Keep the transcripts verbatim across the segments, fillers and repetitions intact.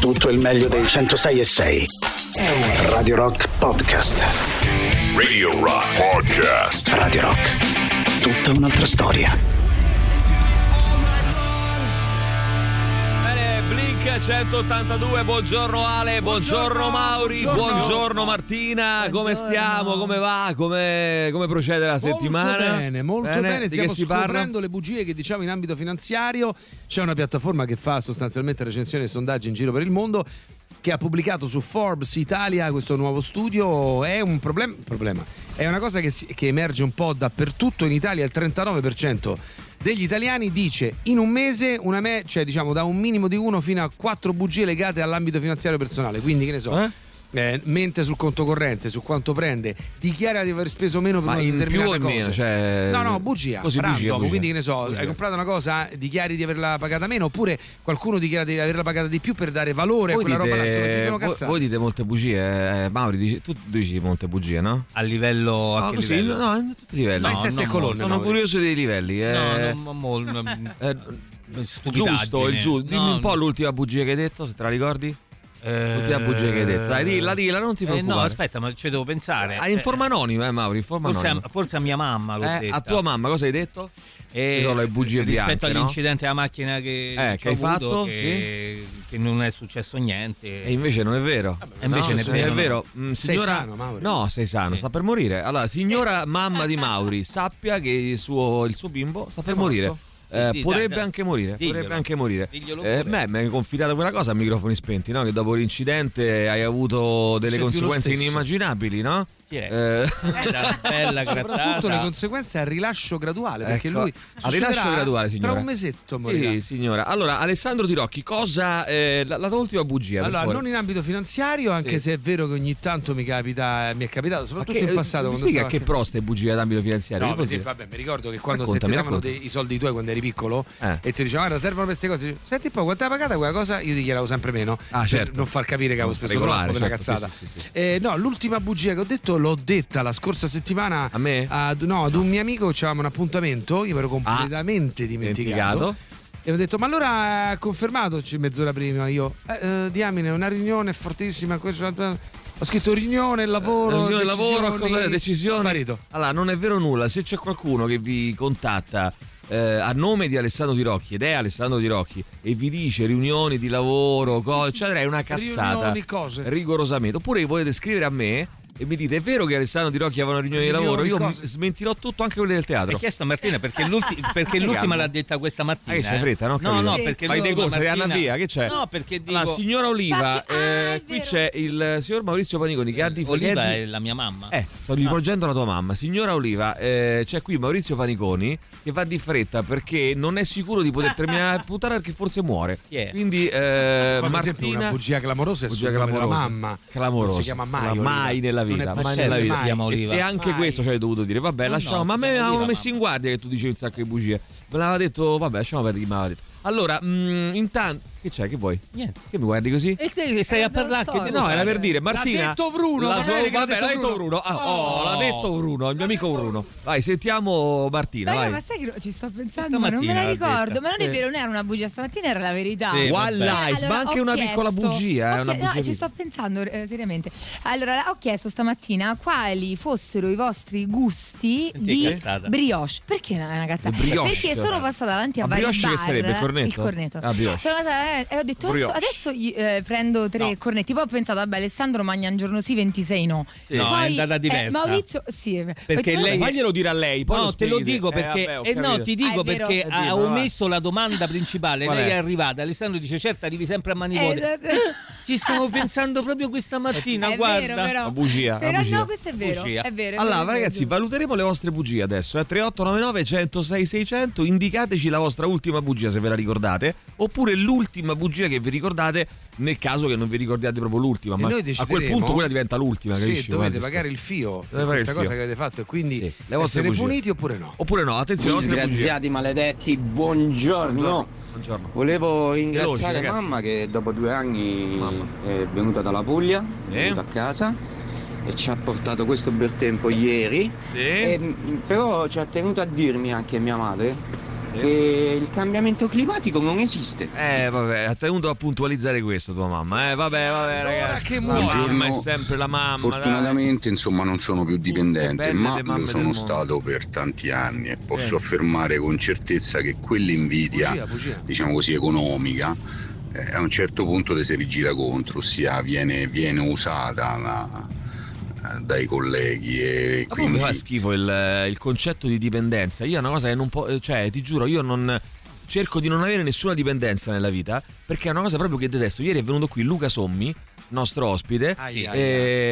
tutto il meglio dei centosei e sei. Radio Rock Podcast. Radio Rock Podcast. Radio Rock. Tutta un'altra storia. centottantadue, buongiorno Ale, buongiorno, buongiorno Mauri, buongiorno, buongiorno Martina, buongiorno. Come stiamo, come va, come, come procede la settimana? Molto bene, molto bene, bene. Stiamo si scoprendo parla? le bugie che diciamo in ambito finanziario. C'è una piattaforma che fa sostanzialmente recensioni e sondaggi in giro per il mondo, che ha pubblicato su Forbes Italia questo nuovo studio. È un problem- problema, è una cosa che, si- che emerge un po' dappertutto. In Italia il trentanove per cento degli italiani dice in un mese una me, cioè diciamo da un minimo di uno fino a quattro bugie legate all'ambito finanziario personale. Quindi che ne so, eh? Eh, mente sul conto corrente, su quanto prende, dichiara di aver speso meno per ma una in determinata più o cosa. Meno, cioè... No, no, bugia, così, random, bugia, bugia. Quindi che ne so, bugia. Hai comprato una cosa, dichiari di averla pagata meno, oppure qualcuno dichiara di averla pagata di più per dare valore voi a quella dite, roba là. Insomma, si devono voi, voi dite molte bugie, eh, Mauri, dici, tu dici molte bugie, no? A livello, a no, che così, livello? No, in tutti i livelli. Fai no, sette colonne. Sono Mauri. curioso dei livelli. Eh. No, non molto. Eh, giusto, il giusto. Dimmi no, un po' l'ultima bugia che hai detto, se te la ricordi? Eh, L'ultima bugia che hai detto. Dai, dilla, dilla, non ti eh, preoccupare. no, aspetta, ma ci devo pensare. Ah, in forma anonima, eh, Mauri, in forma forse, anonima. a, forse a mia mamma l'ho eh, detta. A tua mamma cosa hai detto? E sono le bugie rispetto bianche, all'incidente no? della macchina che, eh, che hai avuto, fatto, che, sì. che non è successo niente. E invece non è vero. Vabbè, e invece no, non è vero. È vero. No. Mm, Sei signora... sano, Mauri. No, sei sano, sì. Sta per morire. Allora, signora mamma di Mauri, sappia che il suo, il suo bimbo sta per morire. Eh, sì, potrebbe dai, dai. anche morire. Diglielo. Potrebbe anche morire. Diglielo Eh, beh, mi hai confidato quella cosa a microfoni spenti, no? Che dopo l'incidente hai avuto delle Sei conseguenze più lo stesso. inimmaginabili, no? Chi è? Eh, Bella, bella Soprattutto grattata. le conseguenze al rilascio graduale, perché ecco, lui al rilascio succederà graduale, signora. tra un mesetto morirà. Sì, signora. Allora, Alessandro Tirocchi, cosa eh, la, la tua ultima bugia? per Allora, favore. non in ambito finanziario, anche Sì. se è vero che ogni tanto mi capita, mi è capitato, soprattutto che, in passato. Mi quando spiega stavo che anche- pro stai bugie d'ambito finanziario? No, Che per vuol esempio, dire? vabbè, mi ricordo che quando Raccontami, se ti davano raccontami. dei, i soldi tuoi quando eri piccolo Eh. e ti dicevano guarda servono per queste cose, senti poi quanto hai pagata quella cosa, io dichiaravo sempre meno, Ah, per certo. non far capire che avevo speso Regolare, troppo per una certo, cazzata. sì, sì, sì, sì. Eh, no, l'ultima bugia che ho detto l'ho detta la scorsa settimana A me? ad, no, ad un mio amico, avevamo un appuntamento, io mi ero completamente dimenticato. Dimenticato. E ho detto, ma allora ha confermato mezz'ora prima io, eh, eh, diamine, una riunione fortissima, questo, ho scritto riunione, lavoro, Riunione, lavoro, cosa, decisioni. Sparito. Allora, non è vero nulla. Se c'è qualcuno che vi contatta eh, a nome di Alessandro Tirocchi ed è Alessandro Tirocchi e vi dice riunioni di lavoro, cose, eccetera, è una cazzata. Riunioni, cose. Rigorosamente. Oppure potete scrivere a me e mi dite, è vero che Alessandro Tirocchi aveva una riunione di Riunioni, lavoro? Io cose. m- smentirò tutto, anche quelle del teatro. Hai chiesto a Martina perché, l'ulti- perché Che l'ultima gambo? l'ha detta questa mattina. Ah, che c'è eh. fretta, no? Ho No, capito. no, perché fai dei l'ultima corsi, devi andare Martina- via, che c'è? No, perché dico Allora, signora Oliva, Infatti- ah, eh, è qui vero. c'è il signor Maurizio Paniconi che ha di Oliva che ha di- è la mia mamma. Eh, sto rivolgendo alla tua mamma. Signora Oliva, eh, c'è qui Maurizio Paniconi che va di fretta perché non è sicuro di poter terminare la puntata perché forse muore. Chi è? Quindi, eh, Poi, per esempio, Martina. una bugia clamorosa è Bugia sul nome della clamorosa. mamma. Clamorosa. Non si chiama mai Ma Oliva. mai nella Non è vita, mai possibile, nella vita. si chiama Oliva. E, e anche Mai. questo ci hai dovuto dire. Vabbè, No, lasciamo. no, ma a si me chiama avevano Oliva, messo in mamma. guardia che tu dicevi un sacco di bugie. Me l'aveva detto, vabbè, lasciamo perdere chi me l'aveva detto. Allora, mh, intanto. Che c'è? Che vuoi? Niente. Che mi guardi così? E te che stai a Eh, parlare? non Che sto- devo No, fare? era per dire, Martina. L'ha detto Bruno, La, magari che l'ha vabbè, detto l'ha detto Bruno. Bruno. Ah, oh, Oh. l'ha detto Bruno, il mio amico Bruno. Vai, sentiamo Martina. Ma, vai. ma sai che ci sto pensando, ma non me Stamattina la l'ha ricordo. detta. Ma non è Sì. vero, non era una bugia, stamattina era la verità. Sì, One vabbè. Life, ma Allora, anche ho una piccola chiesto- bugia. ho È una chie- no, bugia. ci sto pensando eh, seriamente. Allora, ho chiesto stamattina quali fossero i vostri gusti Senti, di cazzata. brioche. Perché è una cazzata? Le brioche. Perché sono passata davanti a Ma vari brioche bar. che sarebbe? Il cornetto? Il cornetto. Ah, brioche. Sono passata eh, e ho detto adesso, Brioche. adesso gli, eh, prendo tre No. cornetti. Poi ho pensato, vabbè, Alessandro mangia un giorno sì, ventisei no. Sì. No, Poi, è andata eh, diversa. Maurizio, sì. Perché Poi- lei- Faglielo dire a lei, poi No, lo te lo spieghi. dico Eh, perché vabbè, ho eh, no, capito. ti dico Ah, è vero. perché Eh, ha dillo, omesso la domanda principale. Qual Lei è? è arrivata, Alessandro dice certo arrivi sempre a mani Eh, vuote. esatto. Ci stavo pensando proprio questa mattina, È guarda. vero, però. Una bugia, una Però bugia. no, questo è vero. Bugia. È vero. è Allora, vero, è ragazzi, vero. valuteremo le vostre bugie adesso. Eh? tre otto nove nove uno zero sei sei zero zero. Indicateci la vostra ultima bugia se ve la ricordate. Oppure l'ultima bugia che vi ricordate nel caso che non vi ricordiate proprio l'ultima. E Ma noi a quel decideremo- punto quella diventa l'ultima. Sì, capisci? dovete Guarda, pagare scusa. il fio per pagare questa il cosa fio. che avete fatto e quindi Sì, le vostre essere bugie. puniti oppure no. Oppure no, attenzione, le vostre bugie. Disgraziati maledetti, buongiorno. Buongiorno. Volevo Veloci, ringraziare ragazzi. mamma che dopo due anni Mamma. è venuta dalla Puglia, è Sì. venuta a casa e ci ha portato questo bel tempo ieri. Sì. E, mh, però ci ha tenuto a dirmi anche mia madre che il cambiamento climatico non esiste. Eh vabbè, ha tenuto a puntualizzare questo tua mamma. Eh vabbè, vabbè ragazzi. Che La muore. mamma è sempre la mamma. Fortunatamente, insomma, non sono più dipendente, belle ma le mamme lo del sono mondo. stato per tanti anni e posso Eh. affermare con certezza che quell'invidia, Bugia, bugia. diciamo così, economica, eh, a un certo punto ti si rigira contro, ossia viene, viene usata la- eh, dai colleghi e Ma poi mi quindi fa schifo il, il concetto di dipendenza. Io è una cosa che non può, cioè ti giuro, io non cerco di non avere nessuna dipendenza nella vita, perché è una cosa proprio che detesto. Ieri è venuto qui Luca Sommi, nostro ospite, Ai, ai,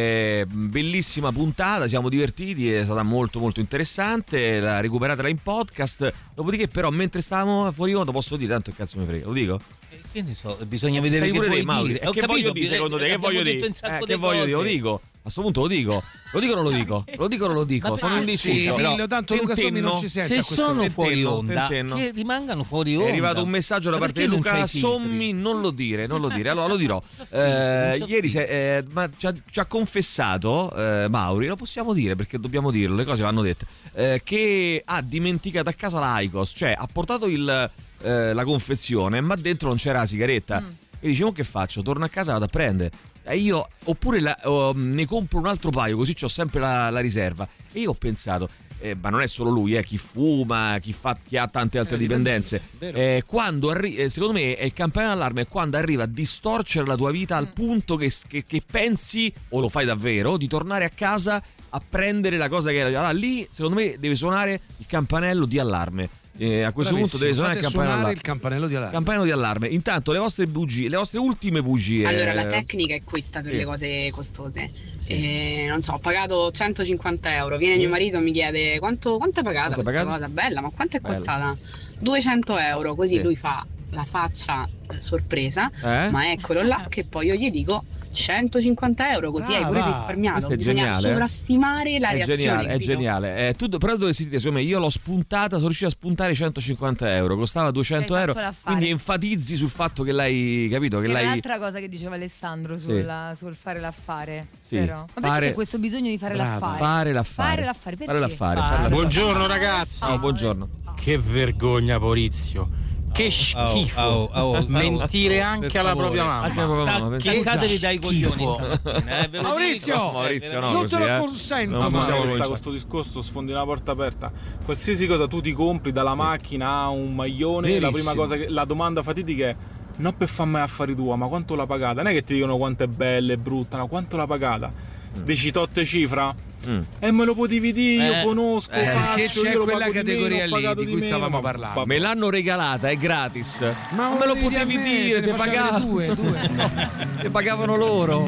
e bellissima puntata, siamo divertiti, è stata molto molto interessante, la recuperatela in podcast. Dopodiché però mentre stavamo fuori onda, posso dire, tanto che cazzo mi frega, lo dico? Eh, Che ne so, bisogna Eh, vedere stai che pure vuoi te, Mauri. dire. Eh, Ho che capito, voglio dire bisogna- secondo te? Che abbiamo voglio detto dire? un sacco Eh, di che voglio dire? Lo cose. dico. A sto punto lo dico. Lo dico o non lo dico? Lo dico o non lo dico? Ma Sono sì, indeciso. Sì, però dillo, tanto Luca Sommi non ci sente. Se a questo sono punto. fuori Tentenno, onda, tentenno. che rimangano fuori È onda. arrivato un messaggio da Ma parte di perché non Luca c'hai filtri? Sommi, non lo dire, non lo dire. Allora lo dirò. Non Eh, c'ho ieri filtri. se- eh, ma ci, ha, ci ha confessato eh, Mauri, lo possiamo dire perché dobbiamo dirlo, le cose vanno dette, eh, che ha dimenticato a casa l'Aicos, cioè ha portato il, eh, la confezione, ma dentro non c'era la sigaretta. Mm. E dicevo che faccio? Torno a casa, vado a prendere. E io, oppure la- oh, ne compro un altro paio, così c'ho sempre la, la riserva. E io ho pensato, eh, ma non è solo lui, eh, chi fuma, chi, fa, chi ha tante altre Eh, dipendenze. dipendenze, vero. Eh, quando arri- eh, secondo me è il campanello d'allarme è quando arriva a distorcere la tua vita al punto che, che- che pensi, o lo fai davvero, di tornare a casa a prendere la cosa che era. Allora lì, secondo me, deve suonare il campanello di allarme. Eh, a questo punto deve Bravissimo, suonare il fate campanello suonare d'allarme. il campanello di allarme. Campanello di allarme. Intanto le vostre bugie, le vostre ultime bugie. Allora, la tecnica è questa per sì. le cose costose. Eh, non so, ho pagato centocinquanta euro. Viene mio marito e mi chiede quanto, quanto hai pagata Quanto hai questa pagato? cosa? Bella, ma quanto è Bella. costata? duecento euro. Così Sì. lui fa la faccia eh, sorpresa, Eh? ma eccolo là che poi io gli dico centocinquanta euro, così Ah, hai pure va. risparmiato. Questo è Bisogna geniale, eh. sovrastimare la È reazione. geniale, è capito? geniale. Eh, tu però dovresti dire, secondo me, io l'ho spuntata, sono riuscito a spuntare centocinquanta euro, costava duecento Hai euro. fatto l'affare. Quindi enfatizzi sul fatto che l'hai capito, che Che era l'hai. l'altra cosa che diceva Alessandro sul, sul fare l'affare. Sì. Vero? Ma perché Fare- c'è questo bisogno di fare Brava. l'affare? Fare l'affare. Fare l'affare, perché? Fare l'affare. Fare. fare l'affare. Buongiorno ragazzi. Oh, buongiorno. Che vergogna, Maurizio. Che schifo. Au, au, au, mentire au, anche per alla favore. propria mamma. Anche alla propria mamma, Sta- pensate- Staccatevi dai coglioni schifo. stamattina, eh, ve lo Maurizio! dico. No, Maurizio, no, non così, te lo eh. consento, Non ma- possiamo Questa, cominciare. questo discorso sfondi una porta aperta. Qualsiasi cosa tu ti compri dalla macchina a un maglione, la Verissimo. prima cosa che la domanda fatidica è non per far mai affari tua, ma quanto l'ha pagata? Non è che ti dicono quanto è bella e brutta, no, quanto l'ha pagata? Dici totte cifra? Mm. E me lo potevi dire, io Eh, conosco, eh, faccio, perché c'è io lo quella pago di categoria meno, ho lì pagato di cui meno, stavamo ma- parlando. va- Me l'hanno regalata, è gratis. Ma me lo devi potevi a me, dire, te te ne faccio avere pagavo. due, due. Te pagavano loro.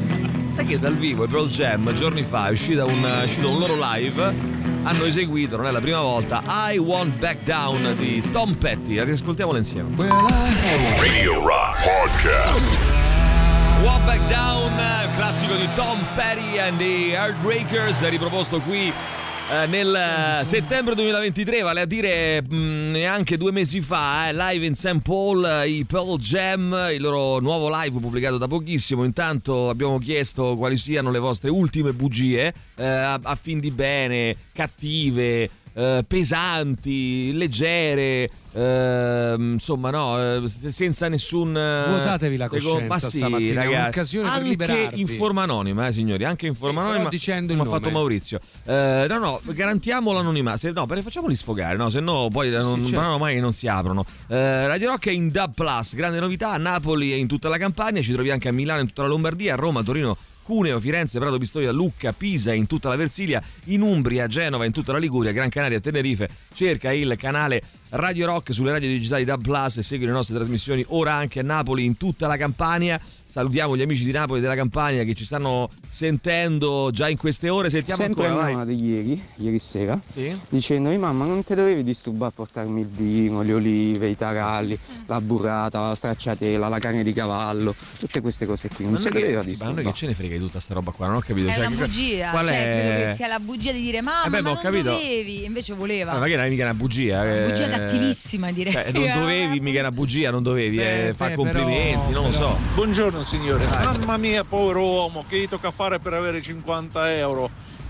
Sai che dal vivo i Pearl Jam giorni fa è uscita un, è uscito un loro live. Hanno eseguito, non è la prima volta, I Want Back Down di Tom Petty. Riascoltiamolo insieme. Radio Rock Podcast. Want Back Down, classico di Tom Petty and the Heartbreakers, riproposto qui eh, nel eh, settembre duemilaventitré, vale a dire mh, neanche due mesi fa, eh, live in Saint Paul, eh, i Pearl Jam, il loro nuovo live pubblicato da pochissimo. Intanto abbiamo chiesto quali siano le vostre ultime bugie, eh, a, a fin di bene, cattive, eh, pesanti, leggere, eh, insomma no, eh, senza nessun eh, Vuotatevi la secondo- coscienza ma sì, stamattina, è ragazzi, un'occasione per anche liberarvi. in forma anonima, eh, signori, anche in forma Sì, anonima, però dicendo il come ha fatto nome. Maurizio. Eh, no, no, garantiamo l'anonimato. Se no, perché facciamoli sfogare, no? Se no, poi Sì, non, sì, certo. parlano mai e non si aprono. Eh, Radio Rock è in D A B plus, grande novità a Napoli e in tutta la Campania. Ci trovi anche a Milano e in tutta la Lombardia, a Roma, Torino, Cuneo, Firenze, Prato Pistoia, Lucca, Pisa in tutta la Versilia, in Umbria, Genova, in tutta la Liguria, Gran Canaria, Tenerife. Cerca il canale Radio Rock sulle radio digitali D A B plus e segui le nostre trasmissioni ora anche a Napoli, in tutta la Campania. Salutiamo gli amici di Napoli e della Campania che ci stanno sentendo già in queste ore. Sentiamo Sempre ancora, mia vai. madre ieri, ieri sera, Sì? dicendomi mamma non ti dovevi disturbare a portarmi il vino, le olive, i taralli, la burrata, la stracciatella, la carne di cavallo, tutte queste cose qui, non Ma si non è doveva che, ma non è disturbare. che ce ne frega di tutta sta roba qua, non ho capito. È Cioè, una che- bugia, qual cioè è? credo che sia la bugia di dire mamma Eh beh, ma ma ho non capito. dovevi, invece voleva. Eh, ma che non è mica una bugia. Una eh. bugia cattivissima, direi. Cioè, non dovevi, mica una bugia, non dovevi Beh, eh, fare beh, complimenti, però- non lo so. Buongiorno signore, mamma mia povero uomo che gli tocca fare per avere cinquanta euro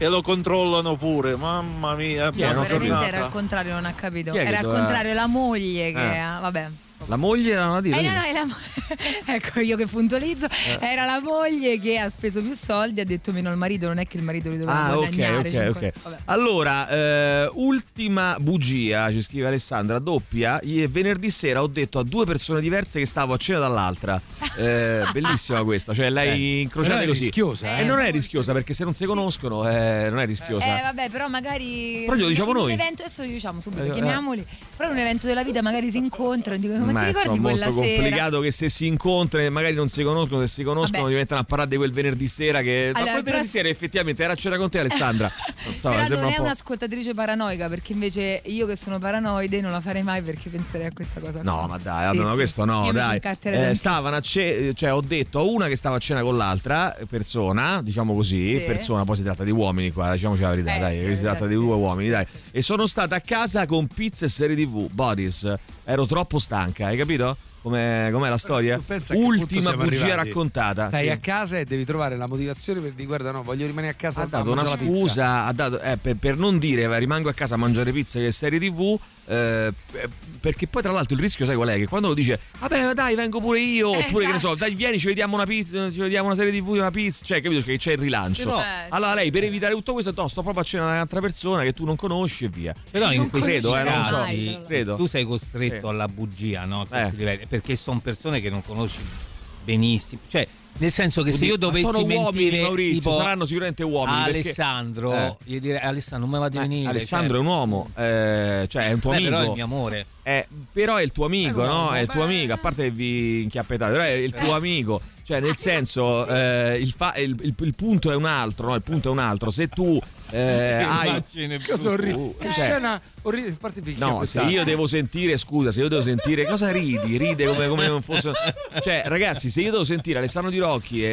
e lo controllano pure, mamma mia. No, buona veramente giornata. era al contrario, non ha capito. Chi è che Era al doveva- contrario la moglie che Eh. ha- vabbè. La moglie era una dire. Eh, no, no, è la mo- ecco io che puntualizzo. Era la moglie che ha speso più soldi, ha detto meno al marito, non è che il marito li doveva Ah, ok, guadagnare. ok, cinquanta ok. vabbè. Allora, eh, ultima bugia, ci scrive Alessandra, doppia. Ieri- venerdì sera ho detto a due persone diverse che stavo a cena dall'altra. Eh, bellissima questa, cioè lei incrociate però è così. rischiosa, E eh. non è rischiosa perché se non si conoscono eh, non è rischiosa. Eh vabbè, però magari Però glielo diciamo in noi. un evento, adesso lo diciamo subito, Eh, chiamiamoli. Però in un evento della vita magari si incontrano e dicono ma, Ma ti insomma, ricordi quella molto sera? complicato che se si incontrano e magari non si conoscono, se si conoscono Vabbè. diventano a parlare di quel venerdì sera che ma Allora, quel venerdì però- sera effettivamente era a cena con te Alessandra. Insomma, Però sembra non un è po'- un'ascoltatrice paranoica, perché invece io che sono paranoide non la farei mai perché penserei a questa cosa. No, qua. ma dai, Sì, vabbè, ma sì. questo no, Io mi ci dai. incatterei Eh, tantissimo. stavano a ce- cioè ho detto a una che stava a cena con l'altra persona, diciamo così, Sì. persona, poi si tratta di uomini qua, diciamoci la verità, Eh, dai, sì, che si la tratta verità, di sì. due uomini, dai. E sono stata a casa con pizza e serie tivù, Boris. Ero troppo stanca, hai capito? Com'è, com'è la storia? Tu pensa a che punto Ultima siamo bugia arrivati? raccontata. Stai Sì. a casa e devi trovare la motivazione per dire guarda no, voglio rimanere a casa Ha a dato una mangiare la pizza. scusa, ha dato, eh, per, per non dire "Vai, rimango a casa a mangiare pizza e serie tivù, eh, perché poi tra l'altro il rischio sai qual è? Che quando lo dice vabbè dai vengo pure io, Eh, oppure che ne so, esatto. dai vieni ci vediamo una pizza, ci vediamo una serie tivù e una pizza, cioè capito che c'è il rilancio. Però- Eh, Allora lei per evitare tutto questo no, sto proprio a cena da un'altra persona che tu non conosci e via. Però in Non questi credo, eh, non lo so. casi Credo. tu sei costretto Sì. alla bugia, no? A Eh. questi livelli, perché sono persone che non conosci benissimo. Cioè, nel senso che se io Ma dovessi sono uomini, mentire Maurizio, tipo saranno sicuramente uomini a perché- Alessandro, Eh. io direi Alessandro non mi va di Eh, venire. Alessandro cioè, è un uomo, eh, cioè è un tuo beh, amico. però è il mio amore. Eh, però è il tuo amico, È un no? uomo, È il tuo beh. amico, a parte che vi inchiappettate, però è il tuo amico. Cioè, nel senso, eh, il, fa- il, il- il punto è un altro, no? Il punto è un altro. Se tu eh, hai. Immagine Cosa orribile. Uh, Che cioè- scena orribile. A parte il No, se io devo sentire, scusa, se io devo sentire, cosa ridi? Ride come, come non fosse. Cioè, ragazzi, se io devo sentire Alessandro Di Rocchi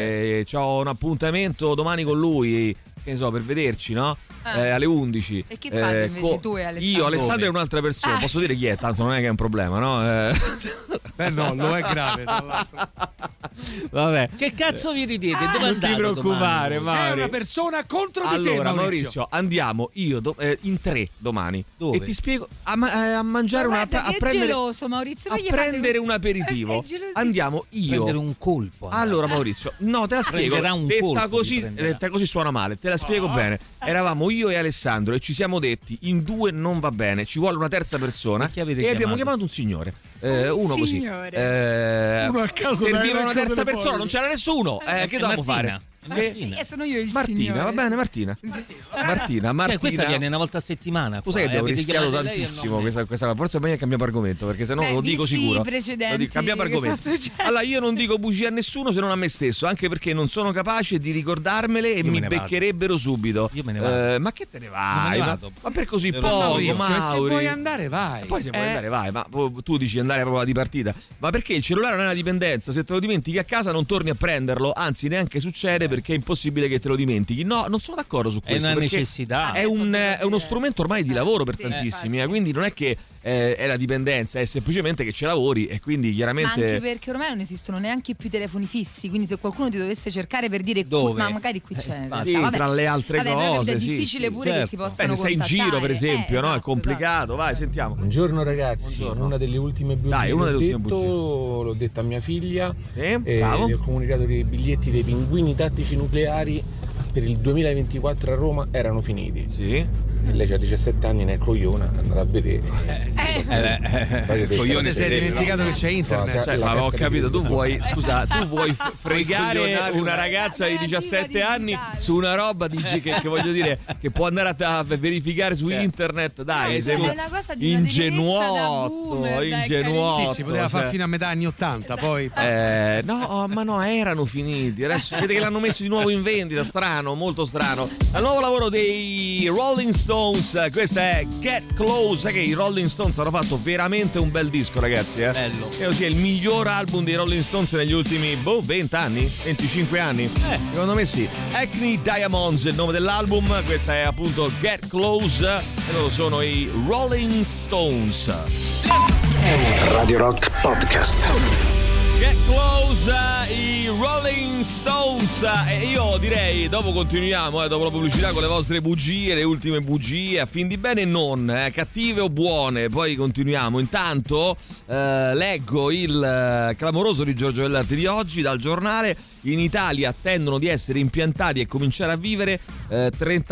e ho un appuntamento domani con lui, che ne so, per vederci, no? Ah. Eh, alle undici. E che fate invece tu e Alessandro? Io, Alessandro è un'altra persona, Ah. posso dire chi è, tanto non è che è un problema, no? Eh, Eh no, lo è grave. Tra l'altro. vabbè. Che cazzo vi ridete? Dove Non ti andate preoccupare, domani? È Mauri. una persona contro di te, Allora, Maurizio. Maurizio, andiamo io do- eh, in tre domani. Dove? E ti spiego a, ma- eh, a mangiare Ma una guarda a che è prendere geloso Maurizio, a poi gli fate- prendere un aperitivo. È geloso. Andiamo io. Prendere un colpo. andate. Allora Maurizio, no, te la spiego. Prenderà un Detta colpo, così, ti prenderà. detta così suona male. Te la spiego bene. Eravamo io e Alessandro e ci siamo detti in due non va bene, ci vuole una terza persona. E chi avete e abbiamo chiamato? chiamato un signore. Eh, Un uno così. signore. Eh, Uno a caso serviva dall'elenco una terza delle persona, foglie. non c'era nessuno. Eh, che È dobbiamo Martina. fare? È Martina. Eh, sono io il Martina, signore. va bene, Martina. Martina, Martina. Cioè, questa viene una volta a settimana. Tu qua, sai che eh, abbiamo avete rischiato chiamato lei e tantissimo non me. questa, questa cosa. Forse è meglio che cambiamo argomento, perché sennò Beh, lo dico visti sicuro. i precedenti Lo dico, cambiamo che argomento. sta succedendo. Allora, io non dico bugie a nessuno se non a me stesso, anche perché non sono capace di ricordarmele e Io mi me ne vado. beccherebbero subito. Io me ne vado. Eh, ma che te ne Non vai? me ne Ma, vado. ma per così Però poco, Maurizio, Mauri? e se vuoi andare vai. Poi se vuoi Eh, andare vai, ma oh, tu dici andare proprio di partita. Ma perché il cellulare non è una dipendenza? Se te lo dimentichi a casa non torni a prenderlo, anzi neanche succede perché è impossibile che te lo dimentichi. No, non sono d'accordo su È questo. una perché necessità. È, un, è uno strumento ormai di lavoro per Sì, tantissimi, infatti. eh, quindi non è che eh, è la dipendenza, è semplicemente che ci lavori e quindi Ma chiaramente. anche perché ormai non esistono neanche più telefoni fissi, quindi se qualcuno ti dovesse cercare per dire Dove? ma magari qui c'è in realtà. Sì, Vabbè. tra le altre Vabbè, però cose, è sì, difficile sì, pure che certo. ti Beh, possano se sei in giro, per contattare. esempio, Eh, no? È esatto, complicato. Vai, sentiamo. Buongiorno ragazzi, Buongiorno. una delle ultime bugie Dai, che una ho delle ultime detto, l'ho detta a mia figlia, Eh, e bravo. gli ho comunicato che i biglietti dei pinguini tattici nucleari per il duemilaventiquattro a Roma erano finiti. Sì. E lei ha diciassette anni nel coglione, è andata a vedere. Eh, coglione Ti sei dimenticato che c'è internet. Cioè, ma ho capito, tu vuoi, scusa, tu vuoi f- fregare una ragazza di diciassette anni su una roba dici che, che voglio dire che può andare a, a verificare su internet, dai, Eh, sembra è una cosa di una tenerezza da ingenuotto, boomer, dai, ingenuotto. Sì, si poteva far cioè. fino a metà anni ottanta, poi Eh, no, ma no, erano finiti. Adesso vedete che l'hanno messo di nuovo in vendita. Strano, molto strano. Al nuovo lavoro dei Rolling Stones. Questa è Get Close. Sai che i Rolling Stones hanno fatto veramente un bel disco, ragazzi. Eh? Bello. Credo sia il miglior album dei Rolling Stones negli ultimi boh, venti anni, venticinque anni. Eh. Secondo me sì. Acne Diamonds è il nome dell'album. Questa è appunto Get Close. E loro sono i Rolling Stones. Radio Rock Podcast. Get Close, uh, i Rolling Stones. bonus. E io direi, dopo continuiamo, eh, dopo la pubblicità, con le vostre bugie, le ultime bugie, a fin di bene non, eh, cattive o buone. Poi continuiamo. Intanto eh, leggo il eh, clamoroso di Giorgio Vellarti di oggi dal giornale. In Italia attendono di essere impiantati e cominciare a vivere eh,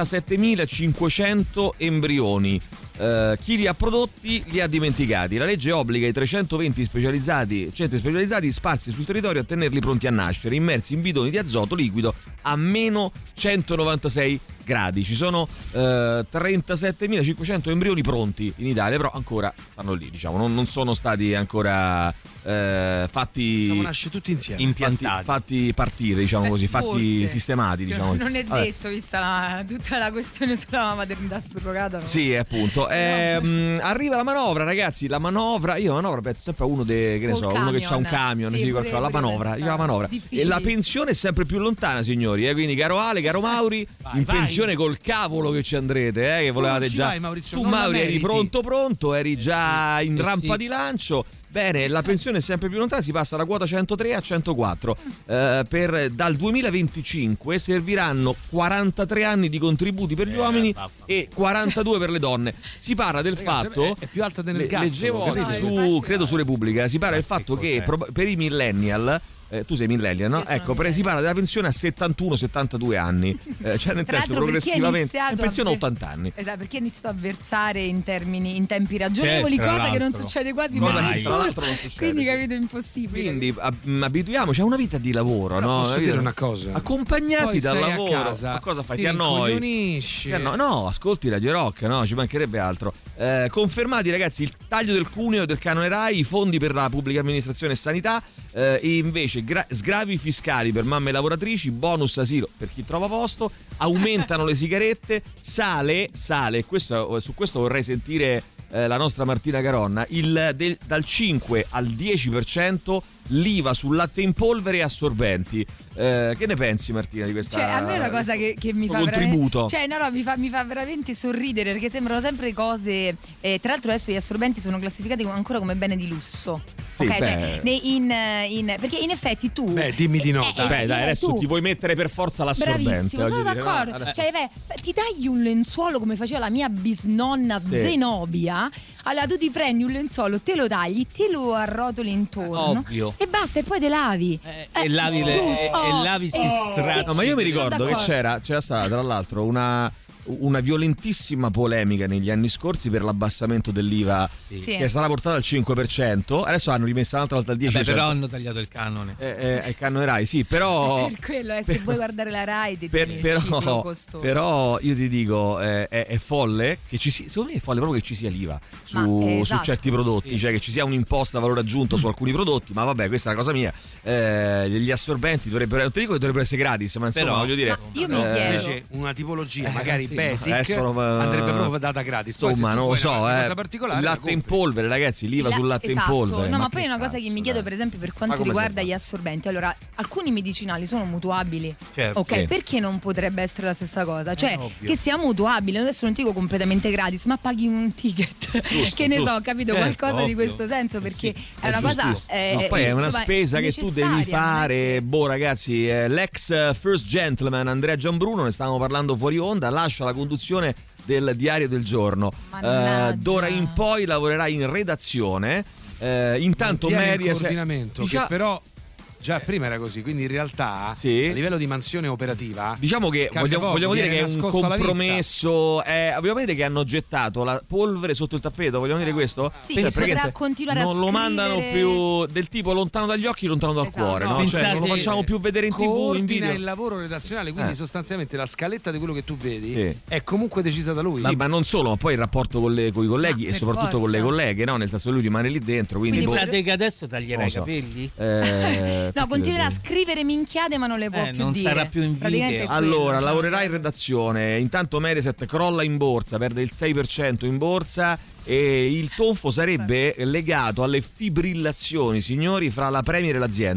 trentasettemilacinquecento embrioni. Uh, chi li ha prodotti li ha dimenticati. La legge obbliga i trecentoventi specializzati, centri specializzati spazi sul territorio a tenerli pronti a nascere, immersi in bidoni di azoto liquido a meno centonovantasei gradi. Ci sono uh, trentasettemilacinquecento embrioni pronti in Italia, però ancora stanno lì, diciamo, non, non sono stati ancora uh, fatti. Diciamo, nasce tutti insieme. Impiantati. Fatti, fatti partire, diciamo così, fatti Forse. sistemati, diciamo. Non è Vabbè. detto, vista la, tutta la questione sulla maternità surrogata. No? Sì, appunto. Eh, mh, arriva la manovra, ragazzi. La manovra, io la manovra penso sempre a uno de, che ne Col so, uno che ha un camion, sì, sì, pure- qualcosa, la pure manovra, penso io la manovra. E la pensione è sempre più lontana, signori. Eh? Quindi, caro Ale, caro Mauri, Vai, in vai. pensione col cavolo che ci andrete, eh? Che volevate ci già. vai, Maurizio, tu, non la Mauri, eri meriti. pronto, pronto, eri già in Eh, rampa sì. di lancio. Bene, la pensione è sempre più lontana, si passa da quota centotré a centoquattro. Eh, per, dal duemilaventicinque serviranno quarantatré anni di contributi per gli uomini e quarantadue per le donne. Si parla del Ragazzi, fatto, è- è più alta dell'ergastolo, leggevo capite? oggi No, su, infatti- credo su Repubblica, si parla del fatto che cos'è? prob- per i millennial, eh, tu sei millennial, no? Io sono Ecco, per, si parla della pensione a settantuno settantadue anni, eh, cioè nel Tra senso l'altro, perché è progressivamente, iniziato in pensione a a- ottanta anni. Esatto, perché ha iniziato a versare in termini in tempi ragionevoli, Certo, tra cosa che non l'altro. succede quasi Cosa mai. che nessuno. tra l'altro non succede, Quindi sì. capito, è impossibile. Quindi ab- m- abituiamoci a una vita di lavoro, Però no? posso Una dire vita- una cosa? Accompagnati Poi dal stai a lavoro. casa, Ma cosa fai? ti Ti annoi? rincoglionisci. Ti anno- No, ascolti Radio Rock, no, ci mancherebbe altro. Eh, confermati, ragazzi, il taglio del cuneo del canone Rai, i fondi per la pubblica amministrazione e sanità, eh, e invece gra- sgravi fiscali per mamme lavoratrici, bonus asilo per chi trova posto, aumentano le sigarette, sale, sale, questo, su questo vorrei sentire eh, la nostra Martina Caronna, il del- dal cinque al dieci per cento l'I V A sul latte in polvere e assorbenti. Eh, che ne pensi, Martina, di questa? Cioè, a me è una cosa che, che mi fa contributo. veramente. Cioè, no, no, mi fa, mi fa veramente sorridere perché sembrano sempre cose. Eh, tra l'altro, adesso gli assorbenti sono classificati come- ancora come bene di lusso. Sì, ok, beh. cioè, nei- in, in- perché in effetti tu. Beh, dimmi di no, Eh, dai. eh, Beh, dai, eh, adesso tu- ti vuoi mettere per forza l'assorbente. Bravissimo, sono voglio dire, no? d'accordo. Adesso- Cioè, beh, ti tagli un lenzuolo come faceva la mia bisnonna Sì. Zenobia. Allora tu ti prendi un lenzuolo, te lo tagli, te lo arrotoli intorno Ovvio. e basta, e poi te lavi. Eh, e lavi le- giusto. e- e lavi sti Oh, strati. No, ma io mi Sono ricordo che d'accordo. c'era, c'era stata tra l'altro una, una violentissima polemica negli anni scorsi per l'abbassamento dell'I V A, Sì. che è stata portata al cinque per cento. Adesso hanno rimessa un'altra volta al dieci per Vabbè, cento. però hanno tagliato il canone. Eh, eh, il canone Rai, sì, però. Per quello, eh, se vuoi guardare la Rai, ti Per- tieni il ciclo però, costoso. però io ti dico, eh, è, è folle che ci sia, secondo me è folle proprio che ci sia l'I V A su, Ma, eh, su esatto. certi prodotti, cioè che ci sia un'imposta a valore aggiunto su alcuni prodotti, ma vabbè, questa è una cosa mia. Eh, gli assorbenti dovrebbero, non ti dico che dovrebbero essere gratis, ma insomma, Però- voglio dire, Ma io mi eh, chiedo. Invece una tipologia magari sì, basic adesso non va- andrebbe proprio data gratis. Poi insomma, se tu non lo vuoi so, una eh. cosa particolare Il la latte in compri. polvere, ragazzi, l'I V A La- sul latte esatto. in polvere. No, ma, che poi una cosa cazzo, che mi chiedo, dai. per esempio, per Ma quanto come si riguarda fa? gli assorbenti. Allora, alcuni medicinali sono mutuabili. Certo. Ok, Sì. perché non potrebbe essere la stessa cosa? Cioè, ovvio. che sia mutuabile, adesso non ti dico completamente gratis, ma paghi un ticket. Giusto, che ne giusto. so, capito? Certo, Qualcosa di ovvio. questo senso, perché è una È cosa. giustissimo. eh, No, poi è una insomma, spesa che tu devi necessaria, non è fare. che- Boh, ragazzi, eh, l'ex eh, first gentleman Andrea Gianbruno, ne stavamo parlando fuori onda, lascia la conduzione del Diario del Giorno. Mannaggia. Eh, d'ora in poi lavorerà in redazione. Eh, intanto Mantiene il Mediaset coordinamento, Dicia- che però già prima era così, quindi in realtà Sì. a livello di mansione operativa Diciamo che cambia vogliamo, poco, vogliamo dire che viene è un nascosto alla vista. compromesso. Eh, vogliamo dire che hanno gettato la polvere sotto il tappeto? Vogliamo dire questo? Sì, Cioè, che praticamente potrà continuare a non lo mandano scrivere- più del tipo lontano dagli occhi, lontano dal Esatto. cuore, no? No, Cioè, non lo pensate- facciamo più vedere in tivù, in coordina video. il lavoro redazionale, quindi Eh. sostanzialmente la scaletta di quello che tu vedi Sì. è comunque decisa da lui. Sì, ma non solo, ma poi il rapporto con, le, con i colleghi Ma e per soprattutto con le forza. colleghe, no? Nel senso lui rimane lì dentro, quindi, Quindi boh, Pensate che adesso taglierà Non i lo so. capelli? eh, No, continuerà a scrivere minchiate, ma non le può Eh, più non dire. sarà più in Praticamente video. è quello, Allora, cioè. lavorerà in redazione. Intanto Mediaset crolla in borsa, perde il sei per cento in borsa e il tonfo sarebbe legato alle fibrillazioni, signori, fra la Premier e l'azienda.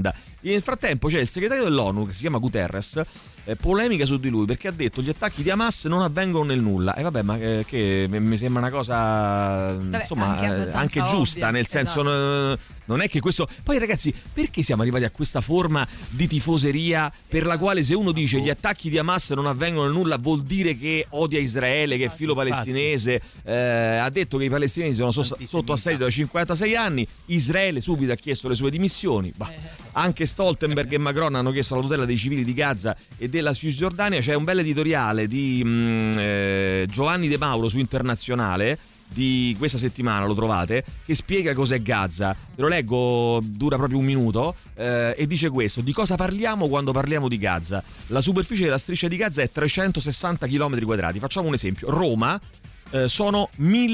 Nel frattempo c'è il segretario dell'ONU che si chiama Guterres, eh, polemica su di lui perché ha detto gli attacchi di Hamas non avvengono nel nulla. E eh, vabbè, ma eh, che mi sembra una cosa vabbè, insomma anche, eh, anche giusta, ovvio, nel senso esatto. n- non è che questo. Poi ragazzi, perché siamo arrivati a questa forma di tifoseria per la quale se uno dice gli attacchi di Hamas non avvengono nel nulla vuol dire che odia Israele, che è filo palestinese, eh, ha detto che i palestinesi sono so- sotto assedio da cinquantasei anni, Israele subito ha chiesto le sue dimissioni, bah, anche Stoltenberg e Macron hanno chiesto la tutela dei civili di Gaza e della Cisgiordania. C'è un bel editoriale di mh, eh, Giovanni De Mauro su Internazionale di questa settimana, lo trovate, che spiega cos'è Gaza. Ve lo leggo, dura proprio un minuto, eh, e dice questo: di cosa parliamo quando parliamo di Gaza? La superficie della striscia di Gaza è trecentosessanta chilometri quadrati. Facciamo un esempio: Roma eh, sono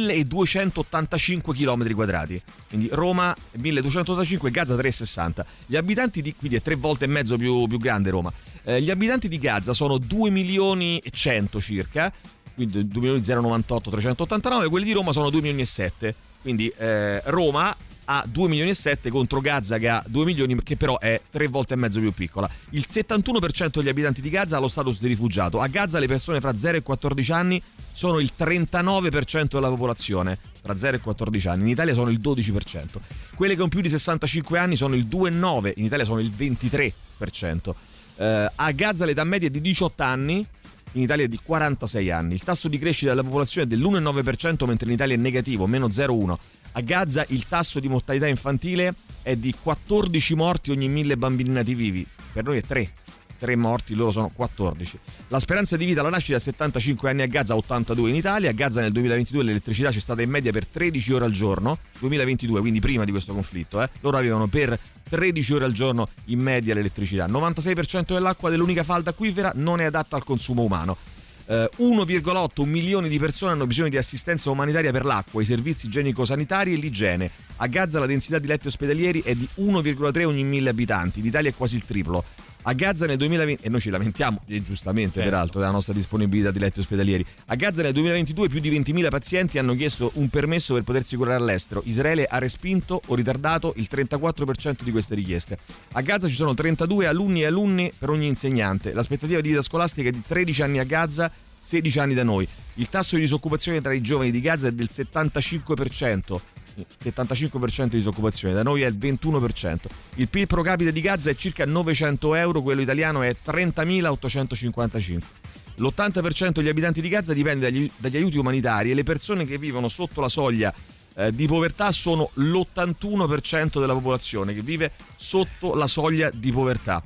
milleduecentottantacinque chilometri quadrati, quindi Roma milleduecentottantacinque, Gaza trecentosessanta. Gli abitanti di, quindi è tre volte e mezzo più, più grande Roma. Eh, gli abitanti di Gaza sono due milioni e cento circa, quindi due milioni zero novantotto trecentottantanove, quelli di Roma sono due milioni e sette, quindi eh, Roma ha due milioni e sette contro Gaza che ha due milioni, che però è tre volte e mezzo più piccola. Il settantuno per cento degli abitanti di Gaza ha lo status di rifugiato. A Gaza le persone fra zero e quattordici anni sono il trentanove per cento della popolazione, tra zero e quattordici anni. In Italia sono il dodici per cento. Quelle con più di sessantacinque anni sono il due virgola nove per cento, in Italia sono il ventitré per cento. Eh, a Gaza l'età media è di diciotto anni, in Italia è di quarantasei anni. Il tasso di crescita della popolazione è dell'uno virgola nove per cento, mentre in Italia è negativo, meno zero virgola uno per cento. A Gaza il tasso di mortalità infantile è di quattordici morti ogni mille bambini nati vivi. Per noi è tre. tre morti, loro sono quattordici. La speranza di vita alla nascita è settantacinque anni a Gaza, ottantadue in Italia. A Gaza nel duemilaventidue l'elettricità c'è stata in media per tredici ore al giorno, duemilaventidue, quindi prima di questo conflitto, eh. Loro avevano per tredici ore al giorno in media l'elettricità. novantasei per cento dell'acqua dell'unica falda acquifera non è adatta al consumo umano. Uh, uno virgola otto milioni di persone hanno bisogno di assistenza umanitaria per l'acqua, i servizi igienico-sanitari e l'igiene. A Gaza la densità di letti ospedalieri è di uno virgola tre ogni mille abitanti, l'Italia è quasi il triplo. A Gaza nel duemilaventi, e noi ci lamentiamo, e giustamente certo, peraltro, della nostra disponibilità di letti ospedalieri. A Gaza nel duemilaventidue più di ventimila pazienti hanno chiesto un permesso per potersi curare all'estero. Israele ha respinto o ritardato il trentaquattro per cento di queste richieste. A Gaza ci sono trentadue alunni e alunne per ogni insegnante. L'aspettativa di vita scolastica è di tredici anni a Gaza, sedici anni da noi. Il tasso di disoccupazione tra i giovani di Gaza è del settantacinque per cento. settantacinque per cento di disoccupazione, da noi è il ventuno per cento. Il P I L pro capite di Gaza è circa novecento euro, quello italiano è trentamilaottocentocinquantacinque. L'ottanta per cento degli abitanti di Gaza dipende dagli, dagli aiuti umanitari e le persone che vivono sotto la soglia eh, di povertà sono l'ottantuno per cento della popolazione che vive sotto la soglia di povertà.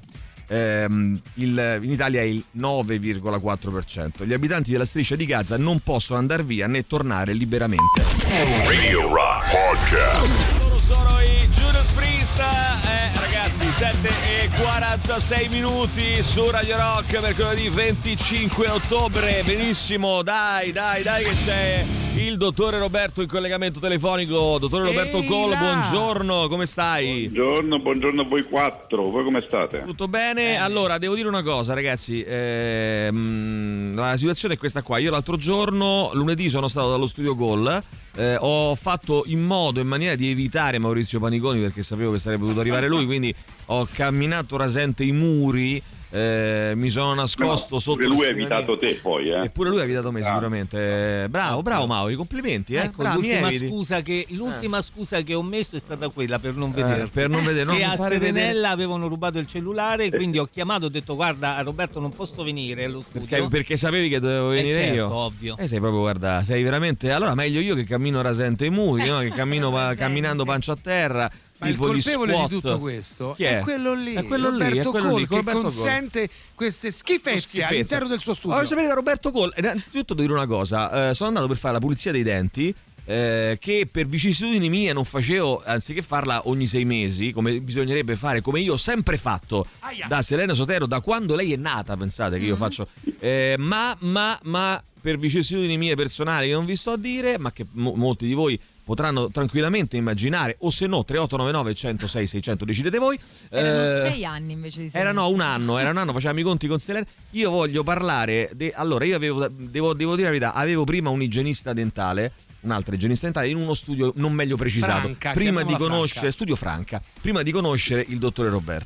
Ehm, il, in Italia è il nove virgola quattro per cento. Gli abitanti della striscia di Gaza non possono andare via né tornare liberamente. Radio Rock Podcast. Loro sono i Judas Priest, eh, ragazzi, sette e quarantasei minuti su Radio Rock, mercoledì venticinque ottobre. Benissimo, dai, dai, dai che c'è il dottore Roberto in collegamento telefonico. Dottore Roberto Ehi Col, là. buongiorno, come stai? Buongiorno, buongiorno a voi quattro, voi come state? Tutto bene? Allora, devo dire una cosa, ragazzi, ehm, la situazione è questa qua. Io l'altro giorno, lunedì, sono stato dallo studio Gol, eh, ho fatto in modo, in maniera di evitare Maurizio Paniconi, perché sapevo che sarebbe potuto arrivare lui, quindi ho camminato rasente i muri. Eh, mi sono nascosto no, sotto pure lui ha evitato te poi eh. Eppure lui ha evitato me, ah. sicuramente. Bravo, bravo Mauri, complimenti, eh. Ecco, Bravi, l'ultima, eviti. scusa che, l'ultima eh. scusa che ho messo è stata quella per non vedere eh, per non vedere, non che a Serenella vedere. avevano rubato il cellulare, quindi ho chiamato, ho detto guarda Roberto non posso venire allo studio perché, perché sapevi che dovevo venire eh certo, io ovvio. E eh, sei proprio, guarda, sei veramente, allora meglio io che cammino rasente i muri, no? Che cammino pa- camminando pancia a terra. Ma il colpevole di tutto questo Chi è? è quello lì, è quello Roberto lì, è quello Cole, lì, che Roberto consente Cole. queste schifezze, schifezze all'interno del suo studio. Voglio sapere da Roberto Cole. Innanzitutto devo dire una cosa, eh, sono andato per fare la pulizia dei denti, eh, che per vicissitudini mie non facevo, anziché farla ogni sei mesi come bisognerebbe fare, come io ho sempre fatto Aia. da Selena Sotero, da quando lei è nata, pensate che io faccio, eh, ma ma ma per vicissitudini mie personali che non vi sto a dire, ma che mo- molti di voi potranno tranquillamente immaginare, o se no tre otto nove nove uno zero sei sei zero zero, decidete voi. Erano eh, sei anni invece di sei. Erano un anno, era un anno, facevamo i conti con Selena. Io voglio parlare de- allora io avevo devo, devo dire la verità, avevo prima un igienista dentale, un'altra igienista dentale in uno studio non meglio precisato, Franca, prima di conoscere Franca. studio Franca, prima di conoscere il dottore Roberto.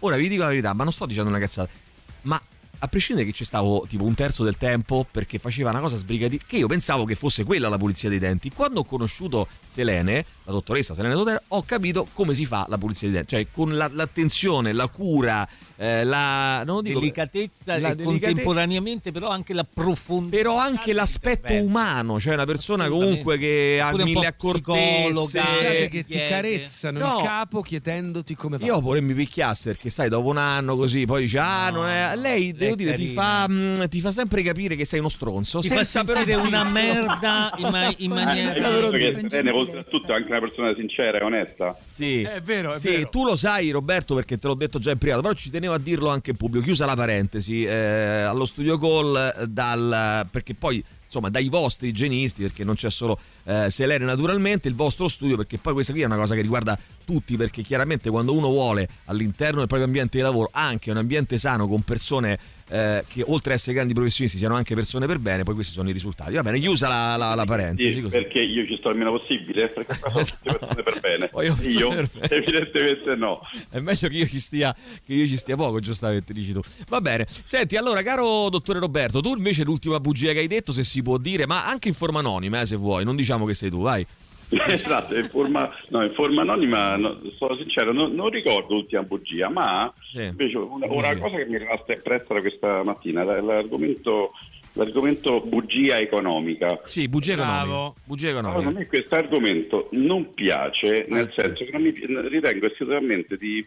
Ora vi dico la verità, ma non sto dicendo una cazzata, ma a prescindere che ci stavo tipo un terzo del tempo perché faceva una cosa sbrigativa, che io pensavo che fosse quella la pulizia dei denti. Quando ho conosciuto Selene, la dottoressa Selene Dotero, ho capito come si fa la pulizia dei denti, cioè con la, l'attenzione, la cura, eh, la non dico, delicatezza la e delicatezza, contemporaneamente però anche la profondità, però anche l'aspetto umano, cioè una persona comunque che ha mille accortezze, che ti carezzano no. il capo chiedendoti come va. Io vorrei mi picchiasse perché sai, dopo un anno così poi dice ah no, non è lei devo dire ti fa, mh, ti fa sempre capire che sei uno stronzo, ti senza fa sentire però una merda in, ma- in maniera che Selene oltretutto è anche una persona sincera e onesta. Sì, è vero, è sì, vero. Tu lo sai Roberto perché te l'ho detto già in privato, però ci tenevo a dirlo anche in pubblico. Chiusa la parentesi, eh, allo studio call dal perché poi insomma dai vostri igienisti, perché non c'è solo eh, Selene naturalmente, il vostro studio, perché poi questa qui è una cosa che riguarda tutti, perché chiaramente quando uno vuole all'interno del proprio ambiente di lavoro anche un ambiente sano con persone eh, che oltre a essere grandi professionisti siano anche persone per bene, poi questi sono i risultati. Va bene, chiusa la, la, la parentesi. Sì, perché io ci sto il meno possibile, perché sono tutte persone per bene. Io, io per bene. evidentemente no. È meglio che io ci stia che io ci stia poco, giustamente dici tu. Va bene. Senti, allora caro dottore Roberto, tu invece l'ultima bugia che hai detto, se si può dire, ma anche in forma anonima, eh, se vuoi, non diciamo che sei tu, vai. Esatto, in forma, no, in forma anonima, no, sono sincero, non, non ricordo l'ultima bugia, ma sì. invece una, una cosa che mi è rimasta impressa da questa mattina, l'argomento, l'argomento bugia economica. Sì, bugia economica. Bugia economica. Allora, a me questo argomento non piace, nel eh, senso che non mi, ritengo esclusivamente di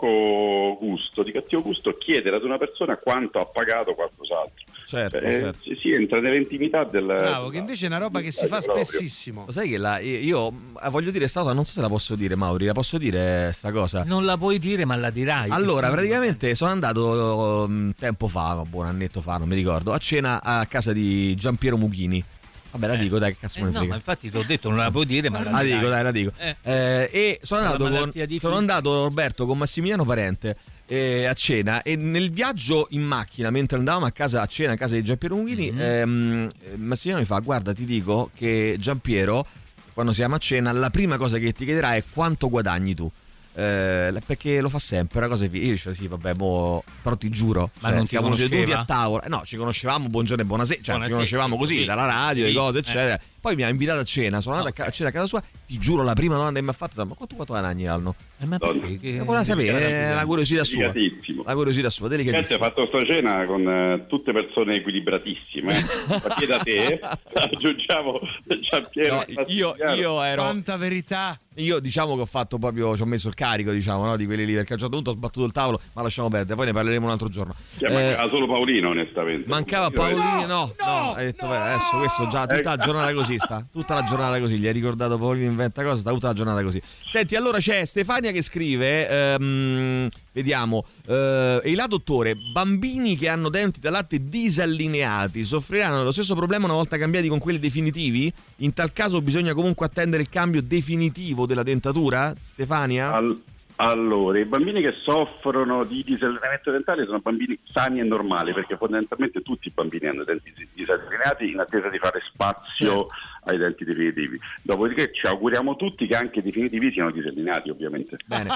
poco gusto, di cattivo gusto, chiedere ad una persona quanto ha pagato qualcos'altro. Certo, eh, certo. Si, si entra nell'intimità del... Bravo, che invece è una roba che si fa proprio. spessissimo. Lo sai che la, io voglio dire sta cosa, non so se la posso dire, Mauri, la posso dire sta cosa? Non la puoi dire, ma la dirai. Allora, praticamente sono andato um, tempo fa, un buon annetto fa, non mi ricordo, a cena a casa di Giampiero Mughini. Vabbè, la eh. dico, dai, che cazzo eh, me ne no, frega. ma infatti ti ho detto, non la puoi dire, ma la, la dirai. dico, dai, la dico. Eh. Eh, e sono andato, con, sono andato, Roberto, con Massimiliano Parente eh, a cena, e nel viaggio in macchina, mentre andavamo a casa a cena a casa di Giampiero Mughini, mm-hmm. ehm, Massimiliano mi fa: guarda, ti dico che Giampiero, quando siamo a cena, la prima cosa che ti chiederà è quanto guadagni tu. Eh, perché lo fa sempre una cosa che io dicevo sì vabbè mo, però ti giuro, ma cioè, non siamo ti seduti a tavola, eh, no, ci conoscevamo, buongiorno e buonasera, cioè buonasera, ci conoscevamo così, sì, dalla radio, sì, le cose eccetera, eh. poi mi ha invitato a cena, sono andato okay. a cena a casa sua, ti giuro la prima domanda che mi ha fatto: ma quanto quanto guadagni l'anno? Eh, ma perché? Che... Voleva sapere, è la curiosità sua, la curiosità sua, delicatissima. Ragazzi, ha fatto sta cena con eh, tutte persone equilibratissime, perché da te aggiungiamo Giampiero. No, io, io ero quanta verità. Io diciamo che ho fatto proprio, ci ho messo il carico, diciamo, no, di quelli lì, perché a un certo punto ho sbattuto il tavolo, ma lasciamo perdere, poi ne parleremo un altro giorno. Cioè, eh, mancava solo Paolino, onestamente. Mancava Paolino, no, no, no, hai detto, no, beh, adesso questo già tutta la giornata così sta, tutta la giornata così, gli hai ricordato Paolino inventa cosa, sta tutta la giornata così. Senti, allora c'è Stefania che scrive, ehm, vediamo, eh, e là dottore, bambini che hanno denti da latte disallineati soffriranno dello stesso problema una volta cambiati con quelli definitivi? In tal caso bisogna comunque attendere il cambio definitivo della dentatura? Stefania? Al, allora, i bambini che soffrono di disallineamento dentale sono bambini sani e normali, perché fondamentalmente tutti i bambini hanno denti disallineati in attesa di fare spazio certo. ai denti definitivi. Dopodiché ci auguriamo tutti che anche i definitivi siano disallineati, ovviamente. Bene,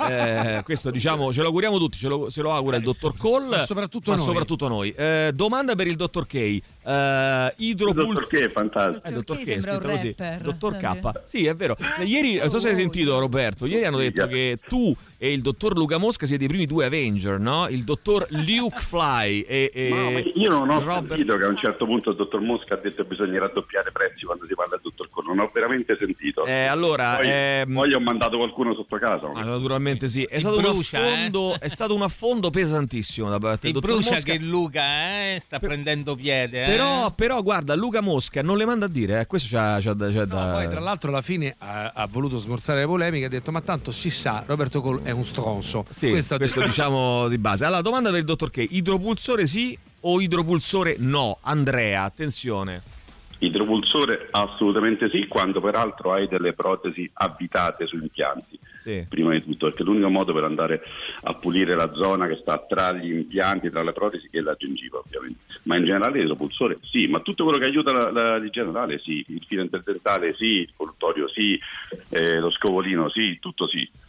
eh, questo diciamo ce lo auguriamo tutti, ce lo, se lo augura il dottor Cole, ma soprattutto ma noi. Soprattutto noi. Eh, domanda per il dottor K. Uh, idropul- il dottor K è fantastico. Eh, dottor K, sembra un così. rapper. Dottor K. Sì, è vero. Ieri, non so se hai sentito Roberto, ieri hanno detto che tu e il dottor Luca Mosca siete i primi due Avenger, no? Il dottor Luke Fly e, e no, io non ho Robert... sentito che a un certo punto il dottor Mosca ha detto che bisogna raddoppiare i prezzi quando si parla del dottor Cole. Non ho veramente sentito. Eh, allora, poi, ehm... poi ho mandato qualcuno sotto casa. Ah, naturalmente sì. È stato, brucia, un affondo, eh? è stato un affondo pesantissimo da parte del dottor brucia Mosca. Che Luca eh, sta per... prendendo piede. Eh? Però, però, guarda, Luca Mosca non le manda a dire, eh. Questo c'ha, c'ha, c'ha no, da... Poi tra l'altro alla fine ha, ha voluto smorzare le polemiche, ha detto ma tanto si sa, Roberto Cole è un stronzo. Sì, questo, questo diciamo di base. Allora, domanda per il dottor K. Idropulsore sì o idropulsore no? Andrea, attenzione. Idropulsore assolutamente sì, quando peraltro hai delle protesi avvitate su impianti. Sì. Prima di tutto, perché è l'unico modo per andare a pulire la zona che sta tra gli impianti, tra le protesi e la gengiva, ovviamente. Ma in generale l'idropulsore sì, ma tutto quello che aiuta la, la, l'igiene orale sì, il filo interdentale sì, il colluttorio sì, eh, lo scovolino sì, tutto sì.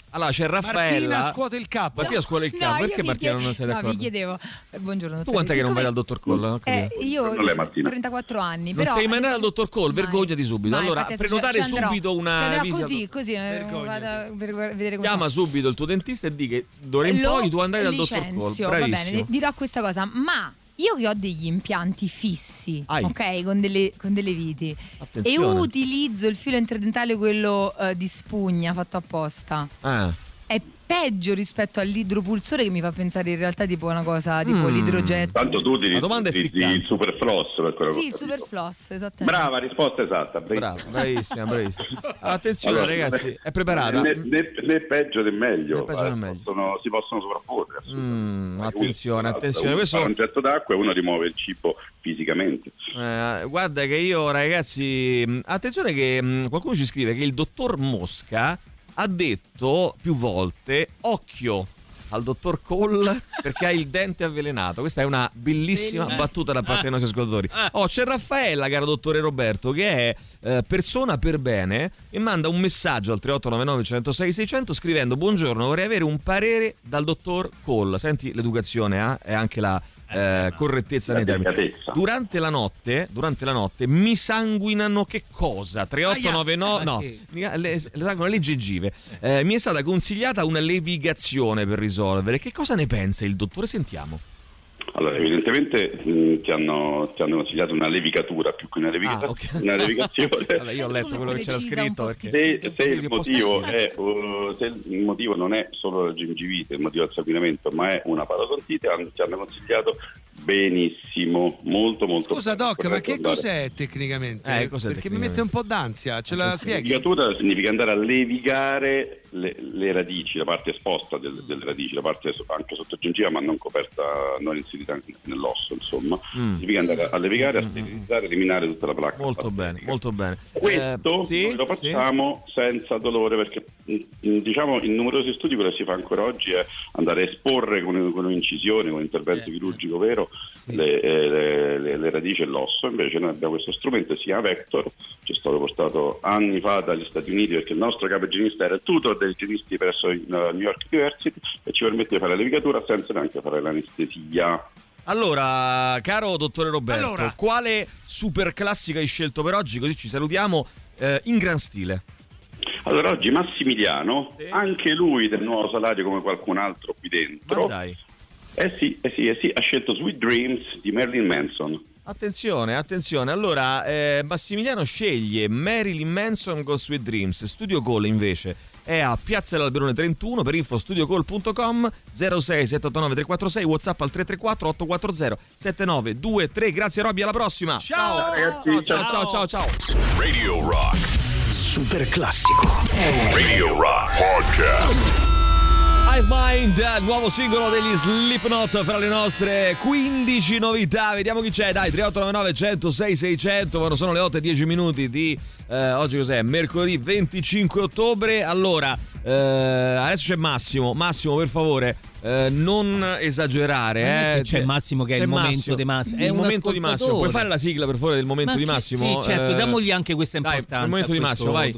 Allora c'è Raffaella. Martina scuote il capo. Martina scuote il capo. No, Perché Martina non sei d'accordo? No, vi chiedevo. Eh, buongiorno dottore. Tu quant'è che non vai dal dottor Cole? Eh, io trentaquattro anni. Non però sei mai andata al dottor Cole, vergognati subito. Vai, Allora, infatti, prenotare ci andrò. subito una Ci andrò visita. così, così eh, vado per vedere come Chiama sta. subito il tuo dentista e di che d'ora in Lo poi tu andai dal dottor licenzio, Cole. va Bravissimo. bene, dirò questa cosa, ma io che ho degli impianti fissi, Ai. ok, con delle, con delle viti, Attenzione. e utilizzo il filo interdentale quello eh, di spugna fatto apposta. Ah. È peggio rispetto all'idropulsore, che mi fa pensare in realtà tipo una cosa tipo Mm. l'idrogetto. Tanto tu utilizzi, La domanda è utilizzi ficcante. il superfloss per quello Sì, che il ho capito. superfloss, esattamente. Brava, risposta esatta. Brava, bravissima, bravissima. Attenzione Allora, ragazzi, è preparata? Né, né, né peggio né meglio, Né peggio né eh, meglio. possono- si possono sovrapporre. Mm, attenzione, Uno- attenzione. uno Questo fa un getto d'acqua e uno rimuove il cibo fisicamente. Eh, guarda che io ragazzi, mh, attenzione che mh, qualcuno ci scrive che il dottor Mosca ha detto più volte occhio al dottor Cole perché ha il dente avvelenato. Questa è una bellissima Bellissima. battuta da parte dei nostri ascoltatori. Oh, c'è Raffaella, caro dottore Roberto, che è eh, persona per bene e manda un messaggio al tre otto nove nove uno zero sei sei zero zero scrivendo: buongiorno, vorrei avere un parere dal dottor Cole. Senti l'educazione, eh? E anche la eh, correttezza nei termini. delicatezza. Durante la notte, durante la notte mi sanguinano che cosa? tre otto nove nove Ma no, che? mi- le, le sanguinano le gengive. Eh, mi è stata consigliata una levigazione per risolvere. Che cosa ne pensa il dottore? Sentiamo. Allora, evidentemente mh, ti, hanno, ti hanno consigliato una levigatura più che una, leviga- Ah, ok. una levigazione. Vabbè, io ho letto quello che c'era Precisa, un scritto po' perché Se, se il Sì, un po' motivo strano. è, uh, se il motivo non è solo la gengivite, il motivo del sanguinamento, ma è una parodontite, hanno- ti hanno consigliato benissimo, molto molto Scusa bene. Doc, ma Corretto che andare. cos'è tecnicamente? Eh, cos'è Perché mi tecnicamente? mette un po' d'ansia, ce la spieghi? Levigatura significa andare a levigare le, le radici, la parte esposta del- delle radici, la parte so- anche sotto gengiva ma non coperta, non inserita nell'osso, insomma. Mm. Significa andare a levigare, a sterilizzare, eliminare tutta la placca. Molto bene, molto bene. Questo Eh, sì, noi lo sì. facciamo senza dolore perché mh, diciamo in numerosi studi quello che si fa ancora oggi è andare a esporre con, con un'incisione, con un intervento Eh. chirurgico vero le, eh, le- le- le radici e l'osso. Invece noi abbiamo questo strumento, si chiama Vector, ci è stato portato anni fa dagli Stati Uniti perché il nostro capo igienista era il tutor degli igienisti presso il uh, New York University e ci permette di fare la levigatura senza neanche fare l'anestesia. Allora, caro dottore Roberto, Allora. quale super classica hai scelto per oggi? Così ci salutiamo eh, in gran stile. Allora oggi Massimiliano, Sì. anche lui del nuovo salario come qualcun altro qui Ma dentro, dai. eh sì, eh sì, eh sì, ha scelto Sweet Dreams di Marilyn Manson. Attenzione, attenzione. Allora, eh, Massimiliano sceglie Marilyn Manson con Sweet Dreams. Studio Call invece è a Piazza dell'Alberone trentuno. Per info studiocall punto com. Zero sei sette otto nove tre quattro sei, WhatsApp al tre tre quattro otto quattro zero sette nove due tre. Grazie Robby, alla prossima. Ciao! Ragazzi, Ciao ciao ciao ciao. Radio Rock. Super classico. Radio Rock Podcast. Hive Mind, nuovo singolo degli Slipknot fra le nostre quindici novità. Vediamo chi c'è. Dai, tre otto nove nove uno zero sei sei zero zero. Quando sono le otto e dieci minuti di eh, oggi cos'è? Mercoledì venticinque ottobre. Allora, eh, adesso c'è Massimo. Massimo, per favore, eh, non esagerare. Non è eh. che c'è Massimo che è C'è il momento di Massimo. È Il un momento di Massimo. ascoltatore. Puoi fare la sigla per favore del momento Ma di che- Massimo? Sì, certo, Eh, diamogli anche questa dai, importanza. il momento a di questo Massimo, vai.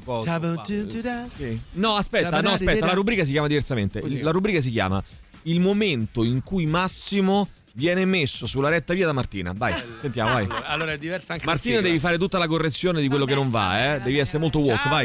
coso qua. Sì. No, aspetta, no, aspetta, la rubrica si chiama diversamente. Così. La rubrica si chiama Il momento in cui Massimo viene messo sulla retta via da Martina. Vai, sentiamo, vai. Allora, allora è diversa anche Martina, la sigla. devi fare tutta la correzione di quello Vabbè, che non va, vabbè, eh. vabbè, Devi essere molto woke, vai.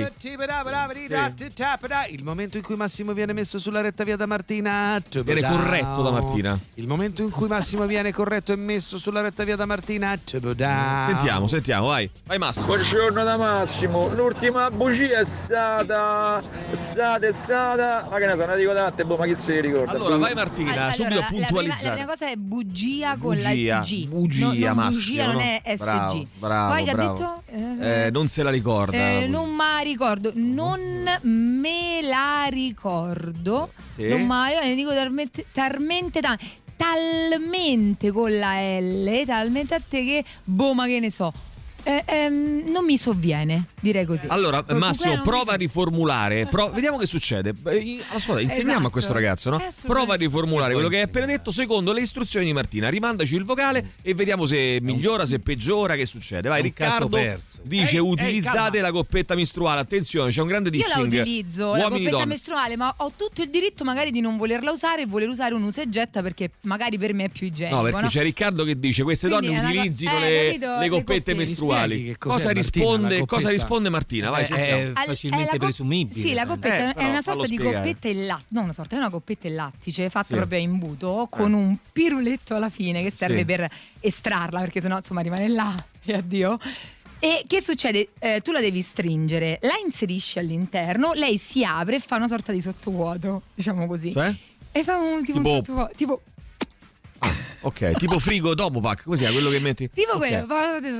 Il momento in cui Massimo viene messo sulla retta via da Martina. Viene corretto da Martina. Il momento in cui Massimo viene corretto e messo sulla retta via da Martina. Sentiamo, sentiamo, vai. Vai Massimo. Buongiorno da Massimo, l'ultima bugia è stata, è stata, è stata, ma che ne so, ne dico tante, boh, ma chi se li ricorda? Allora, vai Martina, Allora, subito a la, prima, la puntualizzare. prima cosa è bugia con Bugia, la G. bugia, No, non Massimo, bugia non no? è S G. Bravo, bravo, Poi che ha bravo. detto? Eh, non se la ricorda. Eh, non me la ricordo, non me la ricordo. Sì. Non me la ricordo, ne dico talmente, talmente tanto. Talmente con la L, talmente a te che, boh, ma che ne so. Eh, ehm, non mi sovviene, direi così. Allora, Con Massimo, Cuclea non prova mi a riformulare. Pro- vediamo che succede. Eh, Ascolta, insegniamo Esatto. a questo ragazzo, no? Assolutamente. Prova a riformulare quello che hai appena detto secondo le istruzioni di Martina. Rimandaci il vocale e vediamo se migliora, se peggiora, che succede. Vai, È un caso Riccardo perso. dice Ehi, utilizzate ehi, la coppetta mestruale. Attenzione, c'è un grande Io dissing. la utilizzo, la Uomini, coppetta donne. mestruale, ma ho tutto il diritto magari di non volerla usare e voler usare un usa e getta perché magari per me è più igienico. No, perché no? c'è Riccardo che dice queste Quindi donne è una co- utilizzino eh, le, capito? le Le coppette coppette. mestruali. Mi spieghi che cos'è, Cosa Martina, risponde, la cosa coppetta? risponde Martina? Vai, È sentiamo. Al- facilmente è la co- presumibile. Sì, la coppetta Eh, è però una fallo sorta di spiegare. coppetta in lattice, no, una sorta, è una coppetta in lattice fatta Sì. proprio a imbuto con Eh. un piruletto alla fine che serve Sì. per estrarla, perché sennò insomma rimane là e addio. E che succede? Eh, tu la devi stringere, la inserisci all'interno, lei si apre e fa una sorta di sottovuoto, diciamo così. Cioè? E fa un tipo, Tipo- un sottovuoto, tipo, Ok, tipo frigo Domopac, cos'è quello che metti? tipo Ok. quello,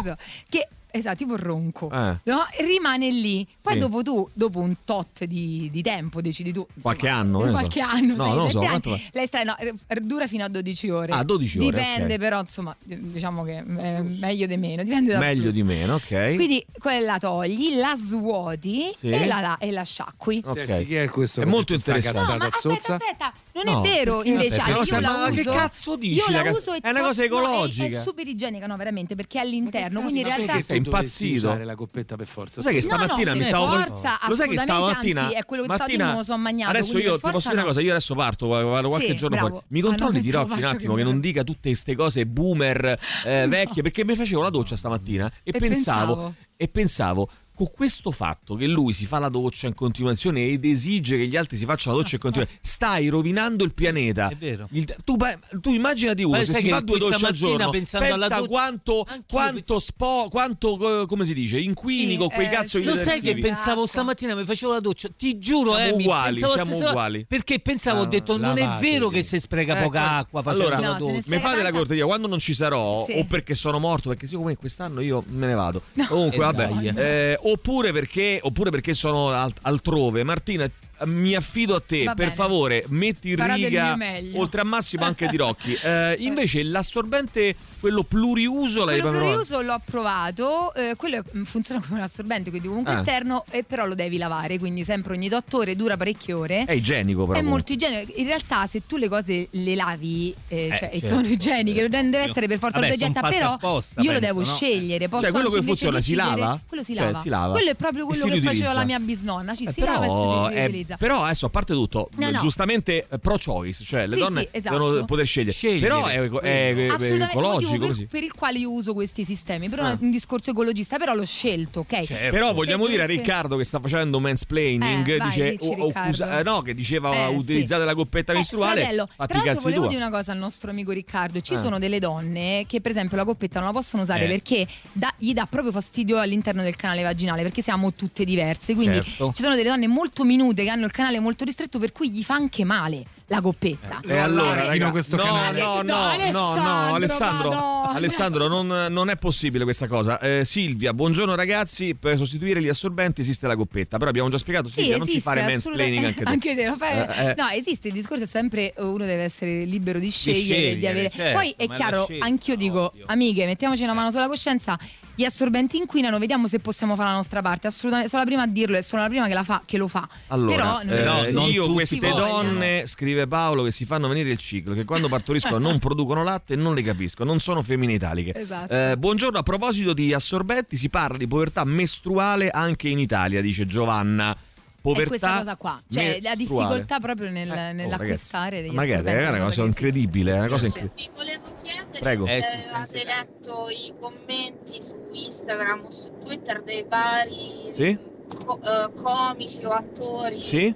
che esatto, tipo il ronco. Eh. No? Rimane lì. Poi Sì. dopo tu, dopo un tot di, di tempo, decidi tu. insomma, Qualche anno, in che ne qualche so. anno, No, sei, non lo sette so, anni. quanto va? Lei sta, no, r- dura fino a dodici ore. Ah, dodici ore, Dipende, ok. però, insomma, diciamo che è meglio di meno. Dipende dal Meglio flusso. di meno, ok. Quindi quella la togli, la svuoti Sì. e, la, la, e la sciacqui. Ok. Senti, chi è questo? È che molto ha detto sta interessante. No, ma cazzata aspetta, zozza? aspetta, non No, è vero perché? invece. Vabbè, Ale, però io la ma che uso, cazzo dici, Io la raga? uso e È una cosa posso- no, ecologica. È, è super igienica, no, veramente, perché è all'interno. Quindi in Ma sai realtà che sei tu dovresti impazzito? usare la coppetta per forza. Lo sai che No, stamattina no, mi per stavo forza, Lo sai che assolutamente, stamattina anzi, è quello che Martina, stamattina me lo so magnato, adesso quindi io per ti posso forza dire una no. cosa, io adesso parto, vado qualche Sì, giorno bravo. fuori. Mi Ah, no, controlli di pensavo Rocchi un parto attimo che che mi- non dica tutte queste cose boomer eh, vecchie, perché mi facevo la doccia stamattina e, E pensavo pensavo. e pensavo con questo fatto che lui si fa la doccia in continuazione ed esige che gli altri si facciano la doccia in continuazione, stai rovinando il pianeta. È vero. Il- tu, tu immaginati uno Ma se sai si che fa due questa docce al mattina giorno, pensando pensa alla doccia- quanto Anch'io quanto spo, quanto eh, come si dice, inquini Sì, con quei eh, cazzo sì. di Lo sai che detersivi. pensavo stamattina, mi facevo la doccia, ti giuro, Siamo eh, mi uguali, pensavo la siamo stessa- uguali. Perché pensavo, ho No, detto, non è lavatevi. vero che si spreca Eh, poca que- acqua facendo allora, la No, se ne doccia. spreca mi fate la tanta. cortesia, quando non ci sarò, Sì. o perché sono morto, perché siccome quest'anno io me ne vado. Comunque, E vabbè. dai. Eh, oppure perché oppure perché sono al- altrove. Martina, mi affido a te, Va per bene. favore, metti in Farò del riga mio meglio. oltre a Massimo anche di Rocchi. Eh, invece l'assorbente, quello pluriuso, l'hai Quello provato? pluriuso l'ho provato, eh, quello è- funziona come un assorbente, quindi comunque Ah. esterno, e però lo devi lavare, quindi sempre ogni otto ore, dura parecchie ore. È igienico però. È comunque. molto igienico. In realtà, se tu le cose le lavi, eh, Eh, cioè, e certo. sono igieniche, non deve essere per forza Vabbè, la son getta, fatte però apposta, io lo penso, devo no? scegliere. Posso Cioè, quello anche che invece funziona si decidere- lava? Quello si Cioè, lava. si lava. Quello è proprio E quello si che faceva riutilizza. la mia bisnonna. Ci Eh, si lava e però, si eh, riutilizza. però adesso a parte tutto, No, no. giustamente eh, pro choice, cioè le Sì, donne sì, esatto. devono poter scegliere. Scegliere. Però è, è- è Assolutamente, ecologico motivo così. per, per il quale io uso questi sistemi, però Ah. è un discorso ecologista, però l'ho scelto, ok? Certo. Però vogliamo Se dire a dovesse- Riccardo che sta facendo mansplaining, Eh, vai, dice dici, o- o Riccardo. accusa- eh, no, che diceva Eh, utilizzate sì. la coppetta Eh, mestruale. fratello, fatti tra i l'altro cazzi volevo tua. dire una cosa al nostro amico Riccardo. Ci Eh. sono delle donne che per esempio la coppetta non la possono usare Eh. perché dà- gli dà proprio fastidio all'interno del canale vaginale, perché siamo tutte diverse, quindi Certo. ci sono delle donne molto minute che hanno il canale molto ristretto, per cui gli fa anche male la coppetta. E allora, allarghino raga, questo no, canale. no, no, No, no, no, Alessandro, Alessandro, Madonna. Alessandro, non, non è possibile questa cosa. Eh, Silvia, buongiorno ragazzi, per sostituire gli assorbenti esiste la coppetta, però abbiamo già spiegato, Sì, Silvia, non ci esiste, fare mansplaining anche assolutamente. te. Anche te lo fai. Eh, eh. No, esiste, il discorso è sempre eh, uno deve essere libero di scegliere, di, scegliere, avere. certo, Poi è ma è chiaro, la scelta, anch'io dico, ovvio. amiche, mettiamoci una mano sulla coscienza. Gli assorbenti inquinano, vediamo se possiamo fare la nostra parte. Assolutamente, sono la prima a dirlo e sono la prima che, la fa, che lo fa. Allora, Però non è eh, No, che non io tutti queste vogliono. donne, scrive Paolo, che si fanno venire il ciclo, che quando partoriscono non producono latte, non le capisco, non sono femmine italiche. Esatto. Eh, buongiorno, a proposito di assorbenti, si parla di povertà mestruale anche in Italia, dice Giovanna. Povertà è questa cosa qua, cioè la mestruale. difficoltà proprio nel- Eh, oh, nell'acquistare degli Ma che è? assorbenti. È una cosa che esiste. incredibile, è una cosa incredibile. Vi volevo chiedere Prego. se Eh, sì, sì, avete letto i commenti su Instagram o su Twitter dei vari Sì? co- eh, comici o attori Sì?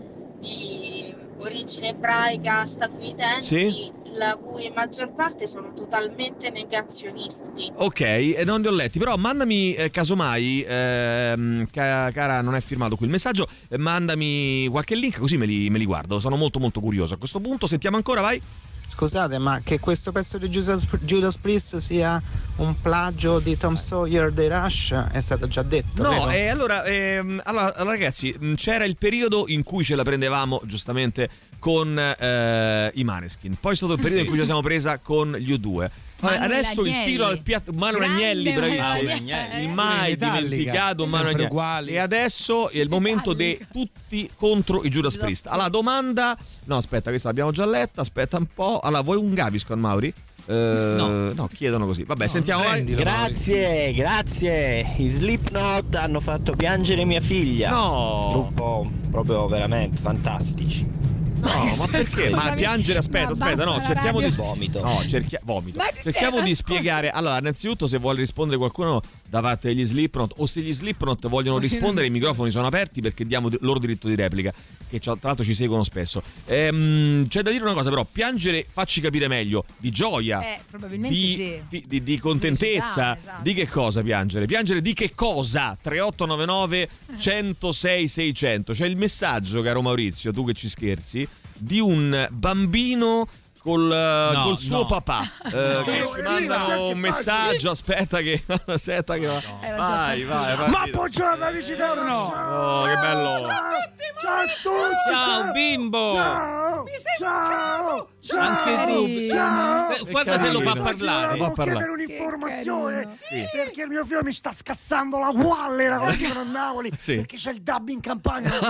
di origine ebraica statunitensi, Sì? la cui maggior parte sono totalmente negazionisti. Ok, e non li ho letti, però mandami eh, casomai, ehm, ca- cara, non è firmato qui il messaggio, eh, mandami qualche link così me li, me li guardo, sono molto molto curioso a questo punto. Sentiamo ancora, vai. Scusate, ma che questo pezzo di Judas, Judas Priest sia un plagio di Tom Sawyer dei Rush è stato già detto. No, vero? e allora, ehm, allora, allora, ragazzi, mh, c'era il periodo in cui ce la prendevamo giustamente con eh, i Maneskin, poi è stato il periodo in cui ce la siamo presa con gli U due. Vabbè, adesso il tiro al piatto, Manu Agnelli, bravissimo, il mai dimenticato Manu Agnelli. E adesso è il momento di tutti contro i Judas Priest. Allora, domanda, no aspetta, questa l'abbiamo già letta, aspetta un po'. Allora, vuoi un Gaviscon, Mauri? Uh, no. no, chiedono così. Vabbè, no, sentiamo. Grazie, grazie. I Slipknot hanno fatto piangere mia figlia. No. Gruppo proprio veramente fantastici. No, ma, ma perché? Scusami, ma piangere, aspetta, aspetta, no, cerchiamo radio. di vomito. No, cerchia... vomito. Ma cerchiamo cioè, di ascolta. spiegare. Allora, innanzitutto, se vuole rispondere qualcuno da parte degli Slipknot, o se gli Slipknot vogliono rispondere, i microfoni sono aperti perché diamo loro diritto di replica, che tra l'altro ci seguono spesso. Ehm, c'è da dire una cosa, però, piangere, facci capire meglio, di gioia, Eh, probabilmente di, sì. fi- di, di contentezza, esatto. di che cosa piangere? Piangere di che cosa? tre otto nove nove uno zero sei sei zero zero. C'è il messaggio, caro Maurizio, tu che ci scherzi, di un bambino col, no, col suo no. papà eh, che ci mandano un messaggio. Aspetta che aspetta che va. Vai, vai, vai. Ma buongiorno amici del Rock. Oh, che bello. Ciao a tutti. Ciao a tutti. Ciao, bimbo. Ciao. Ciao. Ciao. Anche tu. Ciao. Se- guarda se lo fa parlare. Volevo parlare. chiedere un'informazione Sì. perché il mio figlio mi sta scassando la wallera quando sono a Napoli, Sì. perché c'è il dub in campagna, non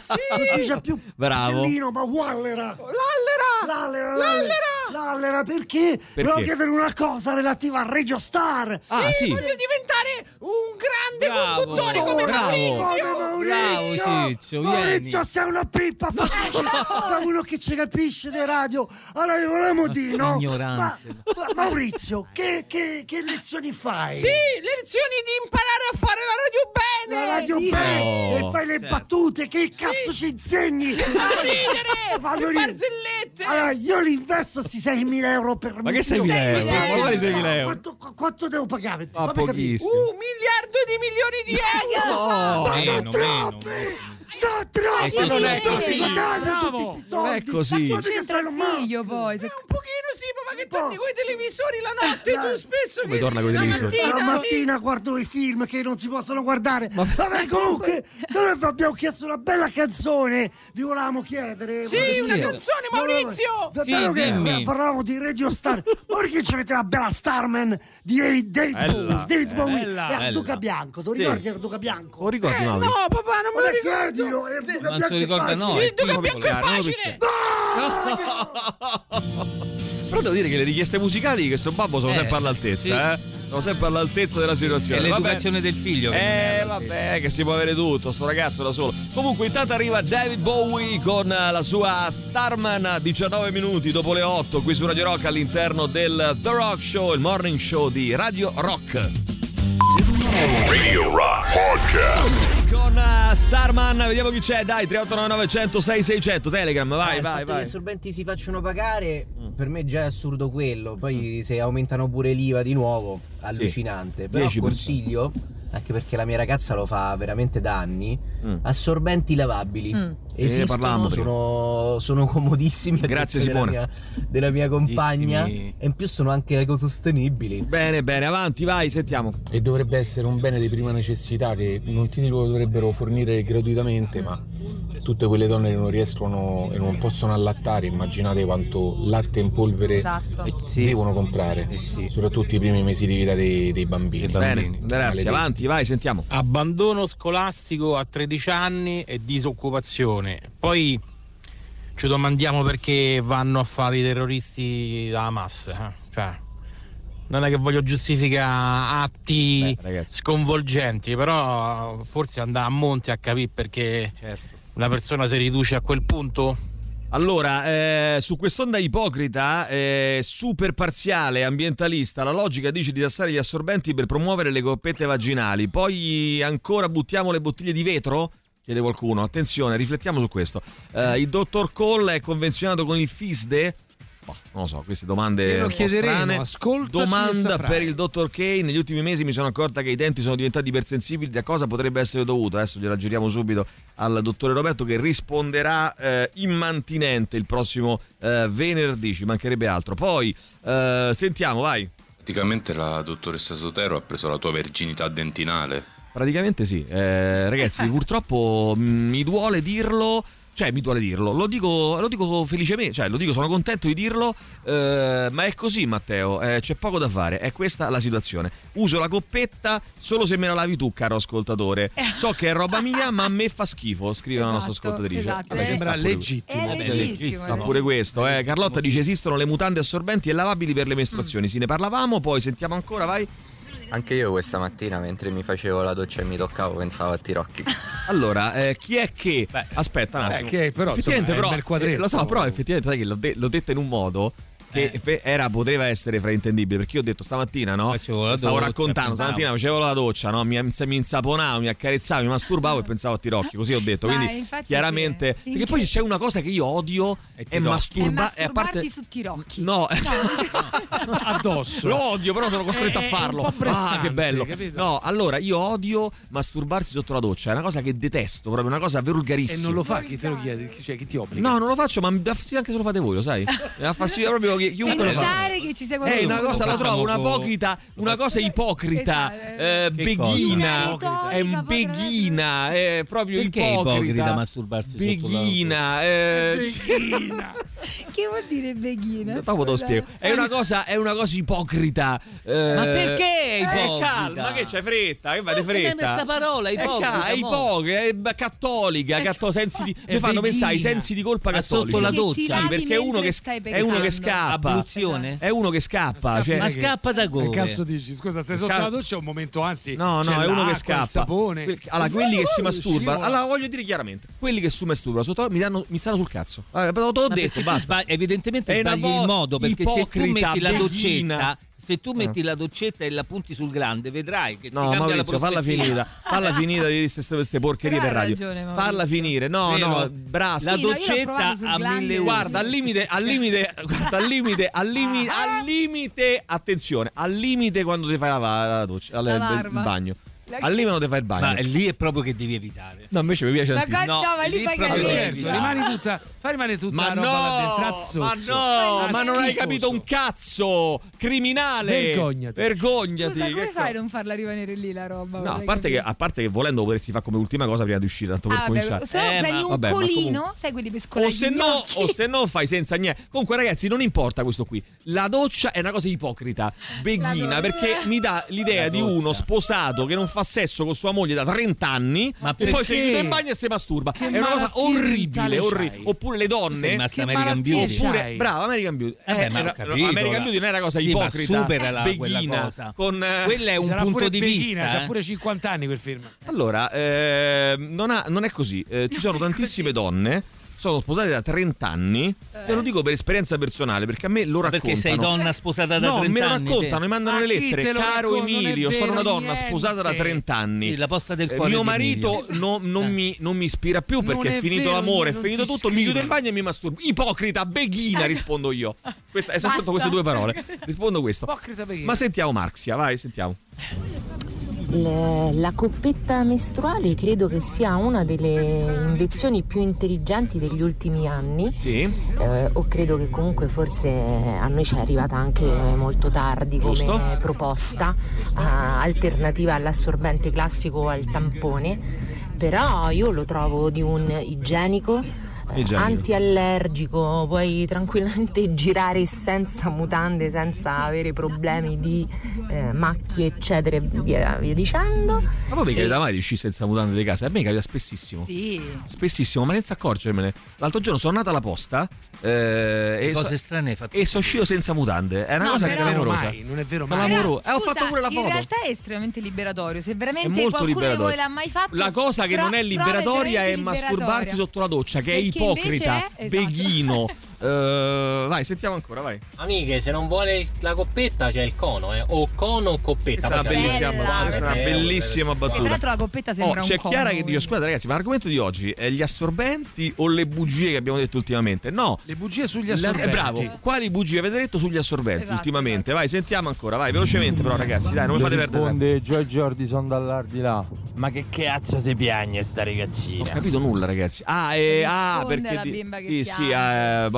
si dice più Bravo. Pellino, ma wallera. L'allera. L'allera. L'allera. L'allera perché? Volevo chiedere una cosa relativa a Radio Star. Ah, sì. voglio diventare un grande Bravo. conduttore come Bravo. Maurizio. Come Maurizio. Bravo, Ciccio, Maurizio, vieni. sei una pippa facile da uno che ci capisce di radio. Allora vi volevamo dire, no? Ma, Ignorante. ma Maurizio, che, che, che lezioni fai? Sì, le lezioni di imparare a fare la radio bene. La radio Sì. bene Oh. e fai le Certo. battute, che cazzo ci insegni? A ridere, Fanno le ridere. barzellette. Allora io li investo sti seimila euro per Ma che mio figlio. seimila euro? Ma quali seimila euro? Quanto, quanto devo pagare? Ma Fammi capire. pochissimo. Un miliardo di milioni di euro. Oh, Ma meno, sono meno, troppi! Sono troppi! Eh sì, non è Dove così. guadagno Bravo. tutti sti Non è soldi? così. Ma Che tu c'entra il figlio poi? Se- Un pochino sì, ma che torni coi televisori la notte Dai. tu spesso Come che torna coi la televisori? mattina, La sì. mattina guardo i film che non si possono guardare. Vabbè, comunque, noi vi abbiamo chiesto una bella canzone. Vi volevamo chiedere. Sì, volete una dire? canzone, Maurizio. Da- Sì, dato che dimmi. parlavamo di Radio Star, ma perché ci avete la bella Starman di David, David Bella, Bowie, David Bowie bella, e Arduca bella. Bianco. Tu Sì. ricordi Arduca Bianco? Lo ricordi, Mauri? No, papà, non me lo Ma ricordo. chiedilo, Arduca Non Bianco se lo ricorda, è no. facile. Il Duca Come Bianco è collegare? Non lo facile. Però devo dire che le richieste musicali di questo babbo sono Eh, sempre all'altezza, sì. eh? Sono sempre all'altezza della situazione. È l'educazione del figlio che non è Eh, all'altezza. vabbè, che si può avere tutto, sto ragazzo da solo. Comunque, intanto arriva David Bowie con la sua Starman a diciannove minuti dopo le otto qui su Radio Rock all'interno del The Rock Show, il morning show di Radio Rock. Radio Rock Podcast. Con uh, Starman, vediamo chi c'è, dai, tre otto nove nove uno zero sei sei zero zero, Telegram, vai, Eh, il vai, fatto che vai. gli assorbenti si facciano pagare, per me già è assurdo quello. Poi se aumentano pure l'I V A di nuovo, allucinante. Però dieci per cento. consiglio, anche perché la mia ragazza lo fa veramente da anni, Mm. assorbenti lavabili. Mm. ne parlavamo Esistono, prima. sono, sono comodissimi. a Grazie, detta Simone. Della mia, della mia compagna. Bellissimi. E in più sono anche ecosostenibili. Bene, bene, avanti, vai, sentiamo. E dovrebbe essere un bene di prima necessità che non ti dico dovrebbero fornire gratuitamente, ma tutte quelle donne che non riescono e non possono allattare, immaginate quanto latte in polvere Esatto. Eh, sì. devono comprare, Eh, sì. soprattutto i primi mesi di vita dei, dei bambini. Bene, grazie, Maledetti. avanti, vai, sentiamo. Abbandono scolastico a tredici anni e disoccupazione. Poi ci domandiamo perché vanno a fare i terroristi da Hamas. Eh? Cioè, non è che voglio giustificare atti Beh, ragazzi. sconvolgenti, però forse andare a monte a capire perché una persona si riduce a quel punto. Allora, eh, su quest'onda ipocrita, eh, super parziale, ambientalista, la logica dice di tassare gli assorbenti per promuovere le coppette vaginali. Poi ancora buttiamo le bottiglie di vetro? Chiede qualcuno. Attenzione, riflettiamo su questo. Eh, il dottor Cole è convenzionato con il FISDE? Boh, non lo so, queste domande Glielo un po' chiederemo, strane. ascoltaci e Domanda saprai. per il dottor Kane. Negli ultimi mesi mi sono accorta che i denti sono diventati ipersensibili. Da cosa potrebbe essere dovuto? Adesso gliela giriamo subito al dottore Roberto, che risponderà eh, immantinente il prossimo eh, venerdì, ci mancherebbe altro. Poi eh, sentiamo, vai. Praticamente la dottoressa Sotero ha preso la tua verginità dentinale. Praticamente sì, eh, ragazzi, purtroppo mh, mi duole dirlo. cioè mi duole dirlo, lo dico, lo dico felicemente, cioè lo dico, sono contento di dirlo, eh, ma è così Matteo, eh, c'è poco da fare, è questa la situazione. Uso la coppetta solo se me la lavi tu, caro ascoltatore. So che è roba mia, ma a me fa schifo, scrive esatto, la nostra ascoltatrice. Esatto, mi sembra legittimo. È legittimo. Ma pure questo, eh. Carlotta dice esistono le mutande assorbenti e lavabili per le mestruazioni. Mm. Sì, ne parlavamo, poi sentiamo ancora, vai. Anche io questa mattina mentre mi facevo la doccia e mi toccavo pensavo a Tirocchi. Allora, eh, chi è che... Beh, aspetta un attimo. Eh, che però, effettivamente insomma, è però, un bel quadretto. eh, lo so, però effettivamente sai che l'ho, de- l'ho detto in un modo che eh. era, poteva essere fraintendibile, perché io ho detto stamattina, no? Stavo doccia, raccontando, stamattina facevo la doccia, no? Mi, mi insaponavo, mi accarezzavo, mi masturbavo e pensavo a Tirocchi, così ho detto. Dai, quindi chiaramente... Sì. Perché poi c'è una cosa che io odio, è, è masturbare... È masturbarti su Tirocchi. No, addosso. Lo odio, però sono costretto è, a farlo. È un po' pressante, ah, che bello. Capito? No, allora io odio masturbarsi sotto la doccia, è una cosa che detesto, proprio una cosa vulgarissima. E non lo fa chi te lo chiede, cioè chi ti obbliga? No, non lo faccio, ma mi dà fastidio anche se lo fate voi, lo sai? Mi dà fastidio proprio che chiunque lo fa. Che ci sia qualcuno. È una cosa, la trovo una pochita, una cosa ipocrita, eh, beghina, è un beghina, è proprio perché ipocrita. Perché è ipocrita masturbarsi beghina, eh, beghina. Che vuol dire beghina? Dopo te lo spiego. È una cosa, è una cosa ipocrita. Eh, ma perché è ipocrita? Eh, calma, che c'è fretta? Che vai di fretta? Non è questa parola, ipocrita. È, ipocrita, è cattolica, catto, sensi di, mi fanno pensare ai sensi di colpa cattolici. Sotto la doccia. Sì, perché è uno che, è uno che scappa. Abluzione? È uno che scappa. Cioè, ma scappa da come? Che cazzo dici? Scusa, stai sotto la doccia è un momento, anzi. No, no, è uno che scappa. Sapone. Allora, quelli che si masturbano. Allora, voglio dire chiaramente, quelli che si masturbano sotto mi danno mi stanno sul cazzo. Vabbè, te l'ho detto, basta. Evidentemente è sbagli il modo, perché se tu metti la doccetta, se tu metti la doccetta e la punti sul glande, vedrai che ti no, cambia Maurizio, la falla finita, falla finita di queste porcherie per radio. Ragione, falla finire, no, Vero? no, brassa. La sì, no, doccetta a mille euro. Guarda, al limite, al limite, guarda, al limite, al limite, al limite, attenzione, al limite quando ti fai la, la doccia, la, il, il bagno. Al limite non ti fai il bagno. Ma lì è proprio che devi evitare. No, invece mi piace ma tantissimo. no, no, ma lì fai certo, rimani tutta, fai rimane tutta ma la roba no, là dentro. ma no, ma non hai capito un cazzo, criminale. Vergognati. Vergognati. Scusa, come che fai a co- non farla rimanere lì la roba? No, a parte, che, a parte che volendo potresti fare come ultima cosa prima di uscire, tanto per ah, cominciare. Se no Eh, prendi ma- un vabbè, ma colino, comunque- sai quelli per scolare O se, gli no, gnocchi? o se no fai senza niente. Comunque ragazzi, non importa questo qui. La doccia è una cosa ipocrita, beghina, La perché mi dà l'idea La di doccia. uno sposato che non fa sesso con sua moglie da trenta anni, Ma e poi si perché? chiude in bagno e si masturba. Che È una cosa malattia orribile, mentale orribile. c'hai? Oppure le Sei donne rimasta che American malattia Beauty. c'hai? Oppure, brava, American Beauty. Eh beh, ma ho era- capito, American la- Beauty non era cosa sì, ma ipocrita, supera la- quella beghina, cosa. con, eh, Quella è un Sarà punto pure di beghina, vista. c'ha eh. pure cinquanta anni quel film. Allora, eh, non, ha- non è così. Eh, ci sono tantissime donne. Sono sposate da trenta anni. Te lo dico per esperienza personale, perché a me lo Ma raccontano. perché sei donna sposata da No, trenta me lo anni? raccontano, mi mandano Ma le chi lettere. te lo Caro racconta? Non è Emilio, sono una vero donna niente. sposata da trenta anni. Sì, la posta del Eh, cuore mio di marito Emilio. no- non, Eh. mi, non mi ispira più perché Non è è finito vero, l'amore, è non finito ti tutto. Mi scrive. chiudo in bagno e mi masturbo. Ipocrita, beghina, rispondo io. Questa, è soltanto Basta. queste due parole. Rispondo questo. Ipocrita beghina. Ma sentiamo Marxia, vai, sentiamo. Le- la coppetta mestruale credo che sia una delle invenzioni più intelligenti degli ultimi anni. Sì. Eh, o credo che comunque forse a noi ci è arrivata anche molto tardi come Giusto. proposta, eh, alternativa all'assorbente classico o al tampone, però io lo trovo di un igienico, eh, Igienico. antiallergico, puoi tranquillamente girare senza mutande, senza avere problemi di eh, macchie eccetera e via, via dicendo. Ma poi mi E- capita mai di uscire senza mutande di casa? A me capita spessissimo. Sì. Spessissimo, ma senza accorgermene. L'altro giorno sono andata alla posta eh, e, Cose so- strane hai fatto. e sono uscito senza mutande. È una No, cosa però- che è clamorosa. Mai, non è vero Ma mai. l'amoro- Però, eh, ho scusa, fatto pure la in foto. realtà è estremamente liberatorio. Se È veramente molto qualcuno di liberatorio. voi l'ha mai fatto, La cosa che pro- non è prova liberatoria è veramente masturbarsi liberatoria. sotto la doccia, che è Perché ipocrita, invece è- esatto. beghino. Eh, vai, sentiamo ancora, vai. Amiche, se non vuole il- la coppetta c'è il cono, eh. O cono o coppetta. Questa è una Poi c'è- bellissima, Bella. battuta, questa è una Eh, bellissima E tra battuta. l'altro la coppetta sembra Oh, un c'è cono. Chiara che dice: scusate ragazzi, ma l'argomento di oggi è gli assorbenti o le bugie che abbiamo detto ultimamente? No, Le bugie sugli La- assorbenti. eh, bravo, quali bugie avete detto sugli assorbenti Esatto, ultimamente? Vai, sentiamo ancora, vai, velocemente però ragazzi, dai, non mi fate perdere tempo. Risponde Giorgio Ordison dall'Ardilà. Ma che cazzo si piagne sta Non ho ragazzina? capito nulla ragazzi. Ah, eh, ah Risponde perché alla di- bimba che sì, sì, piange. eh, vabbè,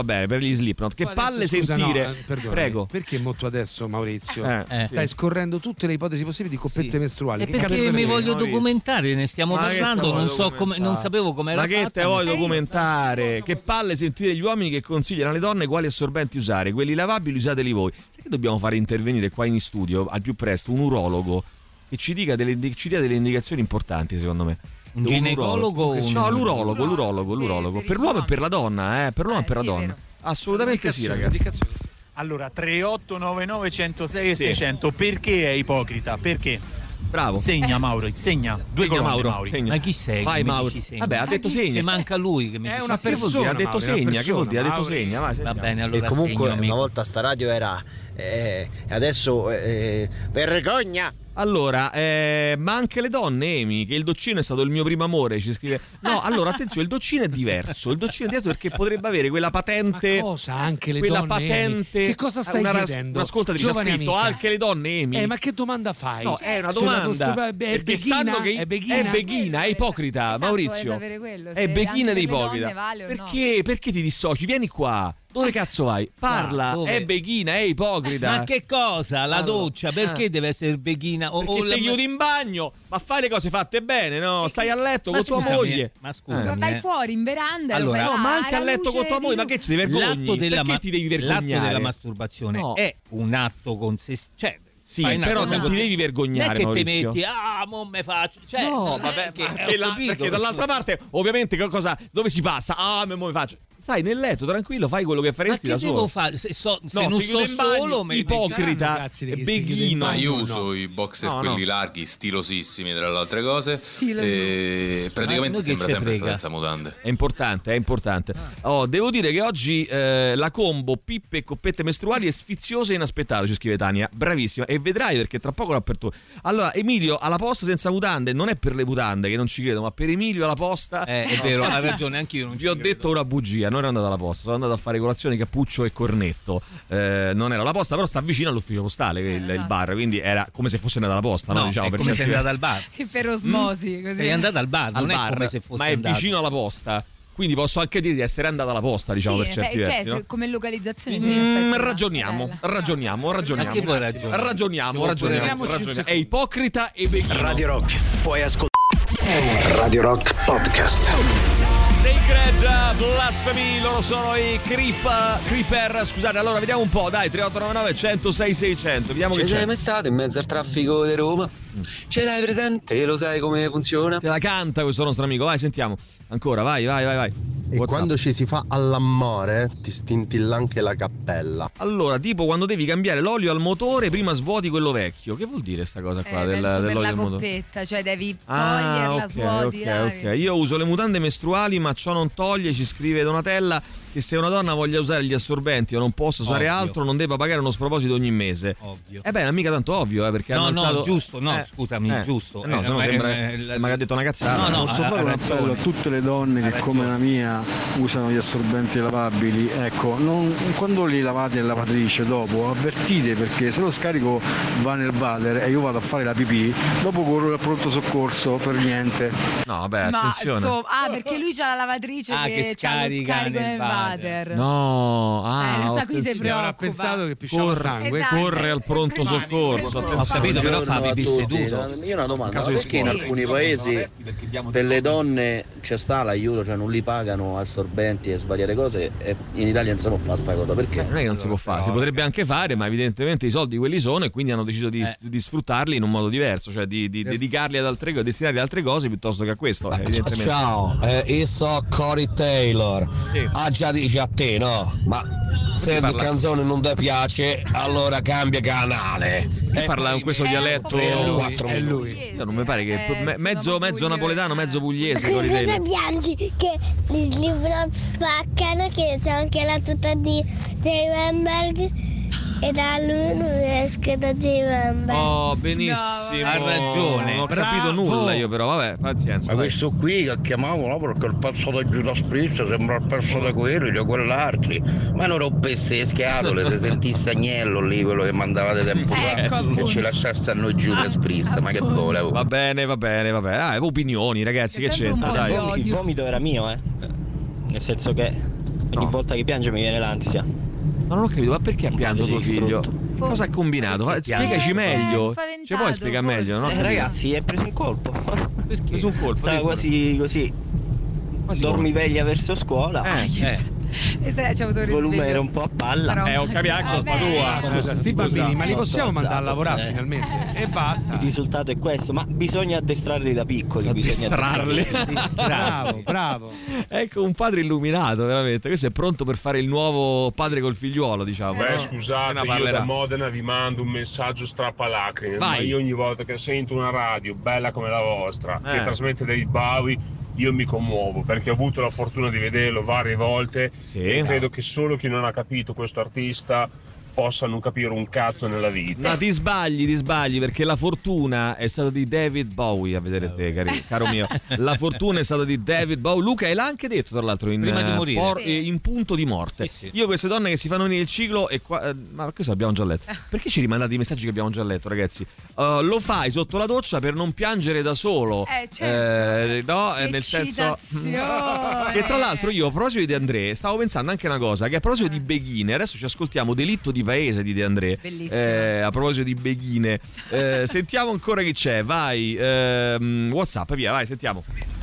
bene, per gli Slipknot. Che Adesso, palle scusa, sentire. no, perdonami, Prego. Perché molto adesso, Maurizio? Eh, eh, stai sì. scorrendo tutte le ipotesi possibili di coppette Sì. mestruali. E Che perché cazzo te ne mi frega, voglio Maurizio? documentare, ne stiamo Ma che parlando, te non vuoi so come, non sapevo come era Ma che fatta. te vuoi mi- documentare? Che palle sentire gli uomini che consigliano alle donne quali assorbenti usare. Quelli lavabili usateli voi. Sai che dobbiamo fare intervenire qua in studio al più presto un urologo che ci dica delle, ci dia delle indicazioni importanti, secondo me. Un ginecologo o un- No, l'urologo, l'urologo, l'urologo. Per l'uomo e per la donna, eh, per l'uomo e per la donna. Assolutamente sì, ragazzi. Allora, tre otto nove nove uno zero sei e Sì. seicento, perché è ipocrita? Perché? Bravo. Segna Mauro, segna. Due Segna, colonne, Mauro, Mauri. segna. Ma chi sei? Vai, che mi Mauro. dici segna? Vabbè, ha detto Ma chi- segna. se manca lui che mi È dice una segna. Che vuol dire? Ha detto persona, Mauro, è una segna, che vuol dire? Ha detto persona, segna, vai, Va sentiamo. bene, allora E comunque segno, una amico. volta sta radio era eh, adesso eh, vergogna. Allora, eh, ma anche le donne, Emi, che il doccino è stato il mio primo amore, ci scrive. No, allora attenzione, il doccino è diverso. Il doccino è diverso perché potrebbe avere quella patente. Ma cosa anche le quella donne, patente. Emi? Che cosa stai una, chiedendo? Un'ascoltatrice ha Giovane scritto amica. anche le donne, Emi. Eh, ma che domanda fai? No, è una Sulla domanda. costa- è perché beghina? sanno che È beghina? è beghina, è ipocrita, Esatto, Maurizio. vuoi sapere quello, È se beghina anche ed per le ipocrita. donne vale o no. Perché? Perché ti dissoci? Vieni qua. Dove cazzo vai? Parla, Ah, dove? è beghina, è ipocrita. Ma che cosa? La Allora, doccia, perché eh. deve essere beghina? O, Perché o la- ti chiudi in bagno, ma fai le cose fatte bene, no? Stai a letto Ma con tua scusami, moglie. Ma scusami, Ma vai eh. fuori in veranda e Allora, lo fai No, là, ma anche a alla letto luce con tua di moglie, ma luce. che ci vergogni? L'atto della, Perché ma- ti devi l'atto vergognare? della masturbazione No. è un atto con se cioè Sì, fai una però cosa non con- ti devi vergognare, non è che Maurizio. ti metti ah mo me faccio cioè No, non è vabbè, che- ma ho che la- capito. perché dall'altra parte, ovviamente, che cosa, dove si passa? Ah, me mo mi faccio. Stai nel letto, tranquillo, fai quello che ma faresti che da devo solo. fare se, so, se No, non ti sto chiudi in bagno, solo me- ipocrita, saranno ragazzi di chi si chiude in beghino. Ma io no, uso no. i boxer No, quelli no. larghi, stilosissimi tra le altre cose. Stilosi. E Ma praticamente noi che sembra ce sempre frega? senza mutande. È importante, è importante. Oh, devo dire che oggi eh, la combo pippe e coppette mestruali è sfiziosa e inaspettata, ci scrive Tania. Bravissima. E vedrai perché tra poco l'apertura. Allora, Emilio alla posta senza mutande, non è per le mutande che non ci credo, ma per Emilio alla posta. Eh, è vero, ha ragione, anch'io non Vi ci ho credo. detto una bugia, non ero andato alla posta, sono andato a fare colazione cappuccio e cornetto. Eh, non era la posta, però sta vicino all'ufficio postale, che è il, il bar, quindi era come se fosse andata alla posta, no? No, Diciamo, è per come certi sei andata versi. al bar. Che per osmosi, così. Sei andata al bar, Al non è bar, come se fosse ma è andato. vicino alla posta. Quindi posso anche dire di essere andata alla posta, diciamo, Sì, per certi beh, cioè, versi, no? se- come localizzazione sì, Mm, in effetti, ragioniamo, bella. ragioniamo, ragioniamo. Anche voi ragionate. Ragioniamo, Ci ragioniamo, vuole- ragioniamo. È ipocrita e beghino. Radio Rock, puoi ascoltare. Radio Rock Podcast. Sacred Blasphemy, loro sono i Creep, Creeper. Scusate, allora vediamo un po', dai, tre otto nove nove uno zero sei sei zero zero. Vediamo Ci che sei c'è. mai stato in mezzo al traffico di Roma? Ce l'hai presente? Lo sai come funziona? Te la canta questo nostro amico, vai, sentiamo. Ancora, vai, vai, vai, vai. E WhatsApp. quando ci si fa all'amore ti stintilla anche la cappella. Allora, tipo quando devi cambiare l'olio al motore, prima svuoti quello vecchio. Che vuol dire sta cosa qua Eh, del, penso per dell'olio la al motore? coppetta, cioè devi Ah, toglierla, ok, svuoti, ok, lavi. ok. Io uso le mutande mestruali, ma ciò non toglie, ci scrive Donatella, che se una donna voglia usare gli assorbenti o non possa usare Ovvio. altro, non debba pagare uno sproposito ogni mese. Ovvio. Eh beh, non è mica tanto ovvio, eh, perché No, hanno no, alzato... giusto, no, Eh, scusami, eh, giusto. eh, no, Eh, se no ma- sembra eh, che mi ha detto una cazzata. No, no, Posso ha- fare ha un ragione. appello a tutte le donne che come la mia usano gli assorbenti lavabili? Ecco, non- quando li lavate in lavatrice dopo avvertite, perché se lo scarico va nel water e io vado a fare la pipì, dopo corro al pronto soccorso per niente. No, vabbè, Ma attenzione. insomma, ah, perché lui c'ha la lavatrice Ah, che, che c'ha lo scarica scarico nel nel water. water. No, ah, Eh, lo sa, qui si attenzione. preoccupa. Avrà pensato che pisciava Corre, sangue. Esatto. corre al pronto soccorso. Ho attenzione. capito, però fa Buongiorno a pipì tutti. seduto. Io ho una domanda, Caso ma di perché in scuola. alcuni paesi per le donne c'è sta l'aiuto, cioè non li pagano assorbenti e svariate cose e in Italia non si può fare sta cosa, perché? Eh, non è che non si può fare, si potrebbe anche fare, ma evidentemente i soldi quelli sono e quindi hanno deciso di, Eh. di sfruttarli in un modo diverso, cioè di, di dedicarli ad altre cose, destinarli ad altre cose piuttosto che a questo. eh, evidentemente. Ciao, eh, io so Cory Taylor. Sì. Ah, già dici a te, no? Ma se la parla- canzone non ti piace, allora cambia canale. Chi parla con questo dialetto? tre o È quattro lui, è lui. minuti. Io non mi pare che Eh, me- mezzo, mezzo napoletano, mezzo pugliese. Ma Cory che cosa Taylor. piangi? Che gli Slipknot spaccano, che c'è anche la tuta di Jay Weinberg e da lui non esce da Jay Weinberg. Oh, benissimo. Ha ragione. Non ho capito Bravo. nulla io, però vabbè, pazienza. Ma dai. questo qui che chiamavano perché il pezzo di Judas Priest sembra il pezzo di quelli, di quell'altri. Ma non rompesse le scatole, se sentisse Agnello lì, quello che mandavate tempo fa, Ecco, appunto. e ci lasciasse a noi Judas Priest, ma che vola. Va bene, va bene, va bene. Ah, opinioni, ragazzi, C'è che sempre un c'entra? po' di Dai. odio. Il vomito era mio, eh. Nel senso che Ogni No. volta che piange mi viene l'ansia. Ma non ho capito, ma perché ha pianto tuo figlio? Che cosa ha combinato? Perché Spiegaci piange? meglio. Eh, spaventato, Ci puoi spiegare forse. meglio, no? Eh, ragazzi, è preso un colpo. Perché? Preso un colpo. Stava devi- quasi così. Quasi Dormiveglia verso scuola. Eh, eh. E se c'è avuto il Il volume risveglio. era un po' a palla. Però- Eh, ho capito, è colpa Vabbè. tua. Scusa, sti bambini, ma li possiamo mandare a lavorare Eh. finalmente? E basta. Il risultato è questo, ma bisogna addestrarli da piccoli. Bisogna Distrarli. addestrarli. Bravo, bravo. Ecco un padre illuminato, veramente. Questo è pronto per fare il nuovo padre col figliuolo, diciamo. Beh, no? scusate, Ne io parlerà. da Modena vi mando un messaggio strappalacrime, Vai. ma io ogni volta che sento una radio bella come la vostra, Eh. che trasmette David Bowie, io mi commuovo, perché ho avuto la fortuna di vederlo varie volte Sì. e credo che solo chi non ha capito questo artista possa non capire un cazzo nella vita. No, ti sbagli, ti sbagli, perché la fortuna è stata di David Bowie, a vedere te, cari- caro mio. La fortuna è stata di David Bowie. Luca e l'ha anche detto, tra l'altro, in, Prima di eh, morire. por- Sì. eh, in punto di morte. Sì, sì. Io queste donne che si fanno venire il ciclo e qua, eh, ma questo abbiamo già letto. Perché ci rimandate i messaggi che abbiamo già letto, ragazzi? Uh, lo fai sotto la doccia per non piangere da solo. Eh, certo. Eh, no, eh, nel senso Eccitazione. che tra l'altro io a proposito di De André stavo pensando anche una cosa, che a proposito di Beghine, adesso ci ascoltiamo Delitto di Paese di De André. Bellissimo. Eh, a proposito di Beghine, eh, sentiamo ancora chi c'è. Vai, ehm, WhatsApp, via, vai, sentiamo.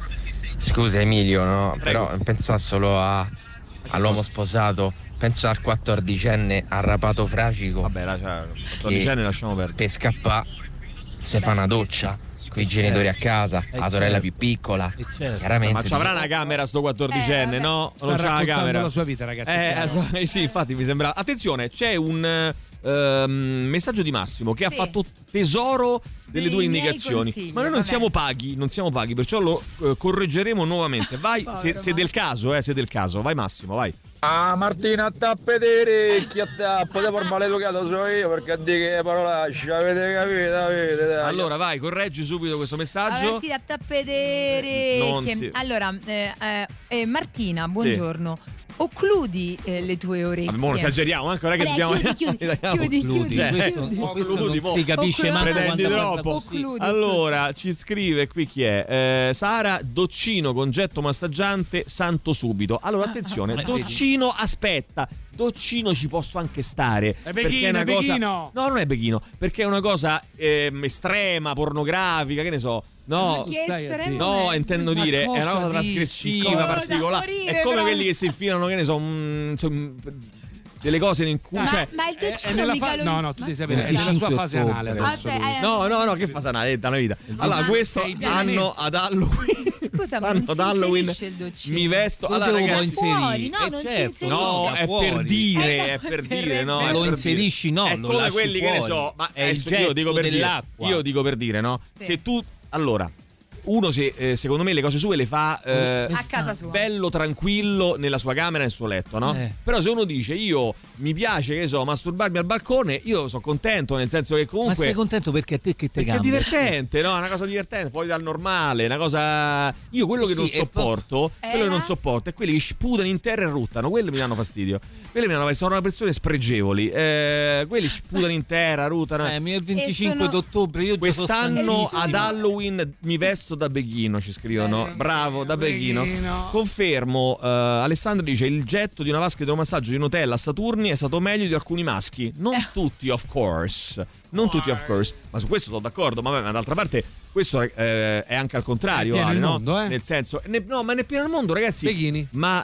Scusa Emilio, no? Prego. Però pensa solo a, all'uomo sposato, pensa al quattordicenne arrapato fracico. Vabbè, la, cioè, quattordicenne lasciamo perdere. Per scappare se fa una doccia con i genitori a casa, Eh, la sorella certo. più piccola. Eh, certo. Chiaramente. Ma ci avrà una camera sto quattordicenne, Eh, no? Sta non c'ha la raccontando camera. la sua vita, ragazzi. è Eh, chiaro. eh, sì, infatti mi sembra. Attenzione, c'è un ehm, messaggio di Massimo che ha Sì. fatto tesoro delle Dei tue miei indicazioni. consigli, Ma noi non vabbè. siamo paghi, non siamo paghi, perciò lo eh, correggeremo nuovamente. Vai, se, Povero se del caso, eh, se del caso. Vai Massimo, vai. Ah Martina, tappedere chi attappa, te per maleducato sono io perché di che parolacce, avete capito, avete dai. Allora vai, correggi subito questo messaggio. Averti da tappedere. Non che- si- Allora, eh, eh, eh, Martina, buongiorno. Occludi eh, le tue orecchie. Vabbè, mo non esageriamo, anche non è che Vabbè, dobbiamo chiudi, chiudi, Tagliamo. chiudi, chiudi, Cioè, questo, chiudi. questo Occludi, non mo. si capisce manco Pretendi quando troppo. parla così. Occludi. Allora, ci scrive qui chi è? Eh, Sara, doccino con getto massaggiante, santo subito. Allora, attenzione, Ah, doccino, aspetta. Doccino ci posso anche stare. È perché Bechino, una è cosa. Bechino. No, non è Bechino, perché è una cosa ehm, estrema, pornografica, che ne so. No, Ma che stai estremo no, è? intendo Ma dire, è cosa una cosa dici? trasgressiva, Cosa? particolare. Da morire, È come però. quelli che si infilano, che ne so, mm, insomma, delle cose in cui. Ma, Cioè, ma il È- è doccino nella mica fa- lo No, no, tu ma devi sapere, è scusa. nella sua venticinque fase anale ottobre. adesso. Ah, lui. sei- eh, No, no, no, che fa sana da una vita. Allora, Ma- questo sei anno ad Halloween. Scusa, ma Anno non ad si Halloween inserisce il doccino. mi vesto. Lo Allora, devo ragazzi, inserire. fuori, no, Eh, non si certo, inserisce. no, da è fuori. per dire, Eh, è per per dire, no. me. è Lo per inserisci, no, dire. È lo come lasci quelli che ne fuori. so, ma È il adesso io dico getto per dire. dell'acqua. Io dico per dire, no? Sì. Se tu allora uno se, eh, secondo me le cose sue le fa eh, A casa sua. bello tranquillo nella sua camera nel suo letto, no? Eh. Però se uno dice io mi piace che so masturbarmi al balcone, io sono contento, nel senso che Ma comunque sei contento perché a te che te perché è cambia? divertente, no? È una cosa divertente, fuori dal normale, una cosa. Io quello che Sì, non e sopporto, poi- quello che non Era? sopporto è quelli che sputano in terra e ruttano, quelli mi danno fastidio. Quelli mi danno sono una persone spregevoli. Eh, quelli sputano in terra, ruttano. Eh, mi è il venticinque sono- d'ottobre, io già sono Quest'anno ad stanchissimo. Halloween mi vesto da Beghino, ci scrivono. Eh, Bravo, da Beghino. Beghino. Confermo, eh, Alessandro dice il getto di una vasca di idromassaggio di Nutella a Saturni è stato meglio di alcuni maschi. Non Eh. tutti, of course. Non tutti, of course. Ma su questo sono d'accordo. Ma, ma d'altra parte, questo eh, è anche al contrario, È pieno Ale, il no? mondo, eh? Nel senso, ne- no, ma ne è pieno il mondo, ragazzi. Beghini. Ma,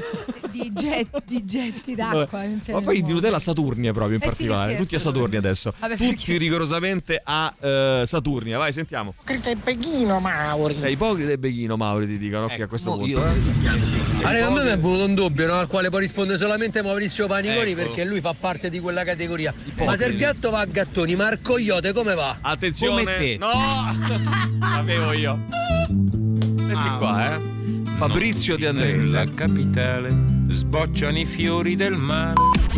Di getti, di getti d'acqua. in ma poi di Nutella a Saturnia proprio in Eh sì, particolare. sì, Tutti a Saturnia adesso. Vabbè, Tutti perché- rigorosamente a eh, Saturnia. Vai, sentiamo. Ipocrita e Beghino, Mauri. È ipocrita e Beghino, Mauri, ti dicono qui a questo mo punto. io- eh. Allora, a me mi è venuto un dubbio, no? Al quale può rispondere solamente Maurizio Paniconi, Ecco. perché lui fa parte di quella categoria. Ipocriti. Ma se il gatto va a gattoni, ma il coyote come va? Attenzione. Come te. No! Sapevo io. Senti qua, eh. Fabrizio De Andrés. Nella capitale sbocciano i fiori del mare.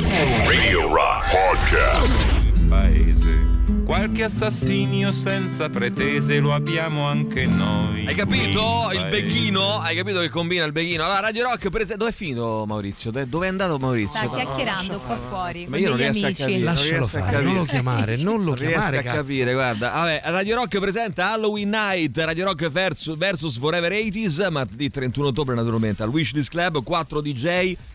Radio Rock Podcast. Paese. Qualche assassinio senza pretese lo abbiamo anche noi. Hai capito? qui in Il paese. Beghino? Hai capito che combina il Beghino? Allora, Radio Rock, prese... dove è finito Maurizio? Dove è andato Maurizio? Sta chiacchierando qua fuori Ma con io non degli riesco a amici. capire. Lascialo non riesco a fare, capire. non lo chiamare, non lo Non riesco chiamare, a cazzo. capire, guarda. Vabbè, Radio Rock presenta Halloween Night, Radio Rock versus, versus Forever ottanta, martedì trentuno ottobre naturalmente al Wishlist Club, quattro D J,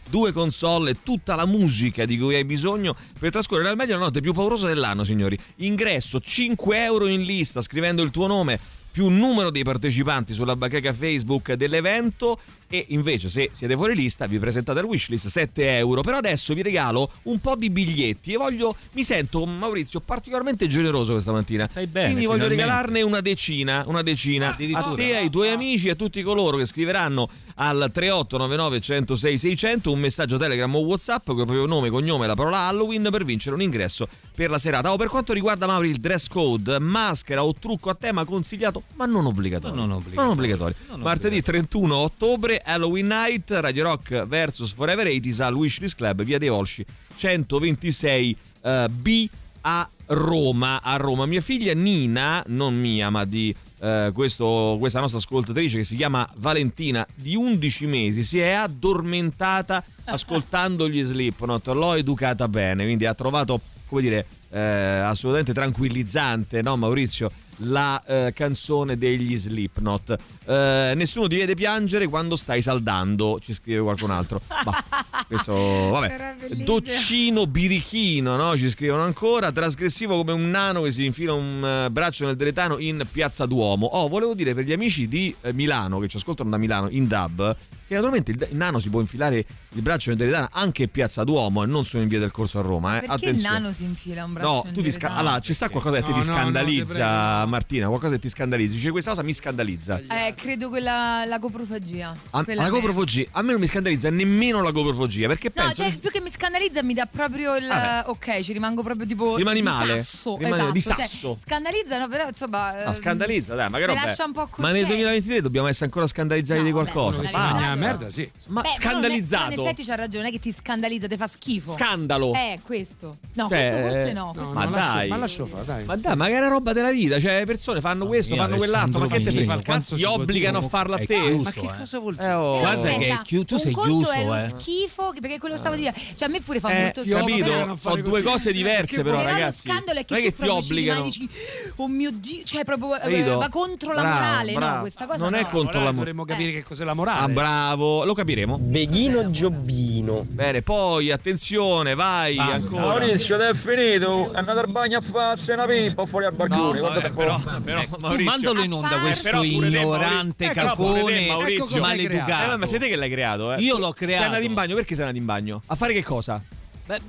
due console e tutta la musica di cui hai bisogno per trascorrere al meglio la notte più paurosa dell'anno, signori. Ingresso cinque euro in lista scrivendo il tuo nome più un numero dei partecipanti sulla bacheca Facebook dell'evento, e invece se siete fuori lista vi presentate al wishlist, sette euro. Però adesso vi regalo un po' di biglietti e voglio, mi sento, Maurizio, particolarmente generoso questa mattina. Stai bene, quindi voglio finalmente. regalarne una decina, una decina a te, ai tuoi amici e a tutti coloro che scriveranno al tre otto nove nove uno zero sei sei zero zero un messaggio Telegram o WhatsApp con il proprio nome, cognome e la parola Halloween per vincere un ingresso per la serata. Oh, per quanto riguarda Mauri il dress code, maschera o trucco a tema consigliato ma non obbligatorio. Non obbligatorio. Non obbligatorio. Non Martedì trentuno ottobre, Halloween Night, Radio Rock versus Forever ottanta al Wishlist Club, via dei Volsci centoventisei uh, B a Roma. A Roma. Mia figlia Nina, non mia ma di uh, questo, questa nostra ascoltatrice che si chiama Valentina, di undici mesi, si è addormentata ascoltando gli Slipknot. L'ho educata bene, quindi ha trovato, come dire, eh, assolutamente tranquillizzante, no Maurizio, la eh, canzone degli Slipknot. Eh, nessuno ti vede piangere quando stai saldando, ci scrive qualcun altro. Ma questo, vabbè. Doccino birichino, no? Ci scrivono ancora. Trasgressivo come un nano che si infila un uh, braccio nel deletano in Piazza Duomo. Oh, volevo dire per gli amici di eh, Milano che ci ascoltano da Milano in D A B che naturalmente il, il nano si può infilare il braccio nel deletano anche in Piazza Duomo e non solo in via del Corso a Roma. Eh. Perché Attenzione. il nano si infila un braccio No, nel tu ti sca- allora, ci sta qualcosa che No, ti no, no, scandalizza, ti Martina, qualcosa che ti scandalizza. Dice questa cosa mi scandalizza. Eh, credo che la, la coprofagia. A, Quella la me- coprofagia, a me non mi scandalizza nemmeno la coprofagia, perché No, penso cioè, che- più che mi scandalizza mi dà proprio il Vabbè. ok, ci rimango proprio tipo Rimani di male. sasso, Rimani esatto, di cioè, sasso. scandalizza, no, però insomma No, ehm, scandalizza, dai, ma che mi roba è? lascia un po' Ma nel cioè- duemilaventitré dobbiamo essere ancora scandalizzati di qualcosa. vabbè, Basta. scandalizzato. merda, sì. Ma Beh, però scandalizzato. in effetti c'ha ragione, non è che ti scandalizza, ti fa schifo. Scandalo. Eh, questo. No, Cioè, questo forse eh, no. questo ma no. dai, ma lascio fare, dai. Ma dai, ma che è una roba della vita, cioè le persone fanno questo, mio, fanno quell'altro, ma che te Alessandro frega? Quanto Ti si può obbligano a dire? farla a È te? chiuso, Ma che eh. cosa vuol dire? Eh, oh. Guarda Aspetta, che è chiu- tu un sei conto chiuso, è lo eh. schifo, che- perché quello stavo di dire. Cioè a me pure fa Eh, molto ti schifo. capito? però- Sono due cose diverse, però, però ragazzi. lo scandalo è che Non è tu che ti proprio ci obbligano. rimani, dici, oh mio Dio, cioè proprio eh, Capito? va contro la Bravo, morale, bravo. no, questa cosa non no. è contro la morale. Dovremmo capire che cos'è la morale. Ah, bravo, lo capiremo. Beghino Giobbino. Bene, poi attenzione, vai ancora. Maurizio, è finito. È andato al bagno a farsi una pippa fuori al balcone. No, vabbè, però, però Tu Maurizio, mandalo in onda A questo farsi. Però pure te, ignorante Mauri- ecco, pure te, cafone Maurizio. Ecco cosa hai maleducato. Eh, ma sei te che l'hai creato, eh? Io l'ho creato. Sei andato in bagno, perché sei andato in bagno? A fare che cosa? Beh,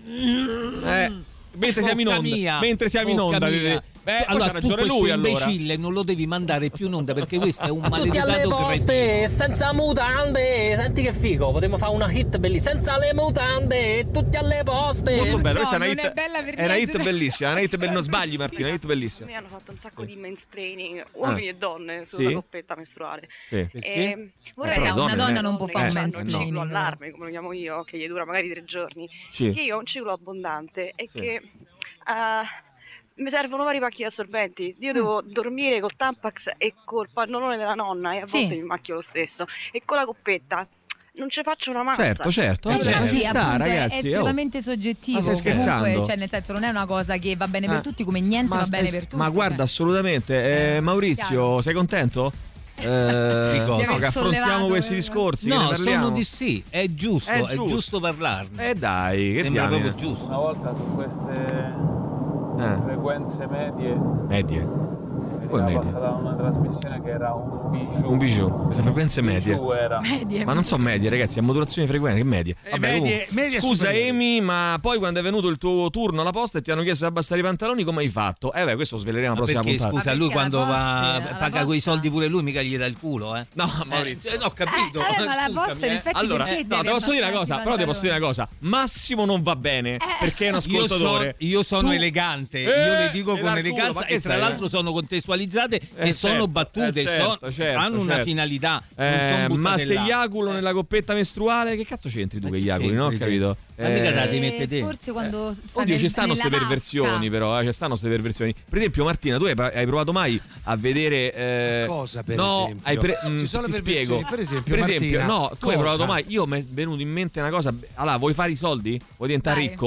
Eh, mentre siamo in bocca onda, mia, mentre siamo in bocca onda, mia. devi- Beh, allora c'ha tu ragione questo lui, allora. imbecille non lo devi mandare più in onda perché questo è un Tutti alle maleducato poste, cretino. senza mutande. Senti che figo, potremmo fare una hit bellissima. Senza le mutande, tutti alle poste. Molto bello, questa No, è una non hit. è bella per È una hit niente. bellissima, è una hit bella, non sbagli Martina, è una hit bellissima. Mi hanno fatto un sacco di mansplaining, uomini Ah. e donne, sulla Sì? coppetta mestruale. Sì. E vorrei però dire donne, una eh. donna non può che fare un hanno il mansplaining, ciclo no. allarme, come lo chiamo io, che gli dura magari tre giorni. Sì. Che io ho un ciclo abbondante e Sì. che eh, mi servono vari pacchi di assorbenti. Io devo dormire col Tampax e col pannolone della nonna e a Sì. volte mi macchio lo stesso. E con la coppetta non ci faccio una mazza. Certo, certo, Eh, eh, però ci sì, sta, appunto, è- ragazzi. è oh. estremamente soggettivo. Ma stai scherzando? Comunque, cioè, nel senso, non è una cosa che va bene per Ah. tutti, come niente Ma va stai- bene per tutti. Ma guarda, cioè. assolutamente. Eh, Maurizio, chiaro. sei contento? Eh, Di cosa? no, Di che aver affrontiamo sollevato, questi eh. discorsi. che ne No, parliamo. sono di sì, è giusto, È è giusto. giusto, parlarne. Eh dai, che Sembra diamine. proprio giusto. Una volta su queste Eh, frequenze medie medie. Come veniva medie? passata una trasmissione che era un bijou. Un bijou, queste frequenze medie. Bijou era. Medie. Ma non so medie, ragazzi, a modulazione frequente, che medie. Eh, Vabbè, medie- comunque, medie scusa superiori. Amy, ma poi quando è venuto il tuo turno alla posta e ti hanno chiesto di abbassare i pantaloni, come hai fatto? Eh beh, questo lo sveleremo la Ma prossima perché puntata. scusa, Ma lui perché quando alla va posta- alla paga quei posta- soldi pure lui, mica gli dà il culo, eh? No, Maurizio. Eh, no, ho capito. Eh, vabbè, ma la Scusami, posta in eh. effetti Allora, perché no, devi te posso dire una abbassarti cosa, i però ti posso dire una cosa. Massimo non va bene, perché è un Io sono, ascoltatore. io sono Tu- elegante, Eh, io le dico e con dal culo, eleganza ma che e tra sei? l'altro sono contestualizzate Eh, e sono certo, battute, eh, certo, sono- certo, hanno una certo. finalità. non Eh, son buttate ma se là. iaculo nella coppetta mestruale, che cazzo c'entri tu Ma che che iaculi? Non ho c'entri capito. Ma mica Eh, da ti Eh, mette te. forse quando sta Oddio, nel- ci stanno nella queste vasca. perversioni, però, eh, ci stanno queste perversioni. Per esempio, Martina, tu hai, hai provato mai a vedere. eh, Cosa, per no, esempio? hai pre- mm, Ci sono ti le spiego. perversioni, per esempio, Per esempio, Martina, no, tu hai cosa? provato mai. Io mi è venuto in mente una cosa. Allora, vuoi fare i soldi? Vuoi diventare Vai. ricco?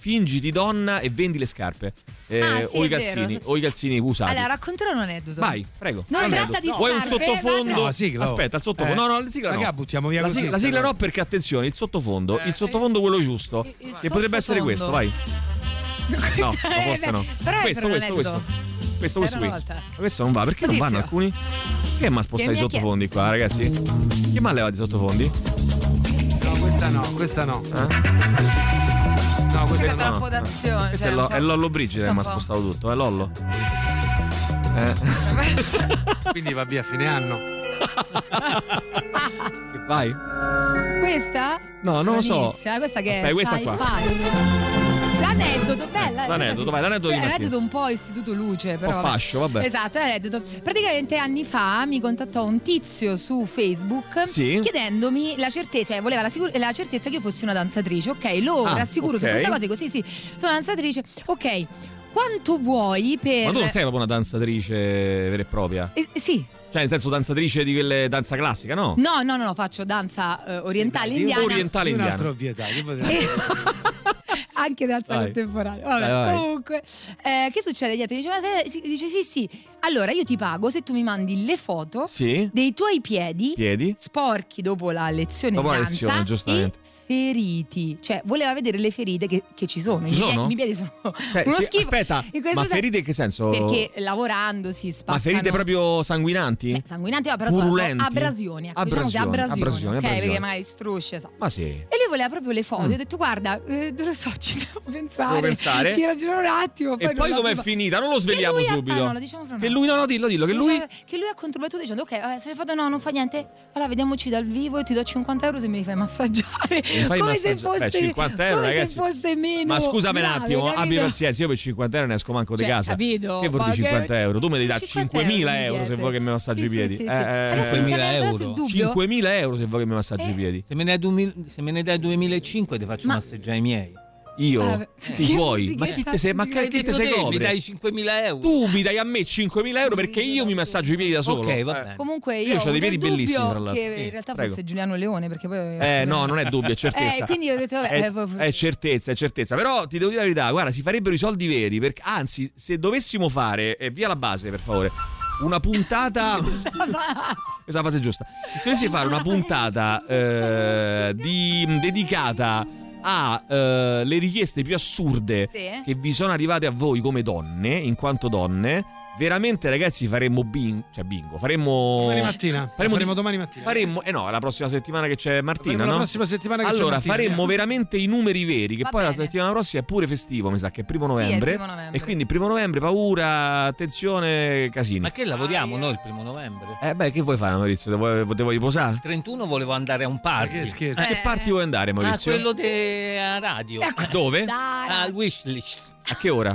fingiti donna e vendi le scarpe. Eh, Ah, sì, o i è vero, calzini, so- o i calzini usati. Allora, racconterò un aneddoto. Vai, prego. Non Un tratta aneddoto. di Vuoi un scarpe, sottofondo? ma- No, sigla, oh. Aspetta, il sottofondo. Eh. No, no, la sigla Ma no. che la buttiamo via La così, sigla, la sta sigla roba? no, perché attenzione, il sottofondo, Eh. il sottofondo quello giusto. Il- il che potrebbe essere questo, vai. No, Cioè, forse beh, no. però è Questo, per un questo, questo. aneddoto. Questo, questo Era qui. una volta. Ma questo non va, perché non Patrizio. vanno alcuni? Che mi ha spostato i mi ha sottofondi qua, ragazzi? Che mi ha levato i sottofondi? No, questa no, questa no. Eh? No, Questa questa è no. troppo d'azione. Questo cioè, è, lo- un po'- è Lollo Brigida che un mi ha po'. spostato tutto, è Lollo. Eh. Quindi va via a fine anno. Che vai? Questa? No, non lo so. Stranissima, Questa che Aspetta, è questa qua. sci-fi. L'aneddoto, bella. L'aneddoto, vai, l'aneddoto di È un Martina. aneddoto un po' istituto luce, però. Un po' fascio, vabbè. Esatto, è un aneddoto. Praticamente anni fa mi contattò un tizio su Facebook Sì. chiedendomi la certezza, cioè voleva la, sicur- la certezza che io fossi una danzatrice. Ok, lo Ah, rassicuro su ok. questa cosa, così sì, sono una danzatrice. Ok, quanto vuoi per. Ma tu non sei proprio una danzatrice vera e propria? Eh, sì. Cioè, nel senso danzatrice di quelle danza classica, no? No, no, no, no, faccio danza eh, orientale Sì, indiana. Orientale Un indiana. altro ovvietà. Che poteva- Anche danza Vai. contemporanea. Vabbè, Vai, vai. comunque, eh, che succede? Dietro dice, ma se, si- dice sì, sì. Allora io ti pago se tu mi mandi le foto Sì. dei tuoi piedi, Piedi. sporchi dopo la lezione Dopo di la danza lezione, giustamente. e feriti. Cioè, voleva vedere le ferite che, che ci sono. Ci I, miei sono? piedi, I miei piedi sono Cioè, uno sì, schifo. aspetta, In questo ma sen- ferite in che senso? Perché lavorando si spaccano. Ma ferite proprio sanguinanti? Beh, sanguinanti, no, però sono, sono Purulenti? abrasioni. Ecco, diciamo che Abrasioni, abrasioni, abrasioni, ok? abrasioni. Perché magari strusce, esatto. Ma sì. E lui voleva proprio le foto. Mm. Io ho detto, guarda, eh, non lo so, ci devo pensare. Devo pensare. Ci ragiono un attimo. E poi non com'è l'ho- finita? Non lo sveliamo Che lui ha- subito. ah, no, lo diciamo fra Che noi. lui, no, no, dillo, dillo. Che lui. Dice- che lui ha controllato dicendo, ok, eh, se le foto no, non fa niente. Allora vediamoci dal vivo e ti do cinquanta euro se me li fai massaggiare. Mi fai come massaggi- se fosse, Beh, cinquanta euro, come ragazzi. se fosse meno. Ma scusami un grave, attimo, capito? abbi pazienza, io per cinquanta euro ne esco manco di Cioè, casa. capito? Che vuol Ma dire che- cinquanta euro? Tu mi devi dare cinquanta cinquemila euro mi euro se chiese. vuoi che mi massaggi Sì, i piedi. sì, sì, sì. Eh, eh, Adesso mi sta venendo tra l'altro il dubbio. cinquemila euro se vuoi che mi massaggi i piedi. Se me ne, dai se me ne dai duemilacinque ti faccio Ma- massaggiare i miei. Io? Ah, Ti che vuoi? Ma musichetta, chi te sei? Ma musichetta. che te sei Te, mi copre? dai cinquemila euro. Tu mi dai a me cinquemila euro perché io mi massaggio i piedi da solo. Ok, va Eh. bene. Comunque io, Io ho c'ho dei avuto piedi il dubbio bellissimi, tra l'altro. che Sì, in realtà prego. fosse Giuliano Leone, perché poi Eh no, non è dubbio, è certezza. Eh, quindi ho detto vabbè, È, eh, poi- è certezza, è certezza. Però ti devo dire la verità, guarda, si farebbero i soldi veri. Perché, anzi, se dovessimo fare, e via la base per favore, una puntata. Questa è la fase giusta. Se dovessi fare una puntata eh, di, dedicata a eh, le richieste più assurde Sì. che vi sono arrivate a voi come donne, in quanto donne, veramente ragazzi faremmo bingo, cioè bingo, faremmo Domani mattina. Faremo, di- domani mattina. faremmo eh no, la prossima settimana che c'è Martina, Faremo no? la prossima settimana che c'è allora Martina. faremmo veramente i numeri veri, che Va poi la bene. settimana prossima è pure festivo, mi sa che è primo Sì, è il novembre, primo novembre. e quindi primo novembre paura, attenzione, casini. Ma che lavoriamo noi il primo novembre? Eh beh, che vuoi fare Maurizio? Te vuoi, te vuoi riposare? Il trentuno volevo andare a un party. Che scherzo. A che party vuoi andare Ah, Maurizio? quello della radio. Dove? Al wishlist. A che ora?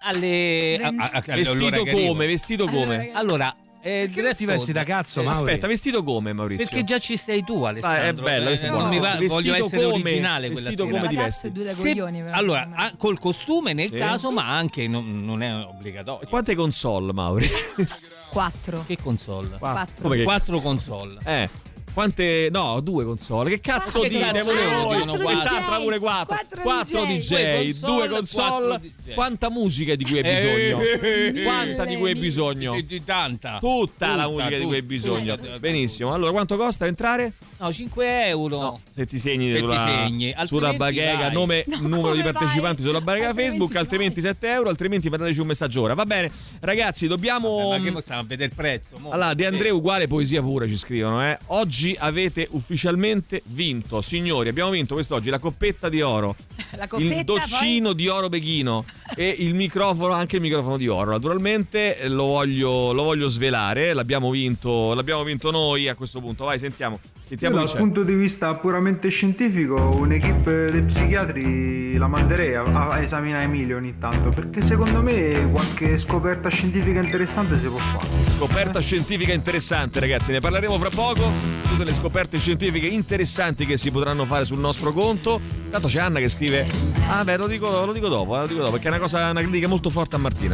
Alle a- a- a- Vestito all'ora che arrivo. come? Vestito come? Allora, eh, dress ti vesti code. da cazzo, Eh, Mauri? Aspetta, vestito come Maurizio? Perché già ci sei tu, Alessandro. Ah, è bello, Eh, questo è non buono. mi va- Vestito voglio essere come? originale quella Vestito sera. come ti Ragazzo, vesti? due da Se- coglioni, però. allora, ah, col costume nel Sì. caso, ma anche non, non è obbligatorio. Quante console, Mauri? Quattro. Che console? Quattro. Come che- Quattro console. Eh, quante? No, due console. Che cazzo Che dite? cazzo Voi? dicono? Quattro Quattro Quest'altra D J, pure quattro. quattro Quattro D D J, Due due console, console. quattro D J. Quanta musica di cui hai bisogno? Eh, Quanta di cui hai bisogno? Di, di tanta. Tutta la Tutta, musica di cui hai tutta, bisogno. tutta, Benissimo. Allora, quanto costa entrare? No, cinque euro. No, se ti segni Se ti sulla, segni, sulla altrimenti bacheca, vai. nome, No, numero di come partecipanti vai? sulla bacheca Altrimenti Facebook, altrimenti sette euro, altrimenti mandateci un messaggio ora. Va bene, ragazzi, dobbiamo. Ma che possiamo vedere il prezzo? Mo? Allora, De Andrea uguale poesia pure ci scrivono, eh. Oggi avete ufficialmente vinto, signori. Abbiamo vinto quest'oggi la coppetta di oro, La coppetta, il doccino di oro Pechino e il microfono, anche il microfono di oro. Naturalmente eh, lo voglio, lo voglio svelare. L'abbiamo vinto, l'abbiamo vinto noi a questo punto. Vai, sentiamo. Sentiamo Io chi dal c'è. punto di vista puramente scientifico un'equipe di psichiatri la manderei a, a esaminare Emilio ogni tanto, perché secondo me qualche scoperta scientifica interessante si può fare. Scoperta scientifica interessante, ragazzi, ne parleremo fra poco. Tutte le scoperte scientifiche interessanti che si potranno fare sul nostro conto. Intanto c'è Anna che scrive: ah beh, lo dico, lo dico dopo, eh, lo dico dopo, perché è una cosa, una critica molto forte a Martina.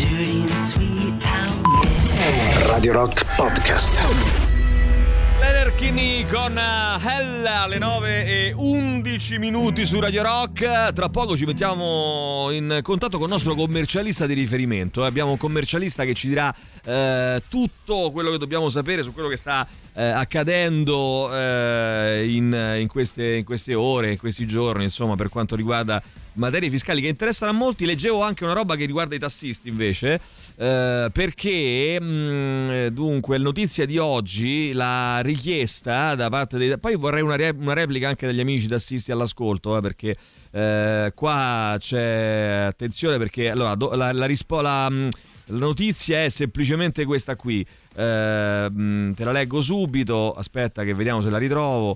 Radio Rock Podcast. Leonard Skinny con Hell alle nove e undici minuti su Radio Rock. Tra poco ci mettiamo in contatto con il nostro commercialista di riferimento. Abbiamo un commercialista che ci dirà eh, tutto quello che dobbiamo sapere su quello che sta eh, accadendo eh, in, in, queste, in queste ore, in questi giorni, insomma, per quanto riguarda materie fiscali che interessano a molti. Leggevo anche una roba che riguarda i tassisti invece, eh, perché mh, dunque notizia di oggi, la richiesta da parte dei, poi vorrei una, re, una replica anche degli amici tassisti all'ascolto, eh, perché eh, qua c'è attenzione, perché allora do, la, la, rispo, la, la notizia è semplicemente questa qui, eh, mh, te la leggo subito, aspetta che vediamo se la ritrovo.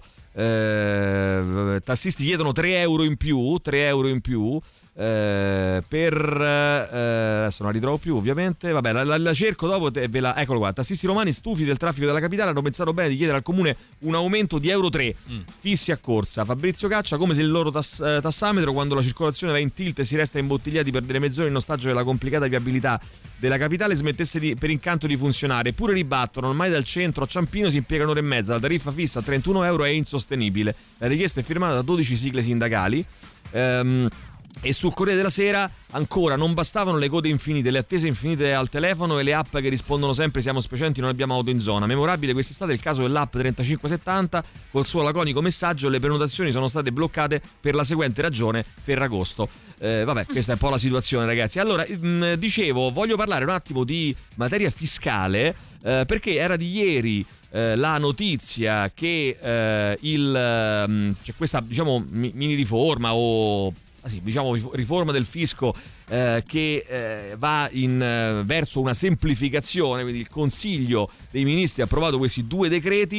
Eh, tassisti chiedono tre euro in più, tre euro in più eh, per eh, adesso non la ritrovo più ovviamente, vabbè la, la, la cerco dopo te, ve la, eccolo qua. Tassisti romani stufi del traffico della capitale hanno pensato bene di chiedere al comune un aumento di euro tre mm. fissi a corsa. Fabrizio Caccia, come se il loro tass, eh, tassametro, quando la circolazione va in tilt e si resta imbottigliati per delle mezz'ore in ostaggio della complicata viabilità della capitale, smettesse di, per incanto di funzionare. Eppure ribattono, ormai dal centro a Ciampino si impiega un'ora e mezza, la tariffa fissa a trentuno euro è insostenibile. La richiesta è firmata da dodici sigle sindacali. Ehm, E sul Corriere della Sera ancora non bastavano le code infinite, le attese infinite al telefono e le app che rispondono sempre siamo spiacenti, non abbiamo auto in zona. Memorabile quest'estate il caso dell'app trentacinque settanta, col suo laconico messaggio le prenotazioni sono state bloccate per la seguente ragione: Ferragosto. Eh, vabbè, questa è un po' la situazione, ragazzi. Allora, mh, dicevo, voglio parlare un attimo di materia fiscale, eh, perché era di ieri eh, la notizia che eh, il mh, c'è questa, diciamo, mini riforma o Ah sì, diciamo riforma del fisco eh, che eh, va in, eh, verso una semplificazione, quindi il Consiglio dei Ministri ha approvato questi due decreti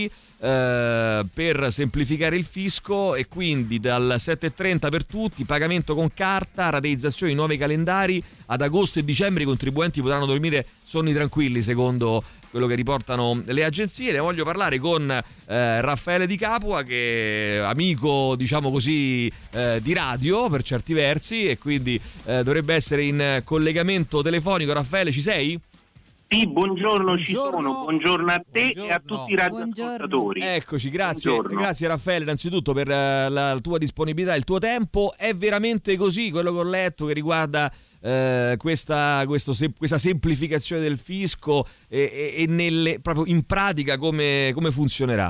eh, per semplificare il fisco, e quindi dal sette e trenta per tutti, pagamento con carta, rateizzazione di nuovi calendari, ad agosto e dicembre i contribuenti potranno dormire sonni tranquilli, secondo quello che riportano le agenzie. Ne voglio parlare con eh, Raffaele Di Capua, che è amico, diciamo così, eh, di radio per certi versi, e quindi eh, dovrebbe essere in collegamento telefonico. Raffaele, ci sei? Sì, buongiorno, buongiorno. Ci sono, buongiorno a te buongiorno. E a tutti i radioascoltatori. Eccoci, grazie, buongiorno. Grazie Raffaele innanzitutto per uh, la tua disponibilità, il tuo tempo. È veramente così quello che ho letto che riguarda uh, questa, questo, se, questa semplificazione del fisco e, e, e nelle, proprio in pratica come, come funzionerà?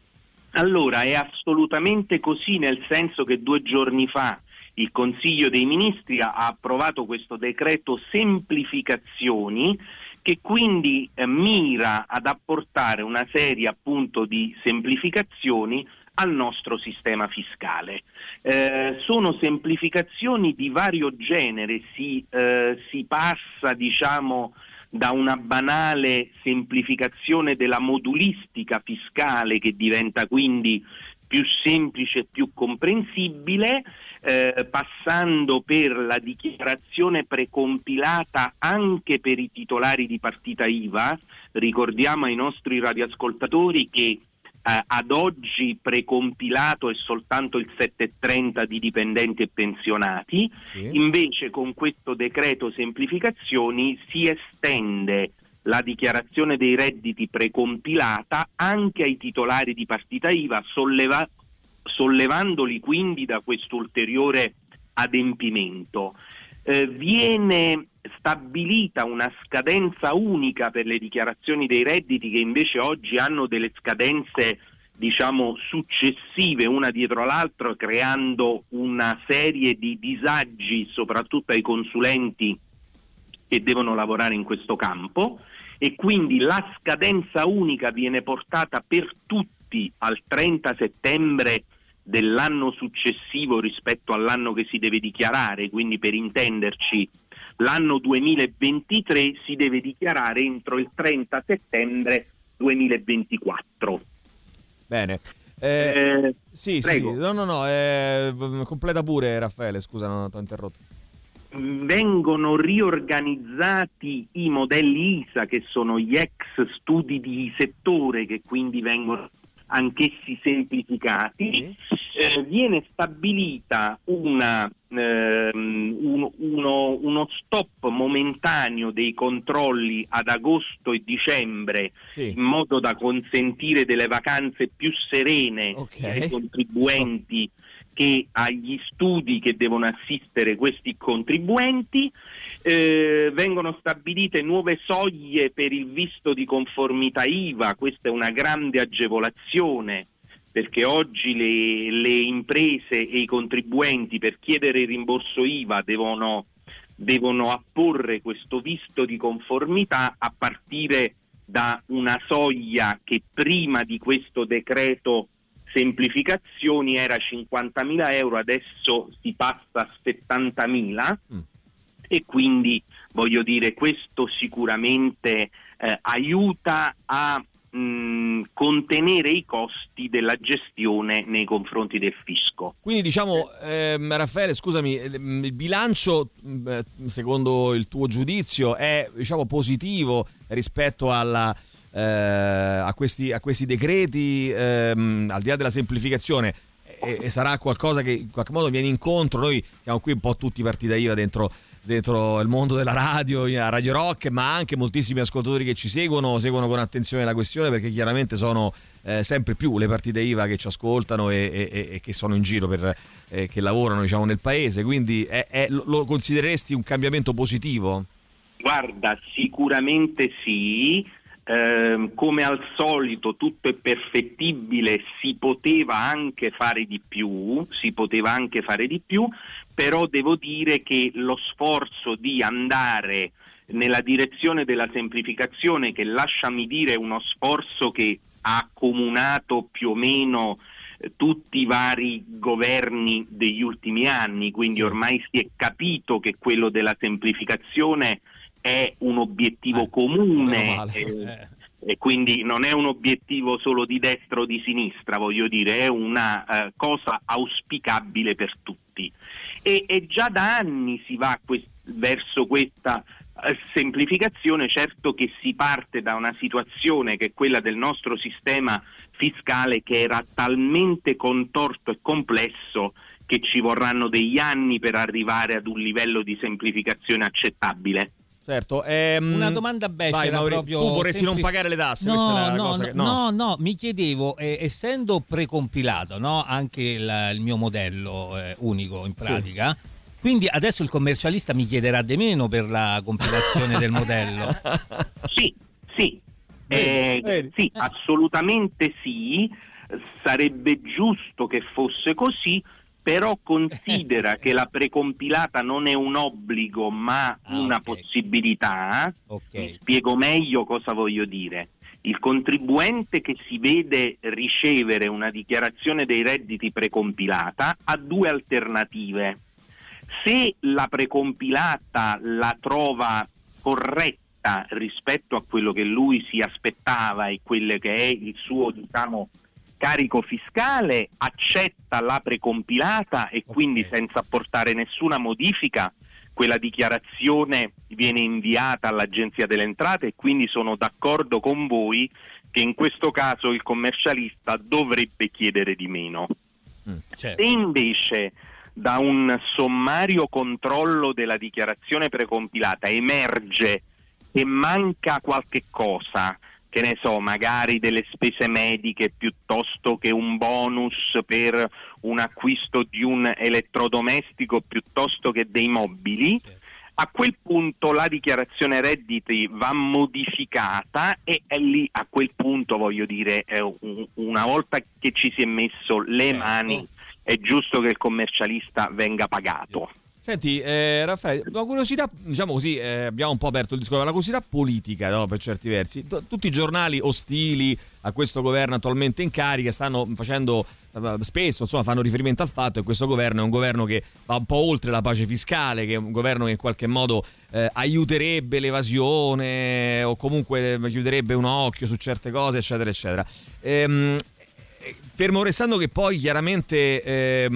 Allora, è assolutamente così, nel senso che due giorni fa il Consiglio dei Ministri ha approvato questo decreto semplificazioni, che quindi eh, mira ad apportare una serie appunto di semplificazioni al nostro sistema fiscale. Eh, sono semplificazioni di vario genere, si, eh, si passa, diciamo, da una banale semplificazione della modulistica fiscale, che diventa quindi più semplice e più comprensibile, eh, passando per la dichiarazione precompilata anche per i titolari di partita I V A. Ricordiamo ai nostri radioascoltatori che eh, ad oggi precompilato è soltanto il sette e trenta di dipendenti e pensionati, sì. Invece con questo decreto semplificazioni si estende la dichiarazione dei redditi precompilata anche ai titolari di partita I V A, solleva- sollevandoli quindi da questo ulteriore adempimento. Eh, viene stabilita una scadenza unica per le dichiarazioni dei redditi, che invece oggi hanno delle scadenze, diciamo, successive una dietro l'altra, creando una serie di disagi soprattutto ai consulenti che devono lavorare in questo campo, e quindi la scadenza unica viene portata per tutti al trenta settembre dell'anno successivo rispetto all'anno che si deve dichiarare. Quindi, per intenderci, l'anno duemilaventitré si deve dichiarare entro il trenta settembre duemilaventiquattro. Bene. Eh, eh, sì, prego. sì, no, no, no, eh, completa pure, Raffaele, scusa, non ti ho interrotto. Vengono riorganizzati i modelli I S A, che sono gli ex studi di settore, che quindi vengono anch'essi semplificati, eh, viene stabilita una, ehm, un, uno, uno stop momentaneo dei controlli ad agosto e dicembre, sì, in modo da consentire delle vacanze più serene, okay, ai contribuenti Stop. che agli studi che devono assistere questi contribuenti. Eh, vengono stabilite nuove soglie per il visto di conformità I V A, questa è una grande agevolazione, perché oggi le, le imprese e i contribuenti per chiedere il rimborso I V A devono, devono apporre questo visto di conformità a partire da una soglia che prima di questo decreto semplificazioni era cinquantamila euro, adesso si passa a settantamila, mm. e quindi voglio dire questo sicuramente eh, aiuta a mh, contenere i costi della gestione nei confronti del fisco. Quindi diciamo, ehm, Raffaele, scusami, il bilancio eh, secondo il tuo giudizio è, diciamo, positivo rispetto alla Eh, a questi a questi decreti, ehm, al di là della semplificazione, e, e sarà qualcosa che in qualche modo viene incontro. Noi siamo qui un po' tutti partita I V A dentro dentro il mondo della radio, a Radio Rock, ma anche moltissimi ascoltatori che ci seguono seguono con attenzione la questione, perché chiaramente sono eh, sempre più le partite I V A che ci ascoltano e, e, e che sono in giro per eh, che lavorano, diciamo, nel paese. Quindi è, è, lo considereresti un cambiamento positivo? Guarda, sicuramente sì. Eh, come al solito tutto è perfettibile, si poteva anche fare di più, si poteva anche fare di più, però devo dire che lo sforzo di andare nella direzione della semplificazione, che lasciami dire è uno sforzo che ha accomunato più o meno eh, tutti i vari governi degli ultimi anni, quindi ormai si è capito che quello della semplificazione è un obiettivo eh, comune eh, e quindi non è un obiettivo solo di destra o di sinistra, voglio dire, è una uh, cosa auspicabile per tutti e, e già da anni si va quest- verso questa uh, semplificazione. Certo che si parte da una situazione che è quella del nostro sistema fiscale, che era talmente contorto e complesso che ci vorranno degli anni per arrivare ad un livello di semplificazione accettabile. Certo, ehm, una domanda becera. Vai, Mauri, proprio tu vorresti semplice. Non pagare le tasse? No, questa è la no, cosa che... no, no, no, no, mi chiedevo, eh, essendo precompilato, no, anche il, il mio modello eh, unico in pratica, sì, quindi adesso il commercialista mi chiederà di meno per la compilazione del modello? Sì, sì, eh, vedi, sì, assolutamente sì, sarebbe giusto che fosse così. Però considera che la precompilata non è un obbligo ma ah, una okay. possibilità. Okay. Mi spiego meglio cosa voglio dire. Il contribuente che si vede ricevere una dichiarazione dei redditi precompilata ha due alternative. Se la precompilata la trova corretta rispetto a quello che lui si aspettava e quello che è il suo, diciamo, carico fiscale, accetta la precompilata e quindi okay. senza apportare nessuna modifica quella dichiarazione viene inviata all'Agenzia delle Entrate e quindi sono d'accordo con voi che in questo caso il commercialista dovrebbe chiedere di meno. Mm, certo. Se invece da un sommario controllo della dichiarazione precompilata emerge che manca qualche cosa, che ne so, magari delle spese mediche piuttosto che un bonus per un acquisto di un elettrodomestico piuttosto che dei mobili, a quel punto la dichiarazione redditi va modificata e è lì, a quel punto, voglio dire, eh, una volta che ci si è messo le mani, è giusto che il commercialista venga pagato. Senti, eh, Raffaele, una curiosità, diciamo così, eh, abbiamo un po' aperto il discorso, la curiosità politica, no, per certi versi. T- tutti i giornali ostili a questo governo attualmente in carica stanno facendo, eh, spesso, insomma, fanno riferimento al fatto che questo governo è un governo che va un po' oltre la pace fiscale, che è un governo che in qualche modo eh, aiuterebbe l'evasione o comunque chiuderebbe un occhio su certe cose, eccetera, eccetera. Ehm, Fermo restando che poi chiaramente ehm,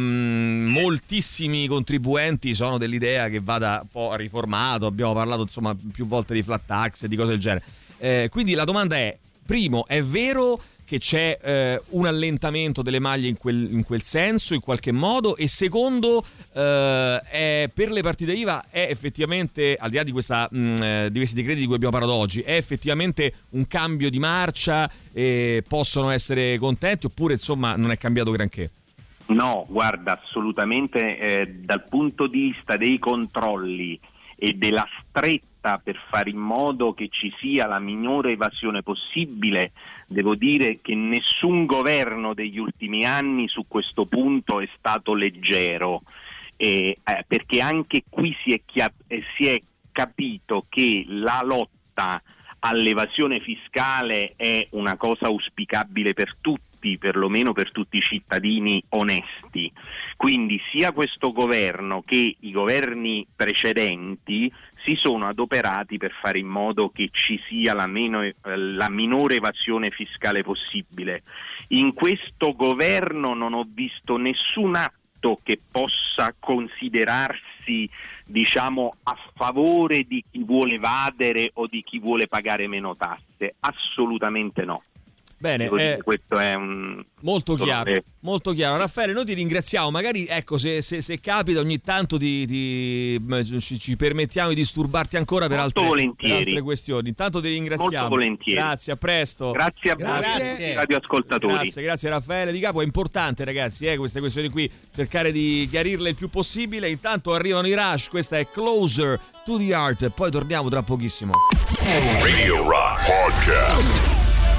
moltissimi contribuenti sono dell'idea che vada un po' riformato, abbiamo parlato insomma più volte di flat tax e di cose del genere. Eh, quindi la domanda è, primo, è vero che c'è eh, un allentamento delle maglie in quel, in quel senso, in qualche modo, e secondo, eh, è, per le partite I V A è effettivamente, al di là di, questa, mh, di questi decreti di cui abbiamo parlato oggi, è effettivamente un cambio di marcia e possono essere contenti, oppure insomma non è cambiato granché? No, guarda, assolutamente eh, dal punto di vista dei controlli e della stretta per fare in modo che ci sia la minore evasione possibile, devo dire che nessun governo degli ultimi anni su questo punto è stato leggero, eh, eh, perché anche qui si è, chia- eh, si è capito che la lotta all'evasione fiscale è una cosa auspicabile per tutti, perlomeno per tutti i cittadini onesti. Quindi sia questo governo che i governi precedenti si sono adoperati per fare in modo che ci sia la, meno, la minore evasione fiscale possibile. In questo governo non ho visto nessun atto che possa considerarsi, diciamo, a favore di chi vuole evadere o di chi vuole pagare meno tasse. Assolutamente no. Bene, eh, questo è un molto chiaro, che... molto chiaro. Raffaele, noi ti ringraziamo. Magari, ecco, se, se, se capita ogni tanto ti, ti, ci, ci permettiamo di disturbarti ancora per altre, per altre questioni. Intanto ti ringraziamo. Molto volentieri. Grazie, a presto. Grazie a voi, grazie. radioascoltatori. Grazie, grazie Raffaele Di Capo. È importante, ragazzi, eh, queste questioni qui, cercare di chiarirle il più possibile. Intanto arrivano i Rush, questa è Closer to the Heart. Poi torniamo tra pochissimo. Radio Rock Podcast.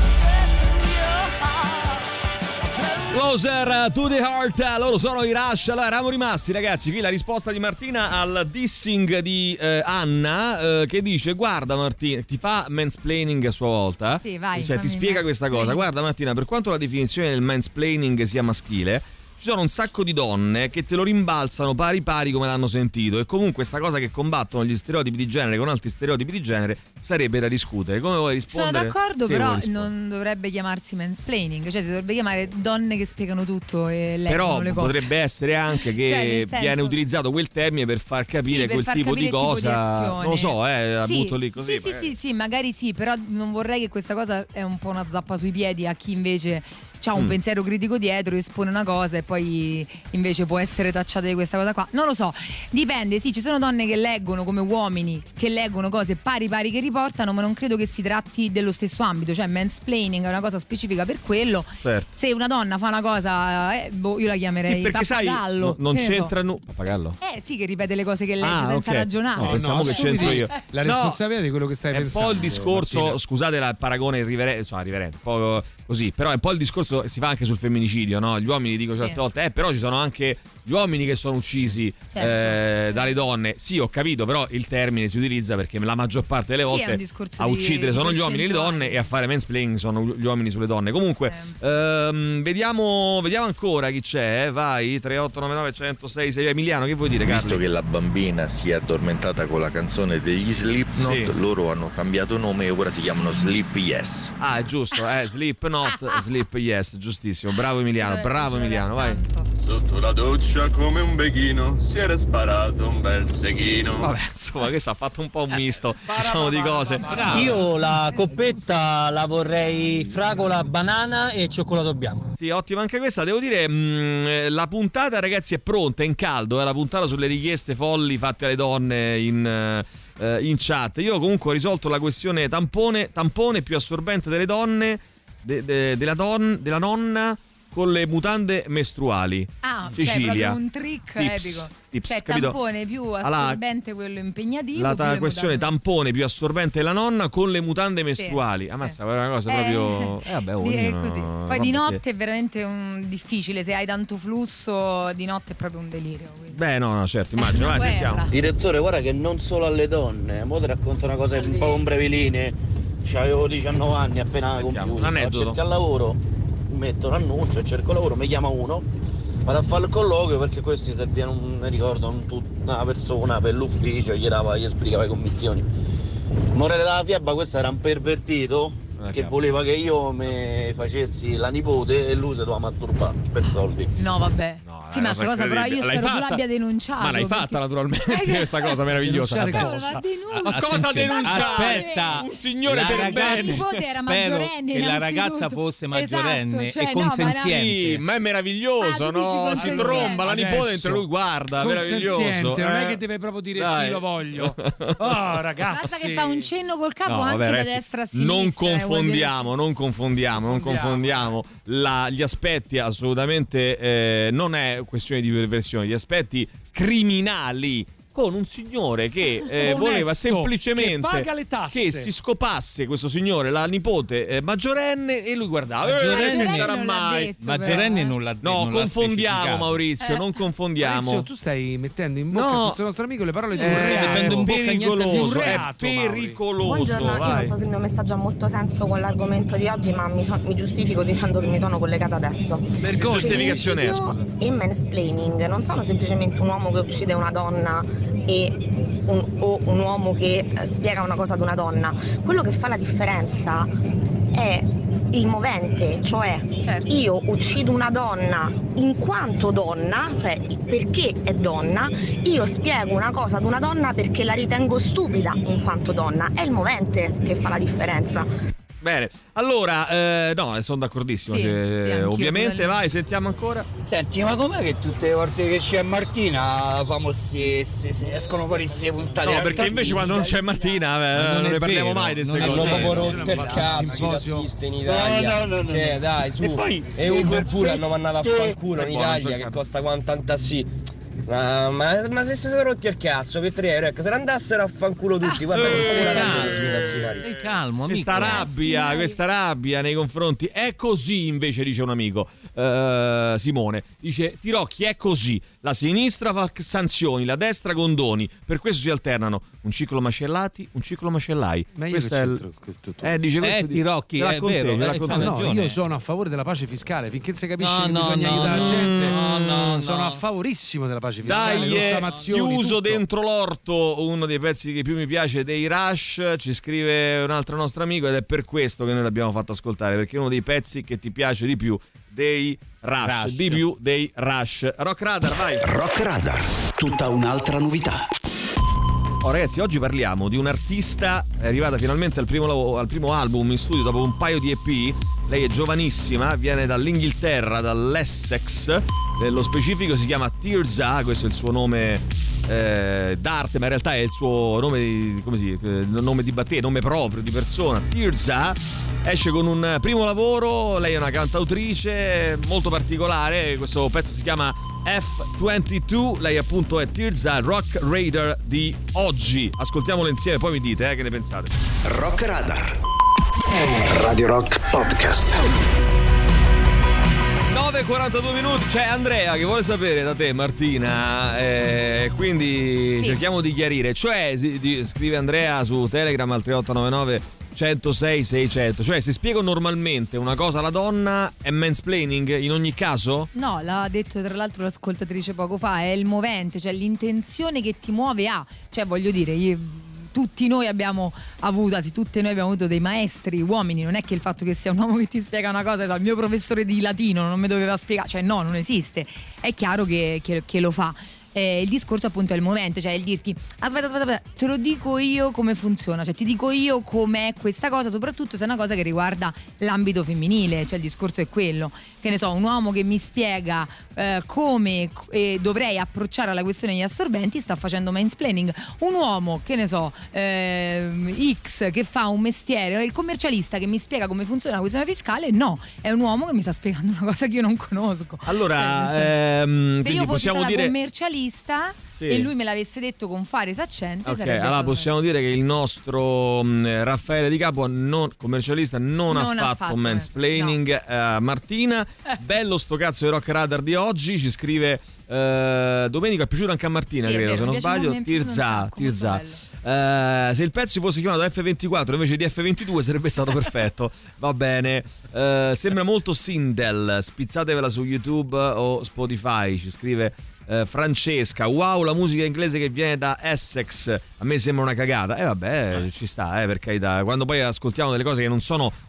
Closer to the Heart, loro sono i Rush. Allora, eravamo rimasti, ragazzi, qui la risposta di Martina al dissing di eh, Anna, eh, che dice: guarda Martina, ti fa mansplaining a sua volta. Sì, vai, cioè ti spiega questa cosa. Guarda Martina, per quanto la definizione del mansplaining sia maschile, ci sono un sacco di donne che te lo rimbalzano pari pari come l'hanno sentito, e comunque sta cosa che combattono gli stereotipi di genere con altri stereotipi di genere sarebbe da discutere. Come vuoi rispondere? Sono d'accordo, sì, però non dovrebbe chiamarsi mansplaining, cioè si dovrebbe chiamare donne che spiegano tutto e leggono però le cose. Potrebbe essere anche che cioè, senso... viene utilizzato quel termine per far capire sì, per quel far tipo capire di cosa, tipo di non lo so, eh, sì, butto lì così. Sì, sì, sì, sì, magari sì, però non vorrei che questa cosa è un po' una zappa sui piedi a chi invece c'ha un mm. pensiero critico dietro, espone una cosa e poi invece può essere tacciata di questa cosa qua. Non lo so, dipende, sì, ci sono donne che leggono come uomini, che leggono cose pari pari che riportano, ma non credo che si tratti dello stesso ambito, cioè mansplaining è una cosa specifica per quello. Certo. Se una donna fa una cosa, eh, boh, io la chiamerei sì, perché pappagallo. Sai, no, non c'entra so. nulla. Pappagallo? Eh sì, che ripete le cose che legge ah, senza okay. ragionare. No, pensavo no, che c'entro io. La responsabilità no, di quello che stai è pensando. È un po' il discorso, Martina. Scusate il paragone irriverente, insomma, irriverente, un po' così, però è un po' il discorso che si fa anche sul femminicidio, no? Gli uomini dicono certe sì. volte, eh, però ci sono anche gli uomini che sono uccisi certo. eh, dalle donne. Sì, ho capito, però il termine si utilizza perché la maggior parte delle volte sì, a uccidere di, sono di gli uomini e le donne, e a fare mansplaining sono gli uomini sulle donne. Comunque, eh. ehm, vediamo, vediamo ancora chi c'è, eh? Vai, tre otto nove nove uno zero sei sei. Emiliano, che vuoi dire, Carli? Visto che la bambina si è addormentata con la canzone degli Slipknot, sì. loro hanno cambiato nome e ora si chiamano Sleep Yes. Ah, è giusto, eh, Slipknot, Sleep Yes, giustissimo. Bravo Emiliano, bravo Emiliano, vai. Sotto la doccia come un beghino si era sparato un bel seghino. Vabbè, insomma, questo ha fatto un po' un misto, diciamo, di cose. Io la coppetta la vorrei fragola, banana e cioccolato bianco. Sì, ottima anche questa. Devo dire, mh, la puntata, ragazzi, è pronta, è in caldo, è la puntata sulle richieste folli fatte alle donne in, uh, in chat. Io comunque ho risolto la questione tampone, tampone più assorbente delle donne, de, de, della, don, della nonna con le mutande mestruali. Ah, Sicilia. Cioè proprio un trick tips, epico. Tips, cioè capito? Tampone più assorbente, allora, quello impegnativo. La ta- questione tampone più assorbente della nonna con le mutande mestruali. Sì, Ammazza, sì. È una cosa eh, proprio. Eh, vabbè, ognuno, così. Poi vabbè, di notte che... è veramente un difficile. Se hai tanto flusso, di notte è proprio un delirio. Quindi. Beh, no, no, certo, immagino. Vai, sentiamo. Direttore, guarda che non solo alle donne. Mo ti racconto una cosa un po' ombreviline. C'avevo diciannove anni appena compiuto. Cerco al lavoro, metto l'annuncio e cerco lavoro, mi chiama uno, vado a fare il colloquio perché questi servivano, non mi ricordo, un, una persona per l'ufficio, gli dava, gli spiegava le commissioni. Morale della fiaba, questo era un pervertito, che voleva che io mi facessi la nipote e lui si doveva masturbare per soldi. No, vabbè. No, sì, ma questa cosa però io spero tu l'abbia denunciato. Ma l'hai perché... fatta naturalmente questa cosa meravigliosa. Cosa? Ma cosa denunciare? Aspetta, un signore per bene. La nipote era maggiorenne, che la ragazza fosse maggiorenne, esatto, cioè, e consenziente. Sì, ma è meraviglioso, ah, no? Si tromba la nipote mentre lui guarda, meraviglioso. Non eh? è che deve proprio dire Dai. Sì, lo voglio. Oh, ragazzi. Basta che fa un cenno col capo no, anche vabbè, da ragazzi, destra a sinistra. Non confondiamo, non confondiamo, non confondiamo la, gli aspetti assolutamente eh, non è questione di perversione, gli aspetti criminali con un signore che eh, voleva semplicemente che paga le tasse, che si scopasse questo signore la nipote eh, maggiorenne e lui guardava maggiorenne, eh, non sarà mai detto, maggiorenne non l'ha detto. No, non confondiamo Maurizio, eh. non confondiamo. Maurizio, tu stai mettendo in bocca no. a questo nostro amico le parole di un eh, reato. in bocca pericoloso, un reato, è pericoloso. Buongiorno, vai. io non so se il mio messaggio ha molto senso con l'argomento di oggi, ma mi, so, mi giustifico dicendo che mi sono collegata adesso. Per giustificazione e mansplaining non sono semplicemente un uomo che uccide una donna e un, o un uomo che spiega una cosa ad una donna. Quello che fa la differenza è il movente, cioè certo. Io uccido una donna in quanto donna, cioè perché è donna, io spiego una cosa ad una donna perché la ritengo stupida in quanto donna. È il movente che fa la differenza. Bene, allora, eh, no, sono d'accordissimo. Sì, cioè, sì, ovviamente, vai, sentiamo ancora. Senti, ma com'è che tutte le volte che c'è Martina famo si, si, si escono fuori queste puntate? No, perché invece quando non c'è Martina beh, non, non ne parliamo mai di queste cose. Hanno proprio rotto il cazzo, razziste in Italia. No, no, no, cioè, dai, su. E, poi, e Uber pure hanno mandato a fanculo in Italia, che costa quantanta sì. Ma, ma, ma se si sono rotti il cazzo per tre euro, ecco, se ne andassero a fanculo tutti, guarda che stiamo calmo, sei calmo, amico. Questa rabbia, eh, sì. questa rabbia nei confronti è così, invece dice un amico uh, Simone, dice Tirocchi è così, la sinistra fa sanzioni, la destra condoni, per questo si alternano un ciclo macellati, un ciclo macellai. Ma io questo è il... questo eh, dice questo eh, Tirocchi, è vero, te, te no, io sono a favore della pace fiscale, finché si capisce no, che no, bisogna no, aiutare no, la gente, no, no, sono no. a favorissimo della pace fiscale. Dai, chiuso tutto. Dentro l'orto, uno dei pezzi che più mi piace dei Rush, ci scrive un altro nostro amico ed è per questo che noi l'abbiamo fatto ascoltare, perché è uno dei pezzi che ti piace di più dei Rush, Rush. di più dei Rush. Rock Radar, vai. Rock Radar, tutta un'altra novità. Oh ragazzi, oggi parliamo di un'artista è arrivata finalmente al primo, al primo album in studio dopo un paio di E P. Lei è giovanissima, viene dall'Inghilterra, dall'Essex. Nello specifico si chiama Tirza, questo è il suo nome eh, d'arte, ma in realtà è il suo nome di, come si dice, nome di battesimo, nome proprio di persona. Tirza esce con un primo lavoro, lei è una cantautrice molto particolare, questo pezzo si chiama F ventidue, lei appunto è Tirza, Rock Radar di oggi. Ascoltiamolo insieme, poi mi dite eh, che ne pensate. Rock Radar, Radio Rock Podcast. nove e quarantadue minuti, c'è Andrea che vuole sapere da te Martina, eh, quindi sì. cerchiamo di chiarire, cioè di, di, scrive Andrea su Telegram al tre otto nove nove centosei seicento, cioè se spiego normalmente una cosa alla donna è mansplaining in ogni caso? No, l'ha detto tra l'altro l'ascoltatrice poco fa, è il movente, cioè l'intenzione che ti muove a, cioè voglio dire, io, tutti noi abbiamo avuto, anzi tutte noi abbiamo avuto dei maestri uomini, non è che il fatto che sia un uomo che ti spiega una cosa, il mio professore di latino non mi doveva spiegare, cioè no, non esiste, è chiaro che, che, che lo fa. Eh, il discorso appunto è il movente, cioè il dirti aspetta, aspetta, aspetta, te lo dico io come funziona, cioè ti dico io com'è questa cosa, soprattutto se è una cosa che riguarda l'ambito femminile, cioè il discorso è quello, che ne so, un uomo che mi spiega eh, come eh, dovrei approcciare alla questione degli assorbenti sta facendo mansplaining. Un uomo, che ne so, eh, X che fa un mestiere, il commercialista che mi spiega come funziona la questione fiscale, no, è un uomo che mi sta spiegando una cosa che io non conosco. Allora, cioè, ehm, se io fossi possiamo stata dire commercialista sì. e lui me l'avesse detto con fare saccente, ok, sarebbe allora possiamo dire che il nostro mh, Raffaele Di Capo non, commercialista non, non ha, ha fatto, fatto mansplaining. No. uh, Martina eh. bello sto cazzo di Rock Radar di oggi, ci scrive uh, Domenico, è piaciuto anche a Martina, sì, credo, vero, se non sbaglio. Tirza, Tirza. Uh, se il pezzo fosse chiamato F ventiquattro invece di F ventidue sarebbe stato perfetto. Va bene, uh, sembra molto Sindel, spizzatevela su YouTube o Spotify, ci scrive Uh, Francesca. Wow, la musica inglese che viene da Essex a me sembra una cagata. E eh, vabbè, ci sta, eh, per carità. Quando poi ascoltiamo delle cose che non sono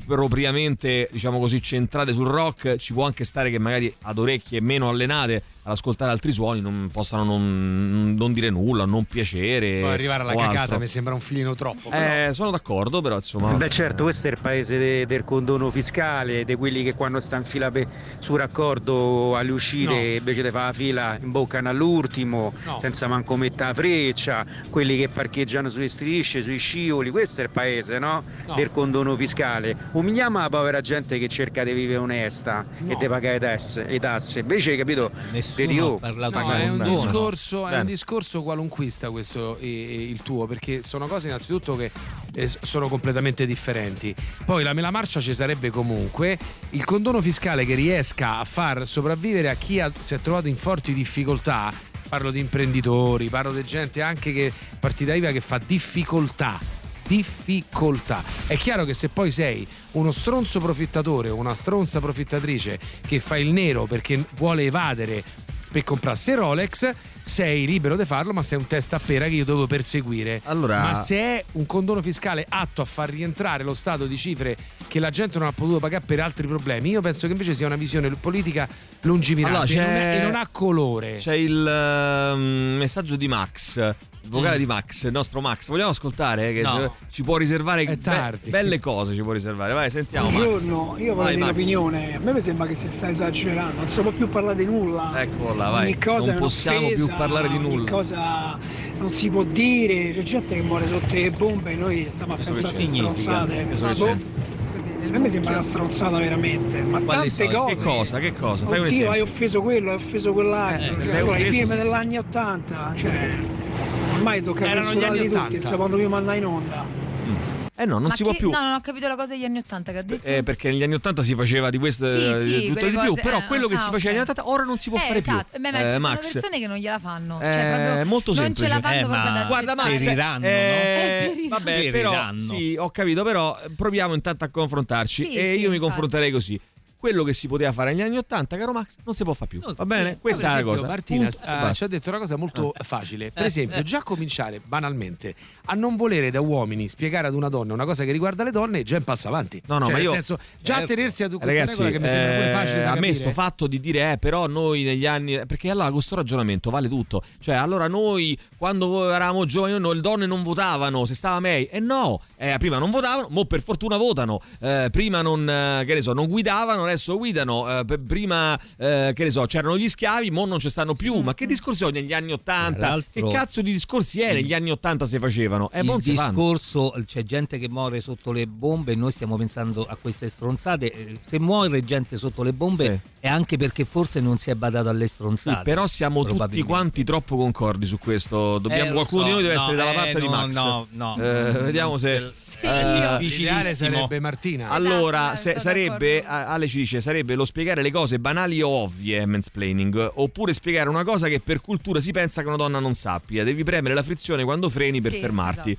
propriamente, diciamo così, centrate sul rock, ci può anche stare che magari ad orecchie meno allenate ad ascoltare altri suoni non possano non, non dire nulla, non piacere. Poi arrivare alla o cacata altro. mi sembra un filino troppo. Eh, sono d'accordo, però insomma. Beh certo, questo è il paese de, del condono fiscale, di quelli che quando sta in fila per, su raccordo alle uscite No. invece di fare la fila imboccano all'ultimo, No. senza manco mettere la freccia, quelli che parcheggiano sulle strisce, sui scivoli, questo è il paese, no? No. Del condono fiscale. Umiliamo la povera gente che cerca di vivere onesta No. e di pagare le tasse, le tasse. Invece, capito? Nessuno ha parlato No, di è un condono. discorso, è Bene. un discorso qualunquista questo eh, eh, il tuo, perché sono cose innanzitutto che eh, sono completamente differenti. Poi la mela marcia ci sarebbe comunque, il condono fiscale che riesca a far sopravvivere a chi ha, si è trovato in forti difficoltà. Parlo di imprenditori, parlo di gente anche che partita I V A che fa difficoltà. Difficoltà. È chiaro che se poi sei uno stronzo profittatore o una stronza profittatrice che fa il nero perché vuole evadere per comprarsi Rolex, sei libero di farlo, ma sei un testa a pera che io devo perseguire. Allora... Ma se è un condono fiscale atto a far rientrare lo Stato di cifre che la gente non ha potuto pagare per altri problemi, io penso che invece sia una visione politica lungimirante. Allora, e, non c'è- è- e non ha colore. C'è il ehm, messaggio di Max, il vocale Mm. di Max, il nostro Max. Vogliamo ascoltare? Che No. se- ci può riservare È be- tardi. belle cose, ci può riservare. Vai, sentiamo Max. Buongiorno, io Vai, vorrei Max. un'opinione. A me mi sembra che si sta esagerando, non si può più parlare di nulla. Eccola, vai. Ogni cosa Non è possiamo un'offesa, più parlare di ogni nulla. cosa non si può dire, c'è gente che muore sotto le bombe e noi stiamo a Questo che pensare a significa? stronzate. Questo che Boh, c'è? a me mi sembra una stronzata veramente, ma Quali tante sono? cose. Che cosa? Che cosa? Fai un Oddio, esempio. hai offeso quello, hai offeso quell'altro. Eh, se Cioè, l'hai allora, i offeso- film degli anni ottanta, cioè ormai tocca Erano gli censurarli anni tutti, ottanta. non sapendo più mandare in onda. Eh no, non Ma si può che- più. No, non ho capito la cosa degli anni Ottanta che ha detto. Eh, perché negli anni ottanta si faceva di questo Sì, eh, sì, di tutto quelle di più, cose- però eh, quello che ah, si faceva ok. negli anni ottanta ora non si può Eh, fare esatto. più. Beh, ma Eh, ci sono Max. persone che non gliela fanno. Eh, Cioè, proprio molto non semplice. ce la fanno Eh, proprio ma- ad Guarda, accettare. Max, Periranno, eh, no? Eh, vabbè, periranno. però sì, ho capito, però proviamo intanto a confrontarci Sì, e sì, io mi infatti. confronterei così. Quello che si poteva fare negli anni ottanta, caro Max, non si può fare più. No, Va sì. bene? Questa Per è la esempio, cosa. Martina Punto e eh, basta. ci ha detto una cosa molto facile. Per esempio, già cominciare banalmente a non volere da uomini spiegare ad una donna una cosa che riguarda le donne, già in passa avanti. No, no, Cioè, ma nel io- senso, già Certo. tenersi a questa Ragazzi, regola che mi sembra pure eh, facile da a me capire. sto fatto di dire eh però noi negli anni, perché allora questo ragionamento vale tutto, cioè allora noi quando eravamo giovani noi, le donne non votavano, se stava meglio, e eh no, eh, prima non votavano, mo per fortuna votano, eh, prima non, eh, che ne so, non guidavano, adesso guidano, eh, p- prima eh, che ne so, c'erano gli schiavi, mo non ci stanno più, ma che discorsi ho negli anni ottanta? Tra Che l'altro- cazzo di discorsi è negli anni ottanta si facevano? Eh, mo il non si fanno. discorso, c'è gente che muore sotto le bombe e noi stiamo pensando a queste stronzate. Eh, Se muore gente sotto le bombe è anche perché forse non si è badato alle Sì, stronzate. però siamo tutti probabilmente. quanti troppo concordi su questo. Dobbiamo, Eh, lo qualcuno so, di noi deve no, essere dalla eh, parte di no, Max. no, no. Eh, vediamo se. eh, L'ideale sarebbe Martina. Allora, Esatto, se- sono sarebbe, a- Ale ci dice, sarebbe lo spiegare le cose banali o ovvie, mansplaining, oppure spiegare una cosa che per cultura si pensa che una donna non sappia. Devi premere la frizione quando freni per Sì, fermarti.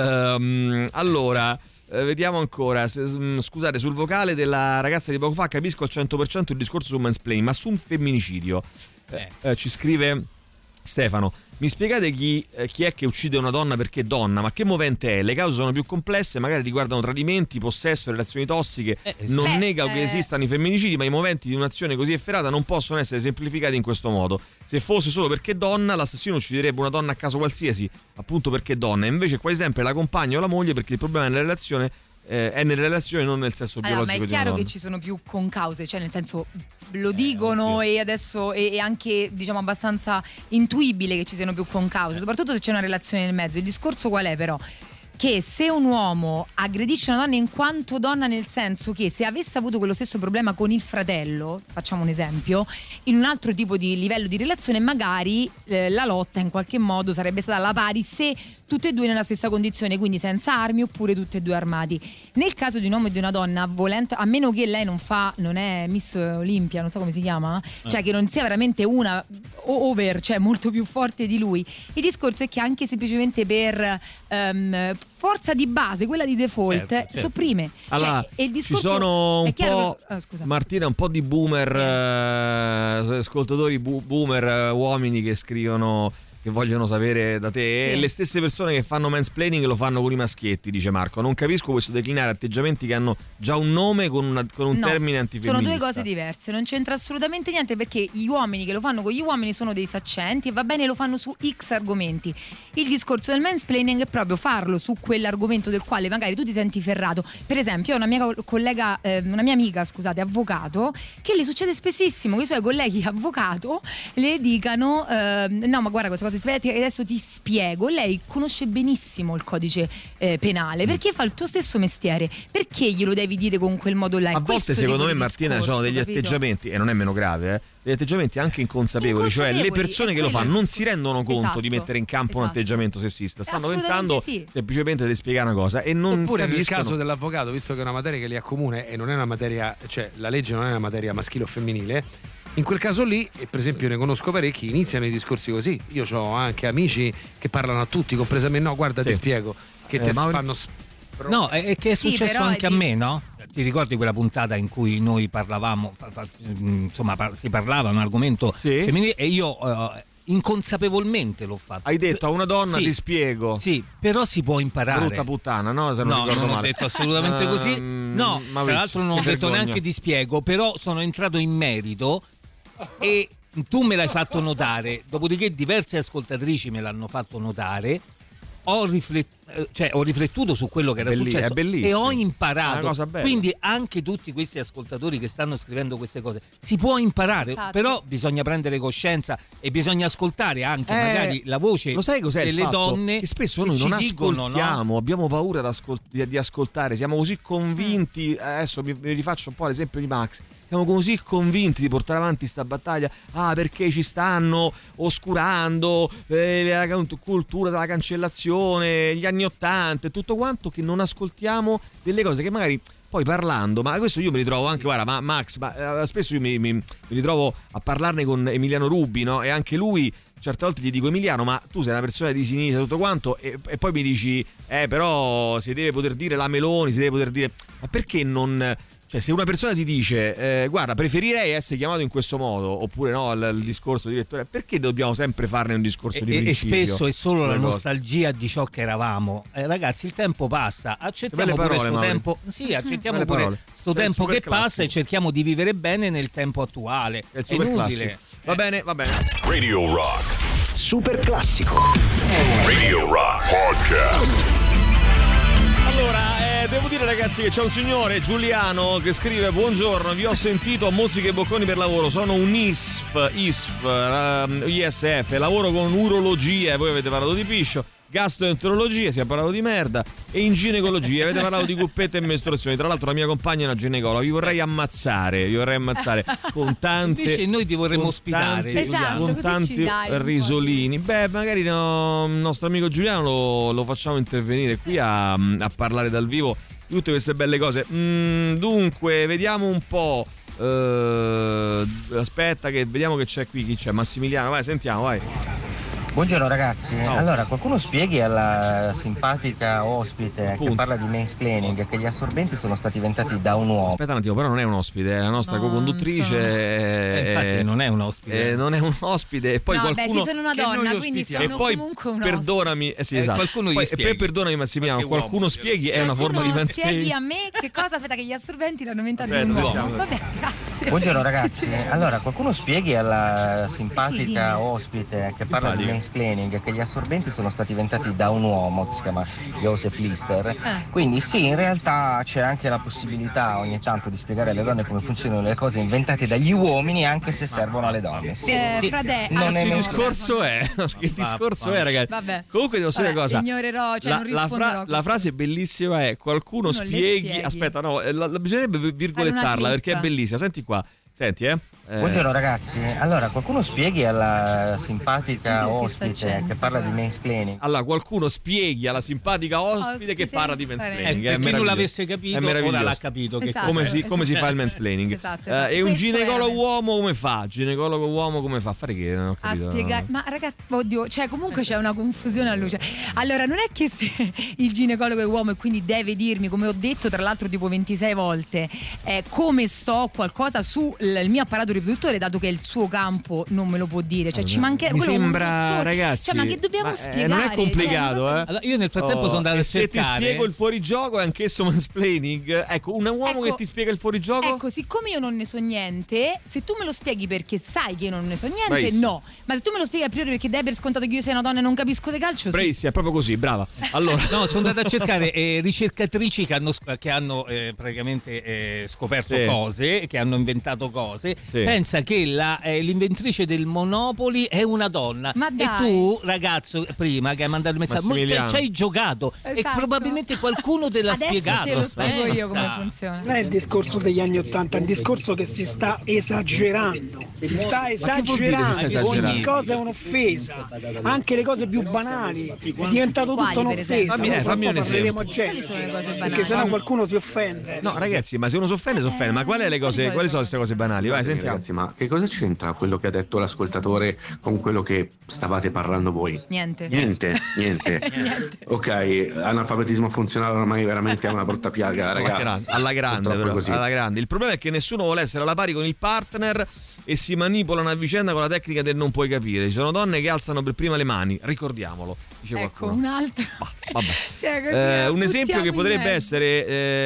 Ehm, allora, eh, vediamo ancora. Se- mm, scusate, sul vocale della ragazza di poco fa capisco al cento per cento il discorso su mansplaining, ma su un femminicidio eh, eh, ci scrive Stefano. Mi spiegate chi, eh, chi è che uccide una donna perché donna? Ma che movente è? Le cause sono più complesse, magari riguardano tradimenti, possesso, relazioni tossiche. Non Beh, nego che eh. esistano i femminicidi, ma i moventi di un'azione così efferata non possono essere semplificati in questo modo. Se fosse solo perché donna, l'assassino ucciderebbe una donna a caso qualsiasi, appunto perché donna. E invece quasi sempre la compagna o la moglie, perché il problema è nella relazione, eh, è nelle relazioni, non nel sesso Allora, ma biologico è di una chiaro donna. che ci sono più concause, cioè nel senso lo dicono e adesso è, è anche diciamo abbastanza intuibile che ci siano più concause, soprattutto se c'è una relazione nel mezzo. Il discorso qual è però? Che se un uomo aggredisce una donna in quanto donna, nel senso che se avesse avuto quello stesso problema con il fratello, facciamo un esempio, in un altro tipo di livello di relazione magari eh, la lotta in qualche modo sarebbe stata alla pari se tutte e due nella stessa condizione, quindi senza armi oppure tutte e due armati. Nel caso di un uomo e di una donna, volente, a meno che lei non fa, non è Miss Olimpia, non so come si chiama, cioè che non sia veramente una over, cioè molto più forte di lui, il discorso è che anche semplicemente per um, forza di base, quella di default, Certo, certo. sopprime. Allora, cioè, e il discorso ci sono è un chiaro po', che- ah, scusa. Martina, un po' di boomer, eh, ascoltatori bu- boomer, eh, uomini che scrivono che vogliono sapere da te, Sì. e le stesse persone che fanno mansplaining lo fanno con i maschietti, dice Marco. Non capisco questo declinare atteggiamenti che hanno già un nome con, una, con un No, termine antifemminista. sono due cose diverse, non c'entra assolutamente niente, perché gli uomini che lo fanno con gli uomini sono dei saccenti e va bene, lo fanno su X argomenti. Il discorso del mansplaining è proprio farlo su quell'argomento del quale magari tu ti senti ferrato. Per esempio, ho una mia collega, eh, una mia amica, scusate, avvocato, che le succede spessissimo che i suoi colleghi avvocato le dicano eh, no, ma guarda, questa cosa adesso ti spiego. Lei conosce benissimo il codice eh, penale, perché fa il tuo stesso mestiere, perché glielo devi dire con quel modo là? A volte secondo me, Martina, ci sono degli capito? atteggiamenti, e non è meno grave, eh, degli atteggiamenti anche inconsapevoli, cioè le persone che lo fanno non si rendono conto Esatto, di mettere in campo un esatto. atteggiamento sessista, stanno Assolutamente pensando sì. semplicemente di spiegare una cosa e non Oppure capiscono. nel caso dell'avvocato, visto che è una materia che li accomuna e non è una materia, cioè la legge non è una materia maschile o femminile, in quel caso lì, e per esempio ne conosco parecchi, iniziano i discorsi così. Io ho anche amici che parlano a tutti, compresa me. No, guarda, Sì. ti spiego che Eh, te ma- fanno sp- No, è, è che è Sì, successo però anche è a di- me, no? Ti ricordi quella puntata in cui noi parlavamo, fa- fa- insomma, par- si parlava di un argomento Sì. femminile e io eh, inconsapevolmente l'ho fatto. Hai detto a una donna Sì. ti spiego. Sì, però si può imparare. Brutta puttana, no? Se non no, ricordo non ho male. detto assolutamente così. Ehm, No, Maurizio, tra l'altro non ho che detto vergogna. neanche ti spiego, però sono entrato in merito e tu me l'hai fatto notare, dopodiché diverse ascoltatrici me l'hanno fatto notare. Ho, riflet- eh, cioè, ho riflettuto su quello che era Belli- successo è bellissimo. e ho È una imparato. cosa bella. Quindi anche tutti questi ascoltatori che stanno scrivendo queste cose si può imparare, Esatto. però bisogna prendere coscienza e bisogna ascoltare anche Eh, magari la voce Lo sai cos'è il delle fatto? donne Che spesso che noi ci non dicono, ascoltiamo, no? abbiamo paura d'ascol- di, di ascoltare, siamo così convinti. Adesso mi, mi rifaccio un po' l'esempio di Max. Siamo così convinti di portare avanti sta battaglia, ah, perché ci stanno oscurando eh, la cultura della cancellazione, gli anni ottanta e tutto quanto, che non ascoltiamo delle cose che magari poi parlando, ma questo io mi ritrovo anche, guarda, ma Max, ma, eh, spesso io mi, mi, mi ritrovo a parlarne con Emiliano Rubi, no? E anche lui certe volte gli dico: Emiliano, ma tu sei una persona di sinistra, tutto quanto, e, e poi mi dici eh però si deve poter dire la Meloni, si deve poter dire, ma perché non... Cioè, se una persona ti dice eh, guarda, preferirei essere chiamato in questo modo, oppure no, il, il discorso direttore, perché dobbiamo sempre farne un discorso di E, e principio? spesso è solo la Quelle cose. nostalgia di ciò che eravamo. Eh, ragazzi, il tempo passa, accettiamo Belle pure parole, sto Mauri. tempo. Sì, accettiamo Belle pure parole. sto Sei tempo super che passa classico. e cerchiamo di vivere bene nel tempo attuale. È il È super inutile. classico. Va bene, va bene. Radio Rock. Super classico. Radio Rock Podcast. Allora, eh, devo dire ragazzi che c'è un signore, Giuliano, che scrive: buongiorno, vi ho sentito a Mozziche e Bocconi per lavoro, sono un I S F, I S F, um, I S F, lavoro con urologia e voi avete parlato di piscio, gastroenterologia, si è parlato di merda, e in ginecologia avete parlato di cuppette e mestruazioni. Tra l'altro la mia compagna è una ginecologa, vi vorrei ammazzare, vi vorrei ammazzare con tante... Invece noi ti vorremmo con ospitare, tanti- Esatto, con così tanti ci dai un po' risolini. Beh, magari no, il nostro amico Giuliano lo, lo facciamo intervenire qui a, a parlare dal vivo di tutte queste belle cose. Mm, dunque, vediamo un po'. Eh, aspetta, che vediamo che c'è qui. Chi c'è? Massimiliano, vai, sentiamo, vai. Buongiorno ragazzi, No. allora qualcuno spieghi alla simpatica ospite Punto. che parla di mansplaining che gli assorbenti sono stati inventati da un uomo. Aspetta un attimo, però non è un ospite, è la nostra No, co-conduttrice. non so. eh, Eh, infatti non è un ospite. eh, non è un ospite. E poi no, qualcuno. beh, sì, sono una che noi donna, quindi ospitiamo. sono E poi comunque un perdonami, eh sì, Eh, esatto. qualcuno gli Poi, e spieghi. poi perdonami Massimiliano, Qualche qualcuno uomo, spieghi, è una forma di Qualcuno spieghi mansplaining. a me che cosa? Aspetta, che gli assorbenti l'hanno inventato Aspetta, un uomo. sentiamo. Vabbè, grazie. Buongiorno ragazzi, allora qualcuno spieghi alla Sì, simpatica dimmi. ospite che parla di Simpatica. mansplaining che gli assorbenti sono stati inventati da un uomo che si chiama Joseph Lister. Eh. Quindi sì, in realtà c'è anche la possibilità ogni tanto di spiegare alle donne come funzionano le cose inventate dagli uomini anche se servono alle donne. Sì, Eh, sì. frate, Non anzi, è Il no- discorso è che discorso è, ragazzi? Vabbè. Comunque devo dire una Vabbè, cosa. ignorerò, cioè la, non la, risponderò. la frase bellissima è: qualcuno Non le spieghi. spieghi. Aspetta, no, la, la- bisognerebbe virgolettarla clip. perché è bellissima. Senti qua. Senti, eh. Eh, Buongiorno ragazzi, allora qualcuno spieghi alla simpatica Senti che ospite saccenza, che parla di guarda. mansplaining. Allora, qualcuno spieghi alla simpatica ospite, Ospite che parla di differente. mansplaining. Eh, È per chi non meraviglioso. l'avesse capito, È ora meraviglioso. l'ha capito. Che Esatto. Come si, come si fa il mansplaining? Esatto, Eh, esatto. e un Questo ginecologo era- uomo come fa? Ginecologo uomo come fa? A fare che non ho a capito. spiegare, ma ragazzi, oddio, cioè comunque c'è una confusione a luce. Allora, non è che se il ginecologo è uomo e quindi deve dirmi, come ho detto tra l'altro tipo ventisei volte, eh, come sto qualcosa sulla il, il mio apparato riproduttore, dato che è il suo campo, non me lo può dire. Cioè, ci mancherebbe. Mi sembra, ragazzi. Cioè, ma che dobbiamo ma, spiegare? Eh, non è complicato, cioè, eh. Allora, io nel frattempo oh, sono andato a se cercare. ti spiego il fuorigioco è anch'esso mansplaining. Ecco, un uomo ecco, che ti spiega il fuorigioco. Ecco, siccome io non ne so niente, se tu me lo spieghi perché sai che io non ne so niente, Bravissimo. no. Ma se tu me lo spieghi a priori perché dai per scontato che io sia una donna e non capisco di calcio, sì. Bravissima, è proprio così, brava. Allora, no, sono andato a cercare eh, ricercatrici che hanno, che hanno eh, praticamente eh, scoperto Sì. cose, che hanno inventato cose. Sì. Pensa che la, eh, l'inventrice del Monopoli è una donna. Ma e dai. tu, ragazzo, prima che hai mandato il messaggio, Massimiliano. ci hai giocato e Esatto. probabilmente qualcuno te l'ha Adesso spiegato. te lo spiego Eh, io come sa. funziona. Non è il discorso degli anni Ottanta, è il discorso che si sta esagerando. Si sta che vuol dire si sta esagerando. Ogni esagerando? cosa è un'offesa. Anche le cose più banali. È diventato Quali, tutto per un'offesa. esempio? Fammi- eh, Dopo un fammi po' un parleremo a Quali gente. sono le cose Perché banali? sennò qualcuno si offende. no, ragazzi, ma se uno si offende, si offende. Ma quali, è le cose, quali sono queste cose banali? Vai, sentiamo. Ragazzi, ma che cosa c'entra quello che ha detto l'ascoltatore con quello che stavate parlando voi? Niente. Niente, niente. Ok, analfabetismo funzionale ormai veramente è una brutta piaga, Alla ragazzi. grande, alla grande, Purtroppo è però, così. alla grande. Il problema è che nessuno vuole essere alla pari con il partner e si manipolano a vicenda con la tecnica del non puoi capire. Ci sono donne che alzano per prima le mani, ricordiamolo. Dice Ecco, qualcuno. un altro. Vabbè. Cioè, così, Eh, un buttiamo esempio che in potrebbe mezzo. essere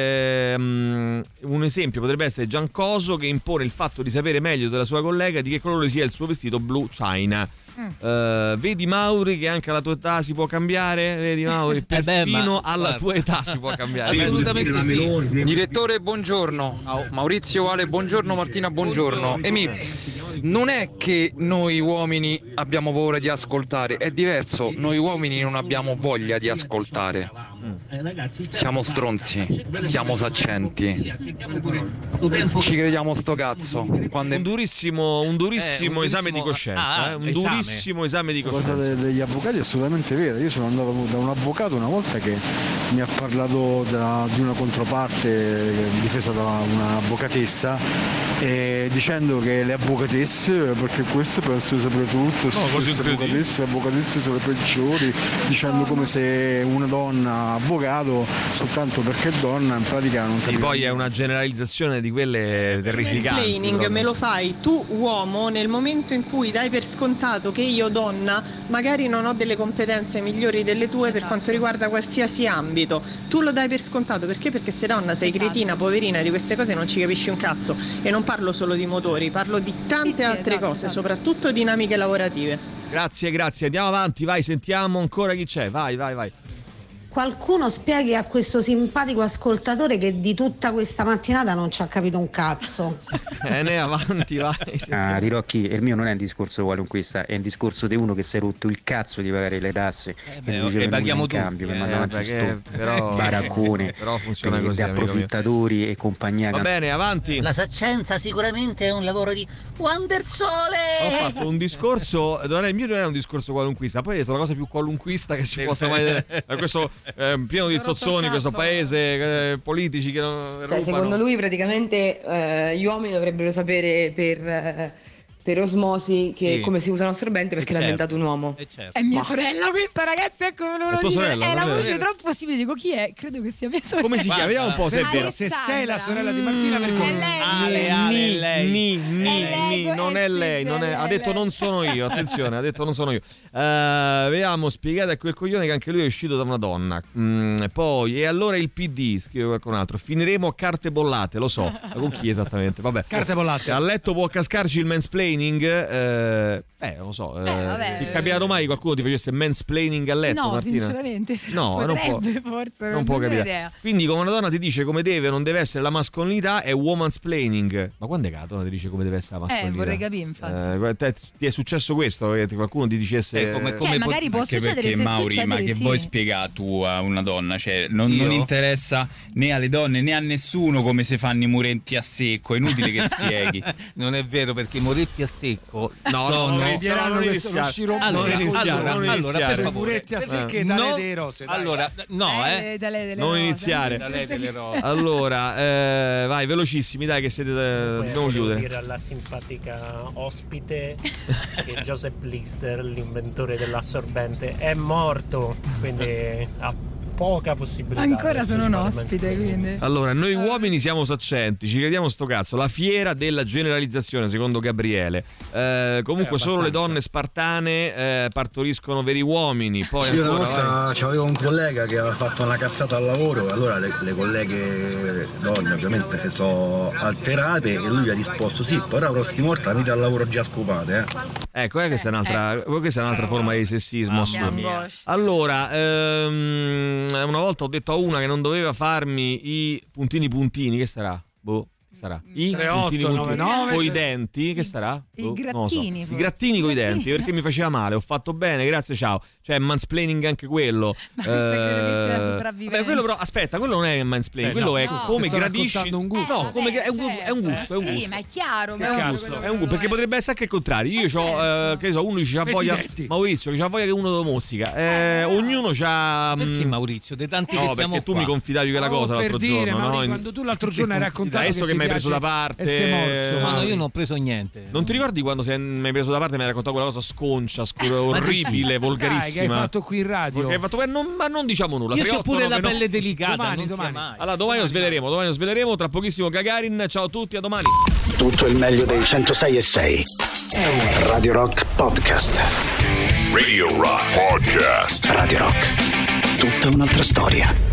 ehm, un esempio potrebbe essere Giancoso che impone il fatto di sapere meglio della sua collega di che colore sia il suo vestito blu china. Mm. Eh, vedi Mauri che anche alla tua età si può cambiare? Vedi Mauri, Eh beh, perfino ma- alla guarda. tua età si può cambiare. Assolutamente sì. Direttore, buongiorno. Maurizio Ale, buongiorno. Martina, buongiorno. Emi, non è che noi uomini abbiamo paura di ascoltare, è diverso. Noi uomini non abbiamo voglia di ascoltare. Siamo stronzi, siamo saccenti. Ci crediamo sto cazzo. Quando è... Un durissimo, un durissimo Eh, un esame durissimo- di coscienza, ah, eh? un esame. durissimo esame di Questa cosa coscienza. de- degli avvocati è assolutamente vera. Io sono andato da un avvocato una volta che mi ha parlato da- di una controparte difesa da un'avvocatessa e dicendo che le avvocatesse, perché queste penso saprà tutto, No, così queste incredibile. avvocatesse, le avvocatesse sono le peggiori, dicendo come se una donna avvocato soltanto perché è donna in pratica non E capiva. poi è una generalizzazione di quelle terrificanti. Mansplaining proprio. me lo fai tu uomo nel momento in cui dai per scontato che io donna magari non ho delle competenze migliori delle tue per quanto riguarda qualsiasi ambito. Tu lo dai per scontato perché? Perché sei donna, sei Esatto. cretina, poverina, di queste cose non ci capisci un cazzo. E non parlo solo di motori, parlo di tante Sì, sì, altre esatto, cose, esatto. soprattutto dinamiche lavorative. Grazie, grazie. Andiamo avanti, vai, sentiamo ancora chi c'è. Vai, vai, vai. Qualcuno spieghi a questo simpatico ascoltatore che di tutta questa mattinata non ci ha capito un cazzo. Bene, avanti, vai. Ah, di Rocchi, il mio non è un discorso qualunquista, è un discorso di uno che si è rotto il cazzo di pagare le tasse beh, e non e riceve nulla paghiamo in tutti, cambio per eh, mandare avanti perché sto però- baraccone però funziona di- così, di amico mio. approfittatori e compagnia. Va bene, avanti. La saccenza sicuramente è un lavoro di Ho Wandersole. fatto un discorso, non è, il mio non è un discorso qualunquista, poi ho detto la cosa più qualunquista che si possa mai eh, questo eh, pieno di zozzoni, questo paese, eh, politici che non Cioè, rubano. secondo lui praticamente eh, gli uomini dovrebbero sapere per, eh, per osmosi che Sì. come si usa un assorbente perché l'ha certo. inventato un uomo. È mia sorella questa, ragazzi, ecco come È lo tua dice. sorella, È la non è voce vero? troppo simile. Dico chi è? Credo che sia mia sorella. Come si chiama? Vediamo un po' se è vero. Se sei la sorella di Martina, perché È lei. Ale, Ale, Ni, è lei. ni, ni, È lei, ni, non eh è sì, lei, sì, non è- è ha lei. detto non sono io, attenzione, ha detto non sono io. Eh, vediamo, spiegate a quel coglione che anche lui è uscito da una donna. Mm, poi, e allora il P D, scrive qualcun altro, finiremo a carte bollate, lo so. Ma con chi esattamente? Vabbè. Carte bollate. A letto può cascarci il mansplaining? Eh, eh non lo so. Eh, vabbè. ti è capitato mai che qualcuno ti facesse mansplaining a letto, No, Martina? sinceramente. No, non può, potrebbe, forse. non può ho capire. idea. Quindi, come una donna ti dice come deve o non deve essere la mascolinità, è womansplaining. Ma quando è che la donna ti dice come deve essere la Eh, mascolinità? vorrei capire, infatti. Eh, te- ti è successo questo? Che qualcuno ti dicesse. Eh, come- Cioè, magari può Anche succedere, perché se Mauri, succede, ma che sì. vuoi spiegare tu a una donna? Cioè, non, Io? non interessa né alle donne né a nessuno come si fanno i muretti a secco. È inutile che spieghi. Non è vero, perché i muretti a secco No, sono no, non iniziare, non iniziare. lo sciro- Allora, non iniziare, allora, non allora, iniziare. per I favore. muretti a Per- secche no, dalle dei rose, dai. allora, no, eh. Eh, dalle- delle Non rose. iniziare. Da lei delle rose. Allora, eh, vai, velocissimi, dai, che siete. Eh, dobbiamo Volevo chiudere. dire alla simpatica ospite che Joseph Lister, l'inventore dell'assorbente, è morto, quindi ha poca possibilità. Ancora adesso sono di un fare ospite, quindi. Allora, noi uomini siamo saccenti, ci crediamo sto cazzo. La fiera della generalizzazione, secondo Gabriele. Eh, comunque, Eh, solo le abbastanza. donne spartane eh, partoriscono veri uomini. Poi Io una ancora, volta vai. c'avevo un collega che aveva fatto una cazzata al lavoro, allora le, le colleghe donne ovviamente si sono alterate e lui ha risposto sì, però la prossima volta venite al lavoro già scopate. Eh. Ecco, eh, questa, è un'altra, questa è un'altra forma di sessismo. assurdo. Allora, ehm, una volta ho detto a una che non doveva farmi i puntini puntini, che sarà? Boh. Sarà i tre otto puntini nove nove con i denti, che sarà? I Boh, non lo so. grattini, I forse. grattini con i denti, perché mi faceva male. Ho fatto bene, grazie, ciao. Cioè, mansplaining anche quello. Ma questa credo che sia la sopravvivenza. Vabbè, quello però, aspetta, quello non è mansplaining, Beh, quello no, è scusa, come ti sto gradisci. raccontando un gusto. No, come gra- è, un, è un gusto, è un Sì, gusto. ma è chiaro. È però un quello gusto, che è un gusto, perché potrebbe essere anche il contrario. Io ho, eh, che so, uno c'ha Vedi voglia, i denti. Maurizio, che c'ha voglia che uno lo mostica. Eh, ognuno c'ha. Perché mm, Maurizio? Dei tanti No, che perché siamo tu qua. mi confidavi quella Oh, cosa per l'altro dire, giorno, Mauri, no? quando tu l'altro giorno hai raccontato Adesso che ti mi hai preso piace da parte. e sei morso. Ma no, Mauri. io non ho preso niente. Non ti ricordi quando sei, mi hai preso da parte e mi hai raccontato quella cosa sconcia, scura, orribile, Dai, volgarissima? che hai fatto qui in radio. Che hai fatto, non, ma non diciamo nulla. Io tre c'ho otto pure la nove pelle delicata, Domani, non domani. sia mai. Allora, domani lo sveleremo, domani lo sveleremo. Tra pochissimo Gagarin. Ciao a tutti, a domani. Tutto il meglio dei centosei e sei. Radio Rock Podcast. Radio Rock Podcast. Radio Rock. Tutta un'altra storia.